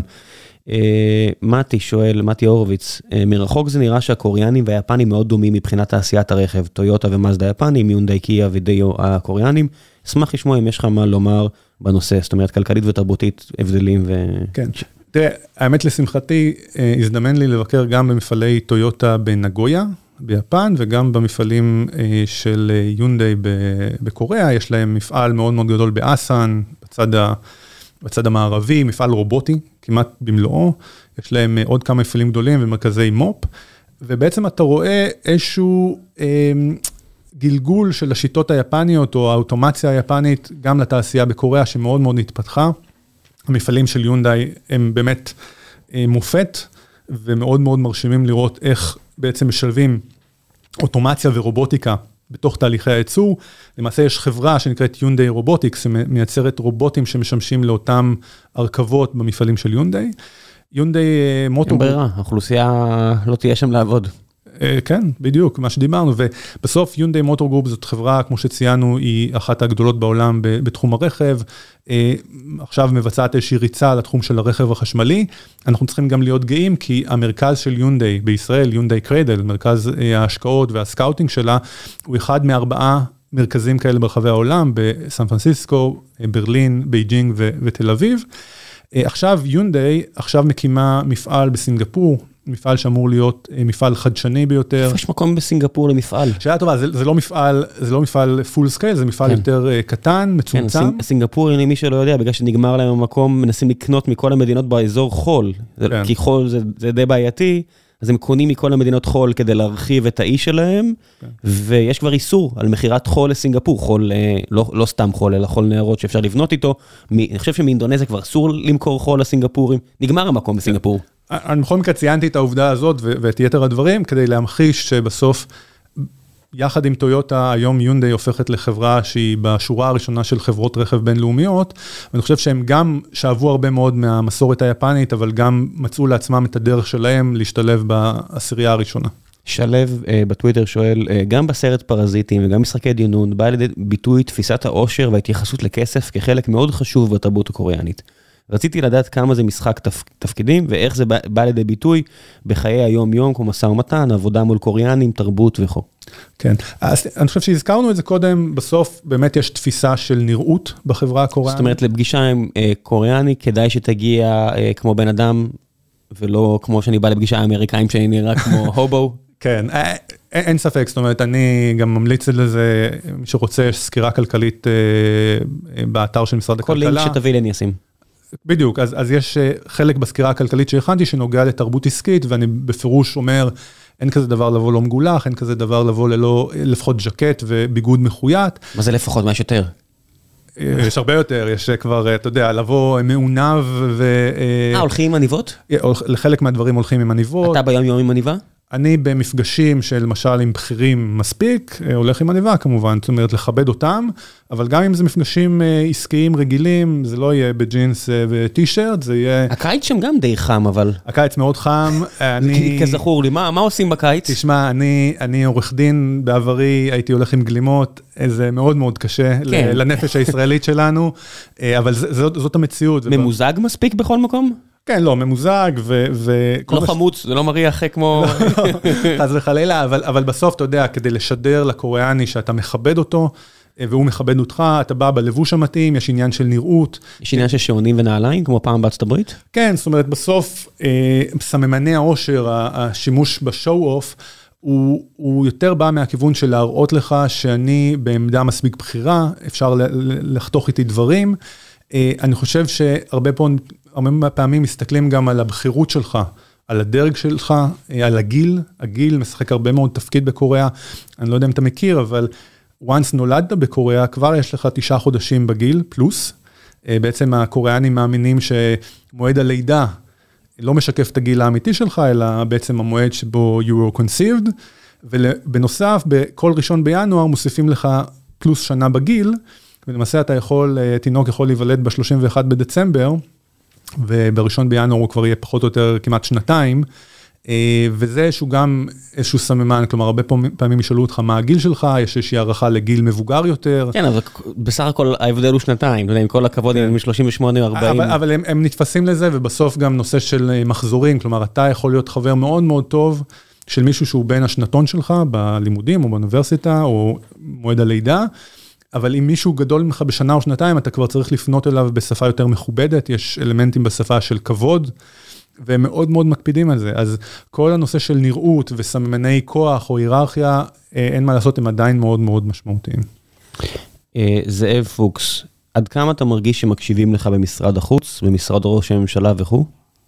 מתי שואל, מתי הורוביץ, מרחוק זה נראה שהקוריאנים והיפנים מאוד דומים מבחינת תעשיית הרכב, טויוטה ומאזדה היפנים, יונדאי קיה ודיו הקוריאנים. אשמח לשמוע אם יש לך מה לומר בנושא, זאת אומרת, כלכלית ותרבותית, הבדלים כן. תראה, האמת לשמחתי, הזדמן לי לבקר גם במפעלי טויוטה בנגויה, ביפן, וגם במפעלים של יונדאי בקוריאה, יש להם מפעל מאוד מאוד גדול באסן, בצד המערבי, מפעל רובוטי, כמעט במלואו, יש להם עוד כמה מפעלים גדולים ומרכזי מופ, ובעצם אתה רואה איזשהו גלגול של השיטות היפניות, או האוטומציה היפנית, גם לתעשייה בקוריאה, שמאוד מאוד התפתחה. המפעלים של יונדאי הם באמת מופת, ומאוד מאוד מרשימים לראות איך בעצם משלבים אוטומציה ורובוטיקה בתוך תהליכי הייצור. למעשה יש חברה שנקראת יונדאי רובוטיקס, שמייצרת רובוטים שמשמשים לאותם הרכבות במפעלים של יונדאי. יונדאי מוטו... אין ברירה, האוכלוסייה לא תהיה שם לעבוד. כן, בדיוק, מה שדיברנו, ובסוף יונדאי מוטור גרופ זאת חברה, כמו שציינו, היא אחת הגדולות בעולם בתחום הרכב, עכשיו מבצעת איזושהי ריצה לתחום של הרכב החשמלי, אנחנו צריכים גם להיות גאים, כי המרכז של יונדאי בישראל, יונדאי קריידל, מרכז ההשקעות והסקאוטינג שלה, הוא אחד מ4 מרכזים כאלה ברחבי העולם, בסן פרנסיסקו, ברלין, בייג'ינג ותל אביב. עכשיו יונדאי, עכשיו מקימה מפעל בסינגפור, מפעל שאמור להיות מפעל חדשני ביותר. יש מקום בסינגפור למפעל. שאלה טובה, זה לא מפעל פול סקייל, זה מפעל יותר קטן, מצומצם. כן, סינגפור, מי שלא יודע, בגלל שנגמר להם המקום, מנסים לקנות מכל המדינות באזור חול, כי חול זה די בעייתי, אז הם קונים מכל המדינות חול כדי להרחיב את האי שלהם, ויש כבר איסור על מחירת חול לסינגפור, חול, לא סתם חול, אלא חול נהרות שאפשר לבנות איתו. אני חושב שמאינדונזיה כבר אסור למכור חול לסינגפורים, נגמר המקום בסינגפור. אני בכל מקרה ציינתי את העובדה הזאת ואת יתר הדברים, כדי להמחיש שבסוף, יחד עם טויוטה, היום יונדאי הופכת לחברה שהיא בשורה הראשונה של חברות רכב בינלאומיות, ואני חושב שהם גם שאבו הרבה מאוד מהמסורת היפנית, אבל גם מצאו לעצמם את הדרך שלהם להשתלב בעשירייה הראשונה. שלב בטוויטר שואל, גם בסרט פרזיטים וגם משחקי דיונון, בא לידי ביטוי תפיסת העושר וההתייחסות לכסף כחלק מאוד חשוב בתרבות הקוריאנית. רציתי לדעת כמה זה משחק תפקידים, ואיך זה בא לידי ביטוי בחיי היום-יום, כמו משא ומתן, עבודה מול קוריאנים, תרבות וכו'. כן, אז אני חושב שהזכרנו את זה קודם, בסוף באמת יש תפיסה של נראות בחברה הקוריאנית. זאת אומרת, לפגישה עם קוריאני, כדאי שתגיע כמו בן אדם, ולא כמו שאני בא לפגישה האמריקאים, שאני נראה כמו הובו. כן, אין ספק, זאת אומרת, אני גם ממליץ לזה, מי שרוצה, סקירה כלכלית באתר של משרד הכלכלה. כל לינק שתביא לי אני אשים. בדיוק, אז יש חלק בסקירה הכלכלית שהכנתי שנוגע לתרבות עסקית, ואני בפירוש אומר, אין כזה דבר לבוא לא מגולח, אין כזה דבר לבוא ללא לפחות ז'קט וביגוד מחויית. מה זה לפחות? מה יש יותר? יש הרבה יותר, יש כבר, אתה יודע, לבוא מעונב ו... הולכים עם עניבות? לחלק מהדברים הולכים עם עניבות. אתה ביום יום עם עניבה? אני במפגשים של למשל עם בכירים מספיק, הולך עם עניבה כמובן, זאת אומרת לכבד אותם, אבל גם אם זה מפגשים עסקיים רגילים, זה לא יהיה בג'ינס וטי-שירט, זה יהיה... הקיץ שם גם די חם, אבל... הקיץ מאוד חם, אני... כזכור לי, מה עושים בקיץ? תשמע, אני עורך דין בעברי, הייתי הולך עם גלימות, זה מאוד מאוד קשה לנפש הישראלית שלנו, אבל זאת המציאות. ממוזג מספיק בכל מקום? כן, לא, ממוזג לא חמוץ, זה לא מריח כמו... חס וחלילה, אבל בסוף אתה יודע, כדי לשדר לקוריאני שאתה מכבד אותו, והוא מכבד אותך, אתה בא בלבוש המתאים, יש עניין של נראות. יש עניין של שעונים ונעליים, כמו פעם בארצות הברית? כן, זאת אומרת, בסוף, סממני העושר, השימוש בשואו-אוף, הוא יותר בא מהכיוון של להראות לך שאני בעמדה מספיק בחירה, אפשר לחתוך איתי דברים. אני חושב שהרבה פעמים מסתכלים גם על הבחירות שלך, על הדרג שלך, על הגיל. הגיל משחק הרבה מאוד תפקיד בקוריאה. אני לא יודע אם אתה מכיר, אבל once נולדת בקוריאה, כבר יש לך 9 חודשים בגיל, פלוס. בעצם הקוריאנים מאמינים שמועד הלידה לא משקף את הגיל האמיתי שלך, אלא בעצם המועד שבו you were conceived, ובנוסף, בכל 1 בינואר מוסיפים לך פלוס שנה בגיל, ולמעשה תינוק יכול להיוולד ב-31 בדצמבר, וב-1 בינואר הוא כבר יהיה פחות או יותר כמעט 2, וזה שהוא גם איזשהו סממן, כלומר, הרבה פעמים ישאלו אותך מה הגיל שלך, יש איזושהי הערכה לגיל מבוגר יותר. כן, אבל בסך הכל ההבדל הוא 2, עם כל הכבוד, עם 38 או 40. אבל הם נתפסים לזה, ובסוף גם נושא של מחזורים, כלומר, אתה יכול להיות חבר מאוד מאוד טוב, של מישהו שהוא בין השנתון שלך, בלימודים או באוניברסיטה, או מועד הלידה, אבל אם מישהו גדול ממך בשנה או שנתיים, אתה כבר צריך לפנות אליו בשפה יותר מכובדת, יש אלמנטים בשפה של כבוד, והם מאוד מאוד מקפידים על זה. אז כל הנושא של נראות וסממני כוח או היררכיה, אין מה לעשות, הם עדיין מאוד מאוד משמעותיים. זאב פוקס, עד כמה אתה מרגיש שמקשיבים לך במשרד החוץ, במשרד ראש הממשלה וכו'?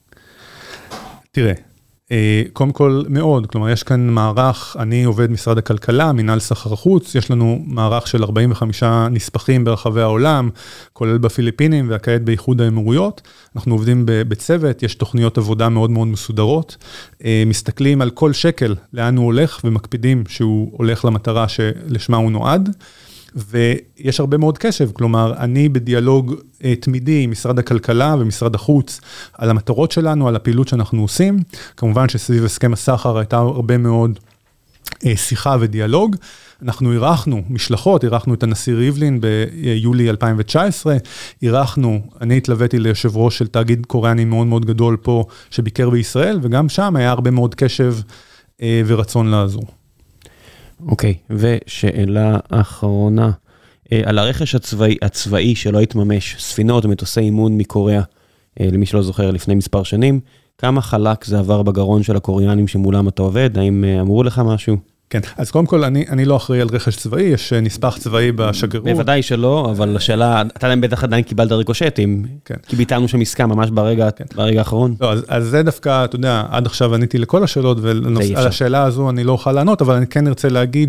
תראה, קודם כל מאוד, כלומר יש כאן מערך, אני עובד משרד הכלכלה, מנהל סחר חוץ, יש לנו מערך של 45 נספחים ברחבי העולם, כולל בפיליפינים וכעת באיחוד האמירויות, אנחנו עובדים בצוות, יש תוכניות עבודה מאוד מאוד מסודרות, מסתכלים על כל שקל לאן הוא הולך ומקפידים שהוא הולך למטרה שלשמה הוא נועד, ויש הרבה מאוד קשב, כלומר, אני בדיאלוג תמידי עם משרד הכלכלה ומשרד החוץ על המטרות שלנו, על הפעילות שאנחנו עושים. כמובן שסביב הסכם הסחר הייתה הרבה מאוד שיחה ודיאלוג. אנחנו אירחנו משלחות, אירחנו את הנשיא ריבלין ביולי 2019, אני התלוויתי ליושב ראש של תאגיד קוריאני מאוד מאוד גדול פה, שביקר בישראל, וגם שם היה הרבה מאוד קשב ורצון לעזור. אוקיי, ושאלה אחרונה, על הרכש הצבאי שלא התממש, ספינות ומטוסי אימון מקוריאה, למי שלא זוכר לפני מספר שנים, כמה חלק זה עבר בגרון של הקוריאנים שמולם אתה עובד? האם אמרו לך משהו? כן, אז קודם כל, אני לא אחראי על רכש צבאי, יש נספח צבאי בשגרירות. בוודאי שלא, אבל השאלה, אתה בטח עדיין קיבלת ריקושטים, כי ביטלנו שם עסקה ממש ברגע האחרון. לא, אז זה דווקא, אתה יודע, עד עכשיו עניתי לכל השאלות, ועל השאלה הזו אני לא אוכל לענות, אבל אני כן ארצה להגיד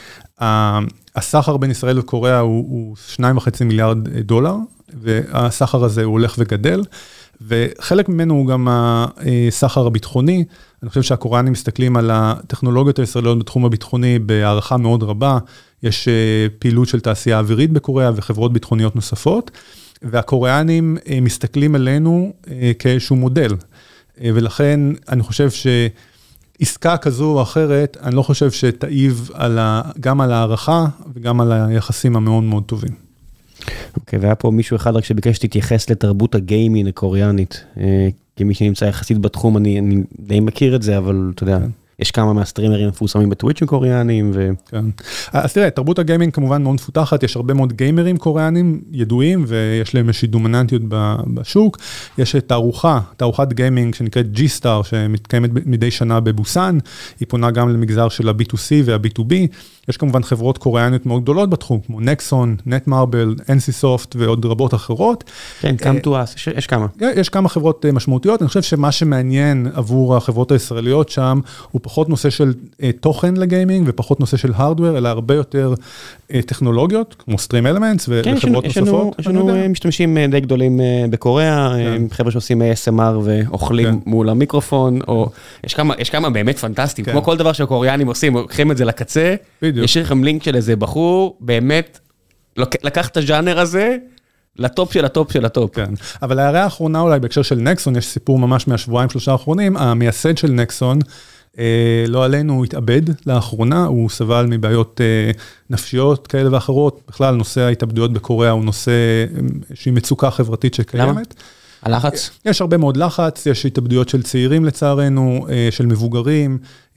שהסחר בין ישראל וקוריאה הוא 2.5 מיליארד דולר, והסחר הזה הוא הולך וגדל, וחלק ממנו הוא גם הסחר הביטחוני. אני חושב שהקוריאנים מסתכלים על הטכנולוגיות הישראליות בתחום הביטחוני בהערכה מאוד רבה. יש פעילות של תעשייה אווירית בקוריאה וחברות ביטחוניות נוספות, והקוריאנים מסתכלים עלינו כאיזשהו מודל. ולכן אני חושב שעסקה כזו או אחרת, אני לא חושב שתעיב גם על הערכה וגם על היחסים המאוד מאוד טובים. אוקיי, והיה פה מישהו אחד רק שביקש שתתייחס לתרבות הגיימינג הקוריאנית, כמי שנמצא יחסית בתחום, אני די מכיר את זה, אבל אתה יודע, יש כמה מהסטרימרים מפורסמים בטוויצ'ים קוריאנים. כן. אז תראה, תרבות הגיימינג כמובן מאוד מפותחת, יש הרבה מאוד גיימרים קוריאנים ידועים, ויש להם איזושהי דומיננטיות בשוק. יש תערוכת גיימינג שנקראת G-Star, שמתקיימת מדי שנה בבוסן, היא פונה גם למגזר של ה-B2C וה-B2B. יש כמובן חברות קוריאניות מאוד גדולות בתחום, כמו נקסון, נטמרבל, NCSoft ועוד רבות אחרות. כן, come to us, יש כמה. יש כמה חברות משמעותיות, אני חושב שמה שמעניין עבור החברות הישראליות שם, הוא פחות נושא של תוכן לגיימינג, ופחות נושא של הארדוור, אלא הרבה יותר טכנולוגיות, כמו סטרים אלמנטס, וחברות נוספות. יש לנו משתמשים די גדולים בקוריאה, חבר'ה שעושים ASMR ואוכלים מול המיקרופון, או יש כמה באמת פנטסטיים, כמו כל דבר שהקוריאנים עושים, לוקחים את זה לקצה, יש לכם לינק של איזה בחור, באמת, לקח את הז'אנר הזה, לטופ של הטופ של הטופ. כן, אבל ההערה האחרונה אולי בהקשר של נקסון, יש סיפור ממש מהשבועיים שלושה האחרונים, המייסד של נקסון, לא עלינו, הוא התאבד לאחרונה, הוא סבל מבעיות נפשיות כאלה ואחרות, בכלל נושא ההתאבדויות בקוריאה הוא נושא שהיא מצוקה חברתית שקיימת. למה? הלחץ? יש הרבה מאוד לחץ, יש התאבדויות של צעירים לצערנו, של מבוגרים,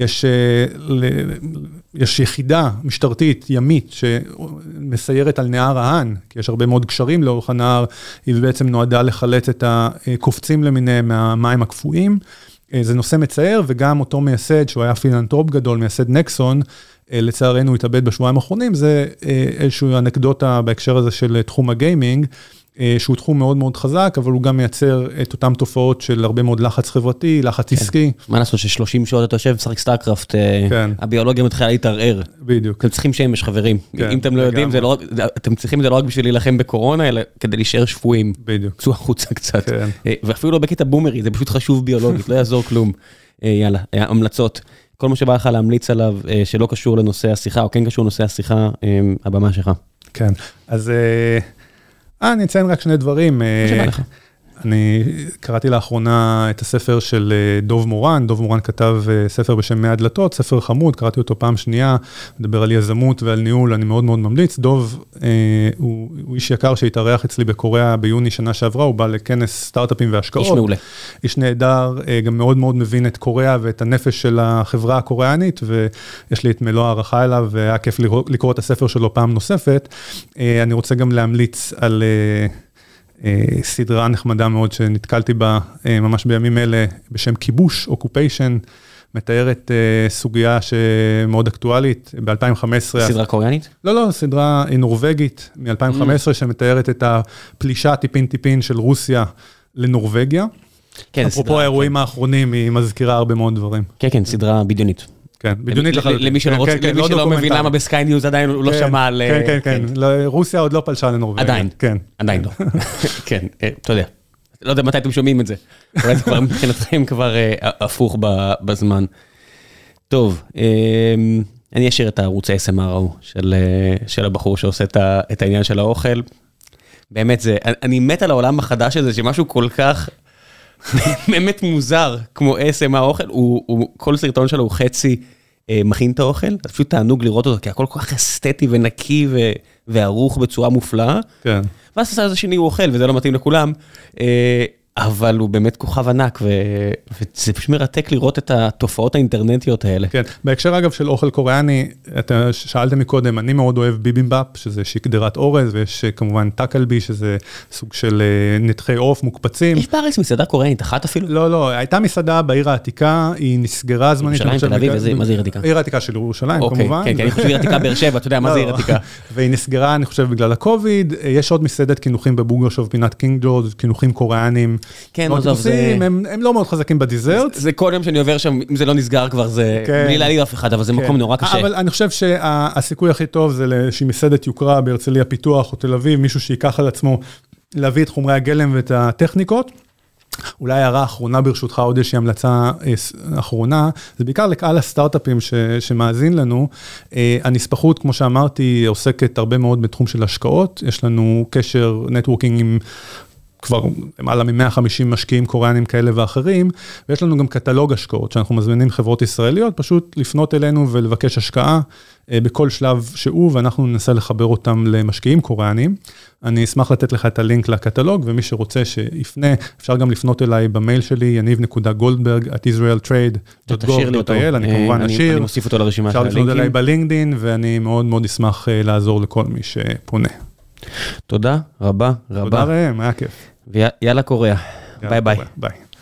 יש יחידה משטרתית ימית שמסיירת על נהר ההן, כי יש הרבה מאוד קשרים לאורך הנהר, היא בעצם נועדה לחלץ את הקופצים למיניהם מהמים הקפואים, זה נושא מצער, וגם אותו מייסד, שהוא היה פילנטרופ גדול, מייסד נקסון, לצערנו התאבד בשבועיים האחרונים, זה איזושהי אנקדוטה בהקשר הזה של תחום הגיימינג, שהוא תחום מאוד מאוד חזק, אבל הוא גם מייצר את אותם תופעות של הרבה מאוד לחץ חברתי, לחץ עסקי. מה לעשות ש30 שעות אתה יושב, שחק סטארקראפט, הביולוגיה מתחילה להתערער. בדיוק. אתם צריכים שמש, חברים. אם אתם לא יודעים, אתם צריכים את זה לא רק בשביל להילחם בקורונה, אלא כדי להישאר שפויים. בדיוק. צאו החוצה קצת. ואפילו לא בקטע בומרי, זה פשוט חשוב ביולוגית, לא יעזור כלום. יאללה, המלצות. כל מה שבא לך להמליץ עליו, שלא קשור לנושא השיחה, או כן קשור לנושא השיחה, הבמה שלך. כן, אז אני אציין רק שני דברים. אני קראתי לאחרונה את הספר של דוב מורן, דוב מורן כתב ספר בשם 100 דלתות, ספר חמוד, קראתי אותו פעם שנייה, מדבר על יזמות ועל ניהול, אני מאוד מאוד ממליץ. דוב הוא איש יקר שהתארח אצלי בקוריאה ביוני שנה שעברה, הוא בא לכנס סטארט-אפים והשקעות. איש מעולה. איש נהדר, גם מאוד מאוד מבין את קוריאה ואת הנפש של החברה הקוריאנית, ויש לי את מלוא הערכה אליו, והיה כיף לקרוא את הספר שלו פעם נוספת. אני רוצה גם להמליץ על סדרה נחמדה מאוד שנתקלתי בה ממש בימים אלה, בשם כיבוש, אוקופיישן, מתארת סוגיה שמאוד אקטואלית, ב-2015. סדרה קוריאנית? לא, סדרה נורווגית, מ-2015, שמתארת את הפלישה טיפין של רוסיה לנורווגיה. כן, אפרופו האירועים האחרונים, היא מזכירה הרבה מאוד דברים. כן, סדרה בדיונית. כן, בדיונית לחלוטין. למי שלא מבין למה בסקיי ניוז עדיין הוא לא שמע על... כן, רוסיה עוד לא פלשה לנורווגיה. עדיין לא. כן, אתה יודע. לא יודע מתי אתם שומעים את זה. אולי זה כבר מבחינתכם כבר הפוך בזמן. טוב, אני אשאיר את הערוץ ה-SMR ההוא של הבחור שעושה את העניין של האוכל. באמת זה, אני מת על העולם החדש הזה, שמשהו כל כך באמת מוזר, כמו SMR האוכל, כל סרטון שלו הוא חצי מכין את האוכל, אז פשוט תענוג לראות אותו, כי הכל כל כך אסתטי ונקי וערוך בצורה מופלאה. כן. ואז הסרט הזה שני הוא אוכל, וזה לא מתאים לכולם, אבל הוא באמת כוכב ענק, וזה פשוט מרתק לראות את התופעות האינטרנטיות האלה. כן, בהקשר אגב של אוכל קוריאני, אתה שאלתם מקודם, אני מאוד אוהב ביבימבאפ, שזה שקדרת אורז, ויש כמובן טאקלבי, שזה סוג של נתחי עוף מוקפצים. יש בארץ מסעדה קוריאנית, אחת אפילו? לא, הייתה מסעדה בעיר העתיקה, היא נסגרה זמנית. ירושלים, תל אביב, מה זה עיר עתיקה? עיר העתיקה של ירושלים, כמובן. כן, אני חושב עיר עתיקה באר שבע, אתה יודע, מה זה עיר עתיקה? והיא נסגרה, אני חושב, בגלל הקוביד. יש עוד מסעדת קינוחים בבורגרשוב, פינת קינג ג'ורג', קינוחים קוריאניים. כן, הם לא מאוד חזקים בדיזרט. זה כל יום שאני עובר שם, אם זה לא נסגר כבר, זה בלי להעליב אף אחד, אבל זה מקום נורא קשה. אבל אני חושב שהסיכוי הכי טוב זה שהיא מסעדת יוקרה בהרצליה פיתוח או תל אביב, מישהו שיקח על עצמו להביא את חומרי הגלם ואת הטכניקות. אולי הערה אחרונה ברשותך, עוד איזושהי המלצה אחרונה, זה בעיקר לקהל הסטארט-אפים שמאזין לנו. הנספחות, כמו שאמרתי, עוסקת הרבה מאוד בתחום של השקעות. יש לנו קשר נטוורקינג עם כבר למעלה מ-150 משקיעים קוריאנים כאלה ואחרים, ויש לנו גם קטלוג השקעות, שאנחנו מזמינים חברות ישראליות, פשוט לפנות אלינו ולבקש השקעה בכל שלב שהוא, ואנחנו ננסה לחבר אותם למשקיעים קוריאנים. אני אשמח לתת לך את הלינק לקטלוג, ומי שרוצה שיפנה, אפשר גם לפנות אליי במייל שלי, yaniv.goldberg@israeltrade.gov.il, אני כמובן אשאיר. אני מוסיף אותו לרשימה של הלינקים. אפשר לפנות אליי בלינקדין, ואני מאוד מאוד אשמח לעזור לכל מי שפונה. תודה רבה. תודה ראם, היה כיף. ויאללה קוריאה. ביי ביי. ביי.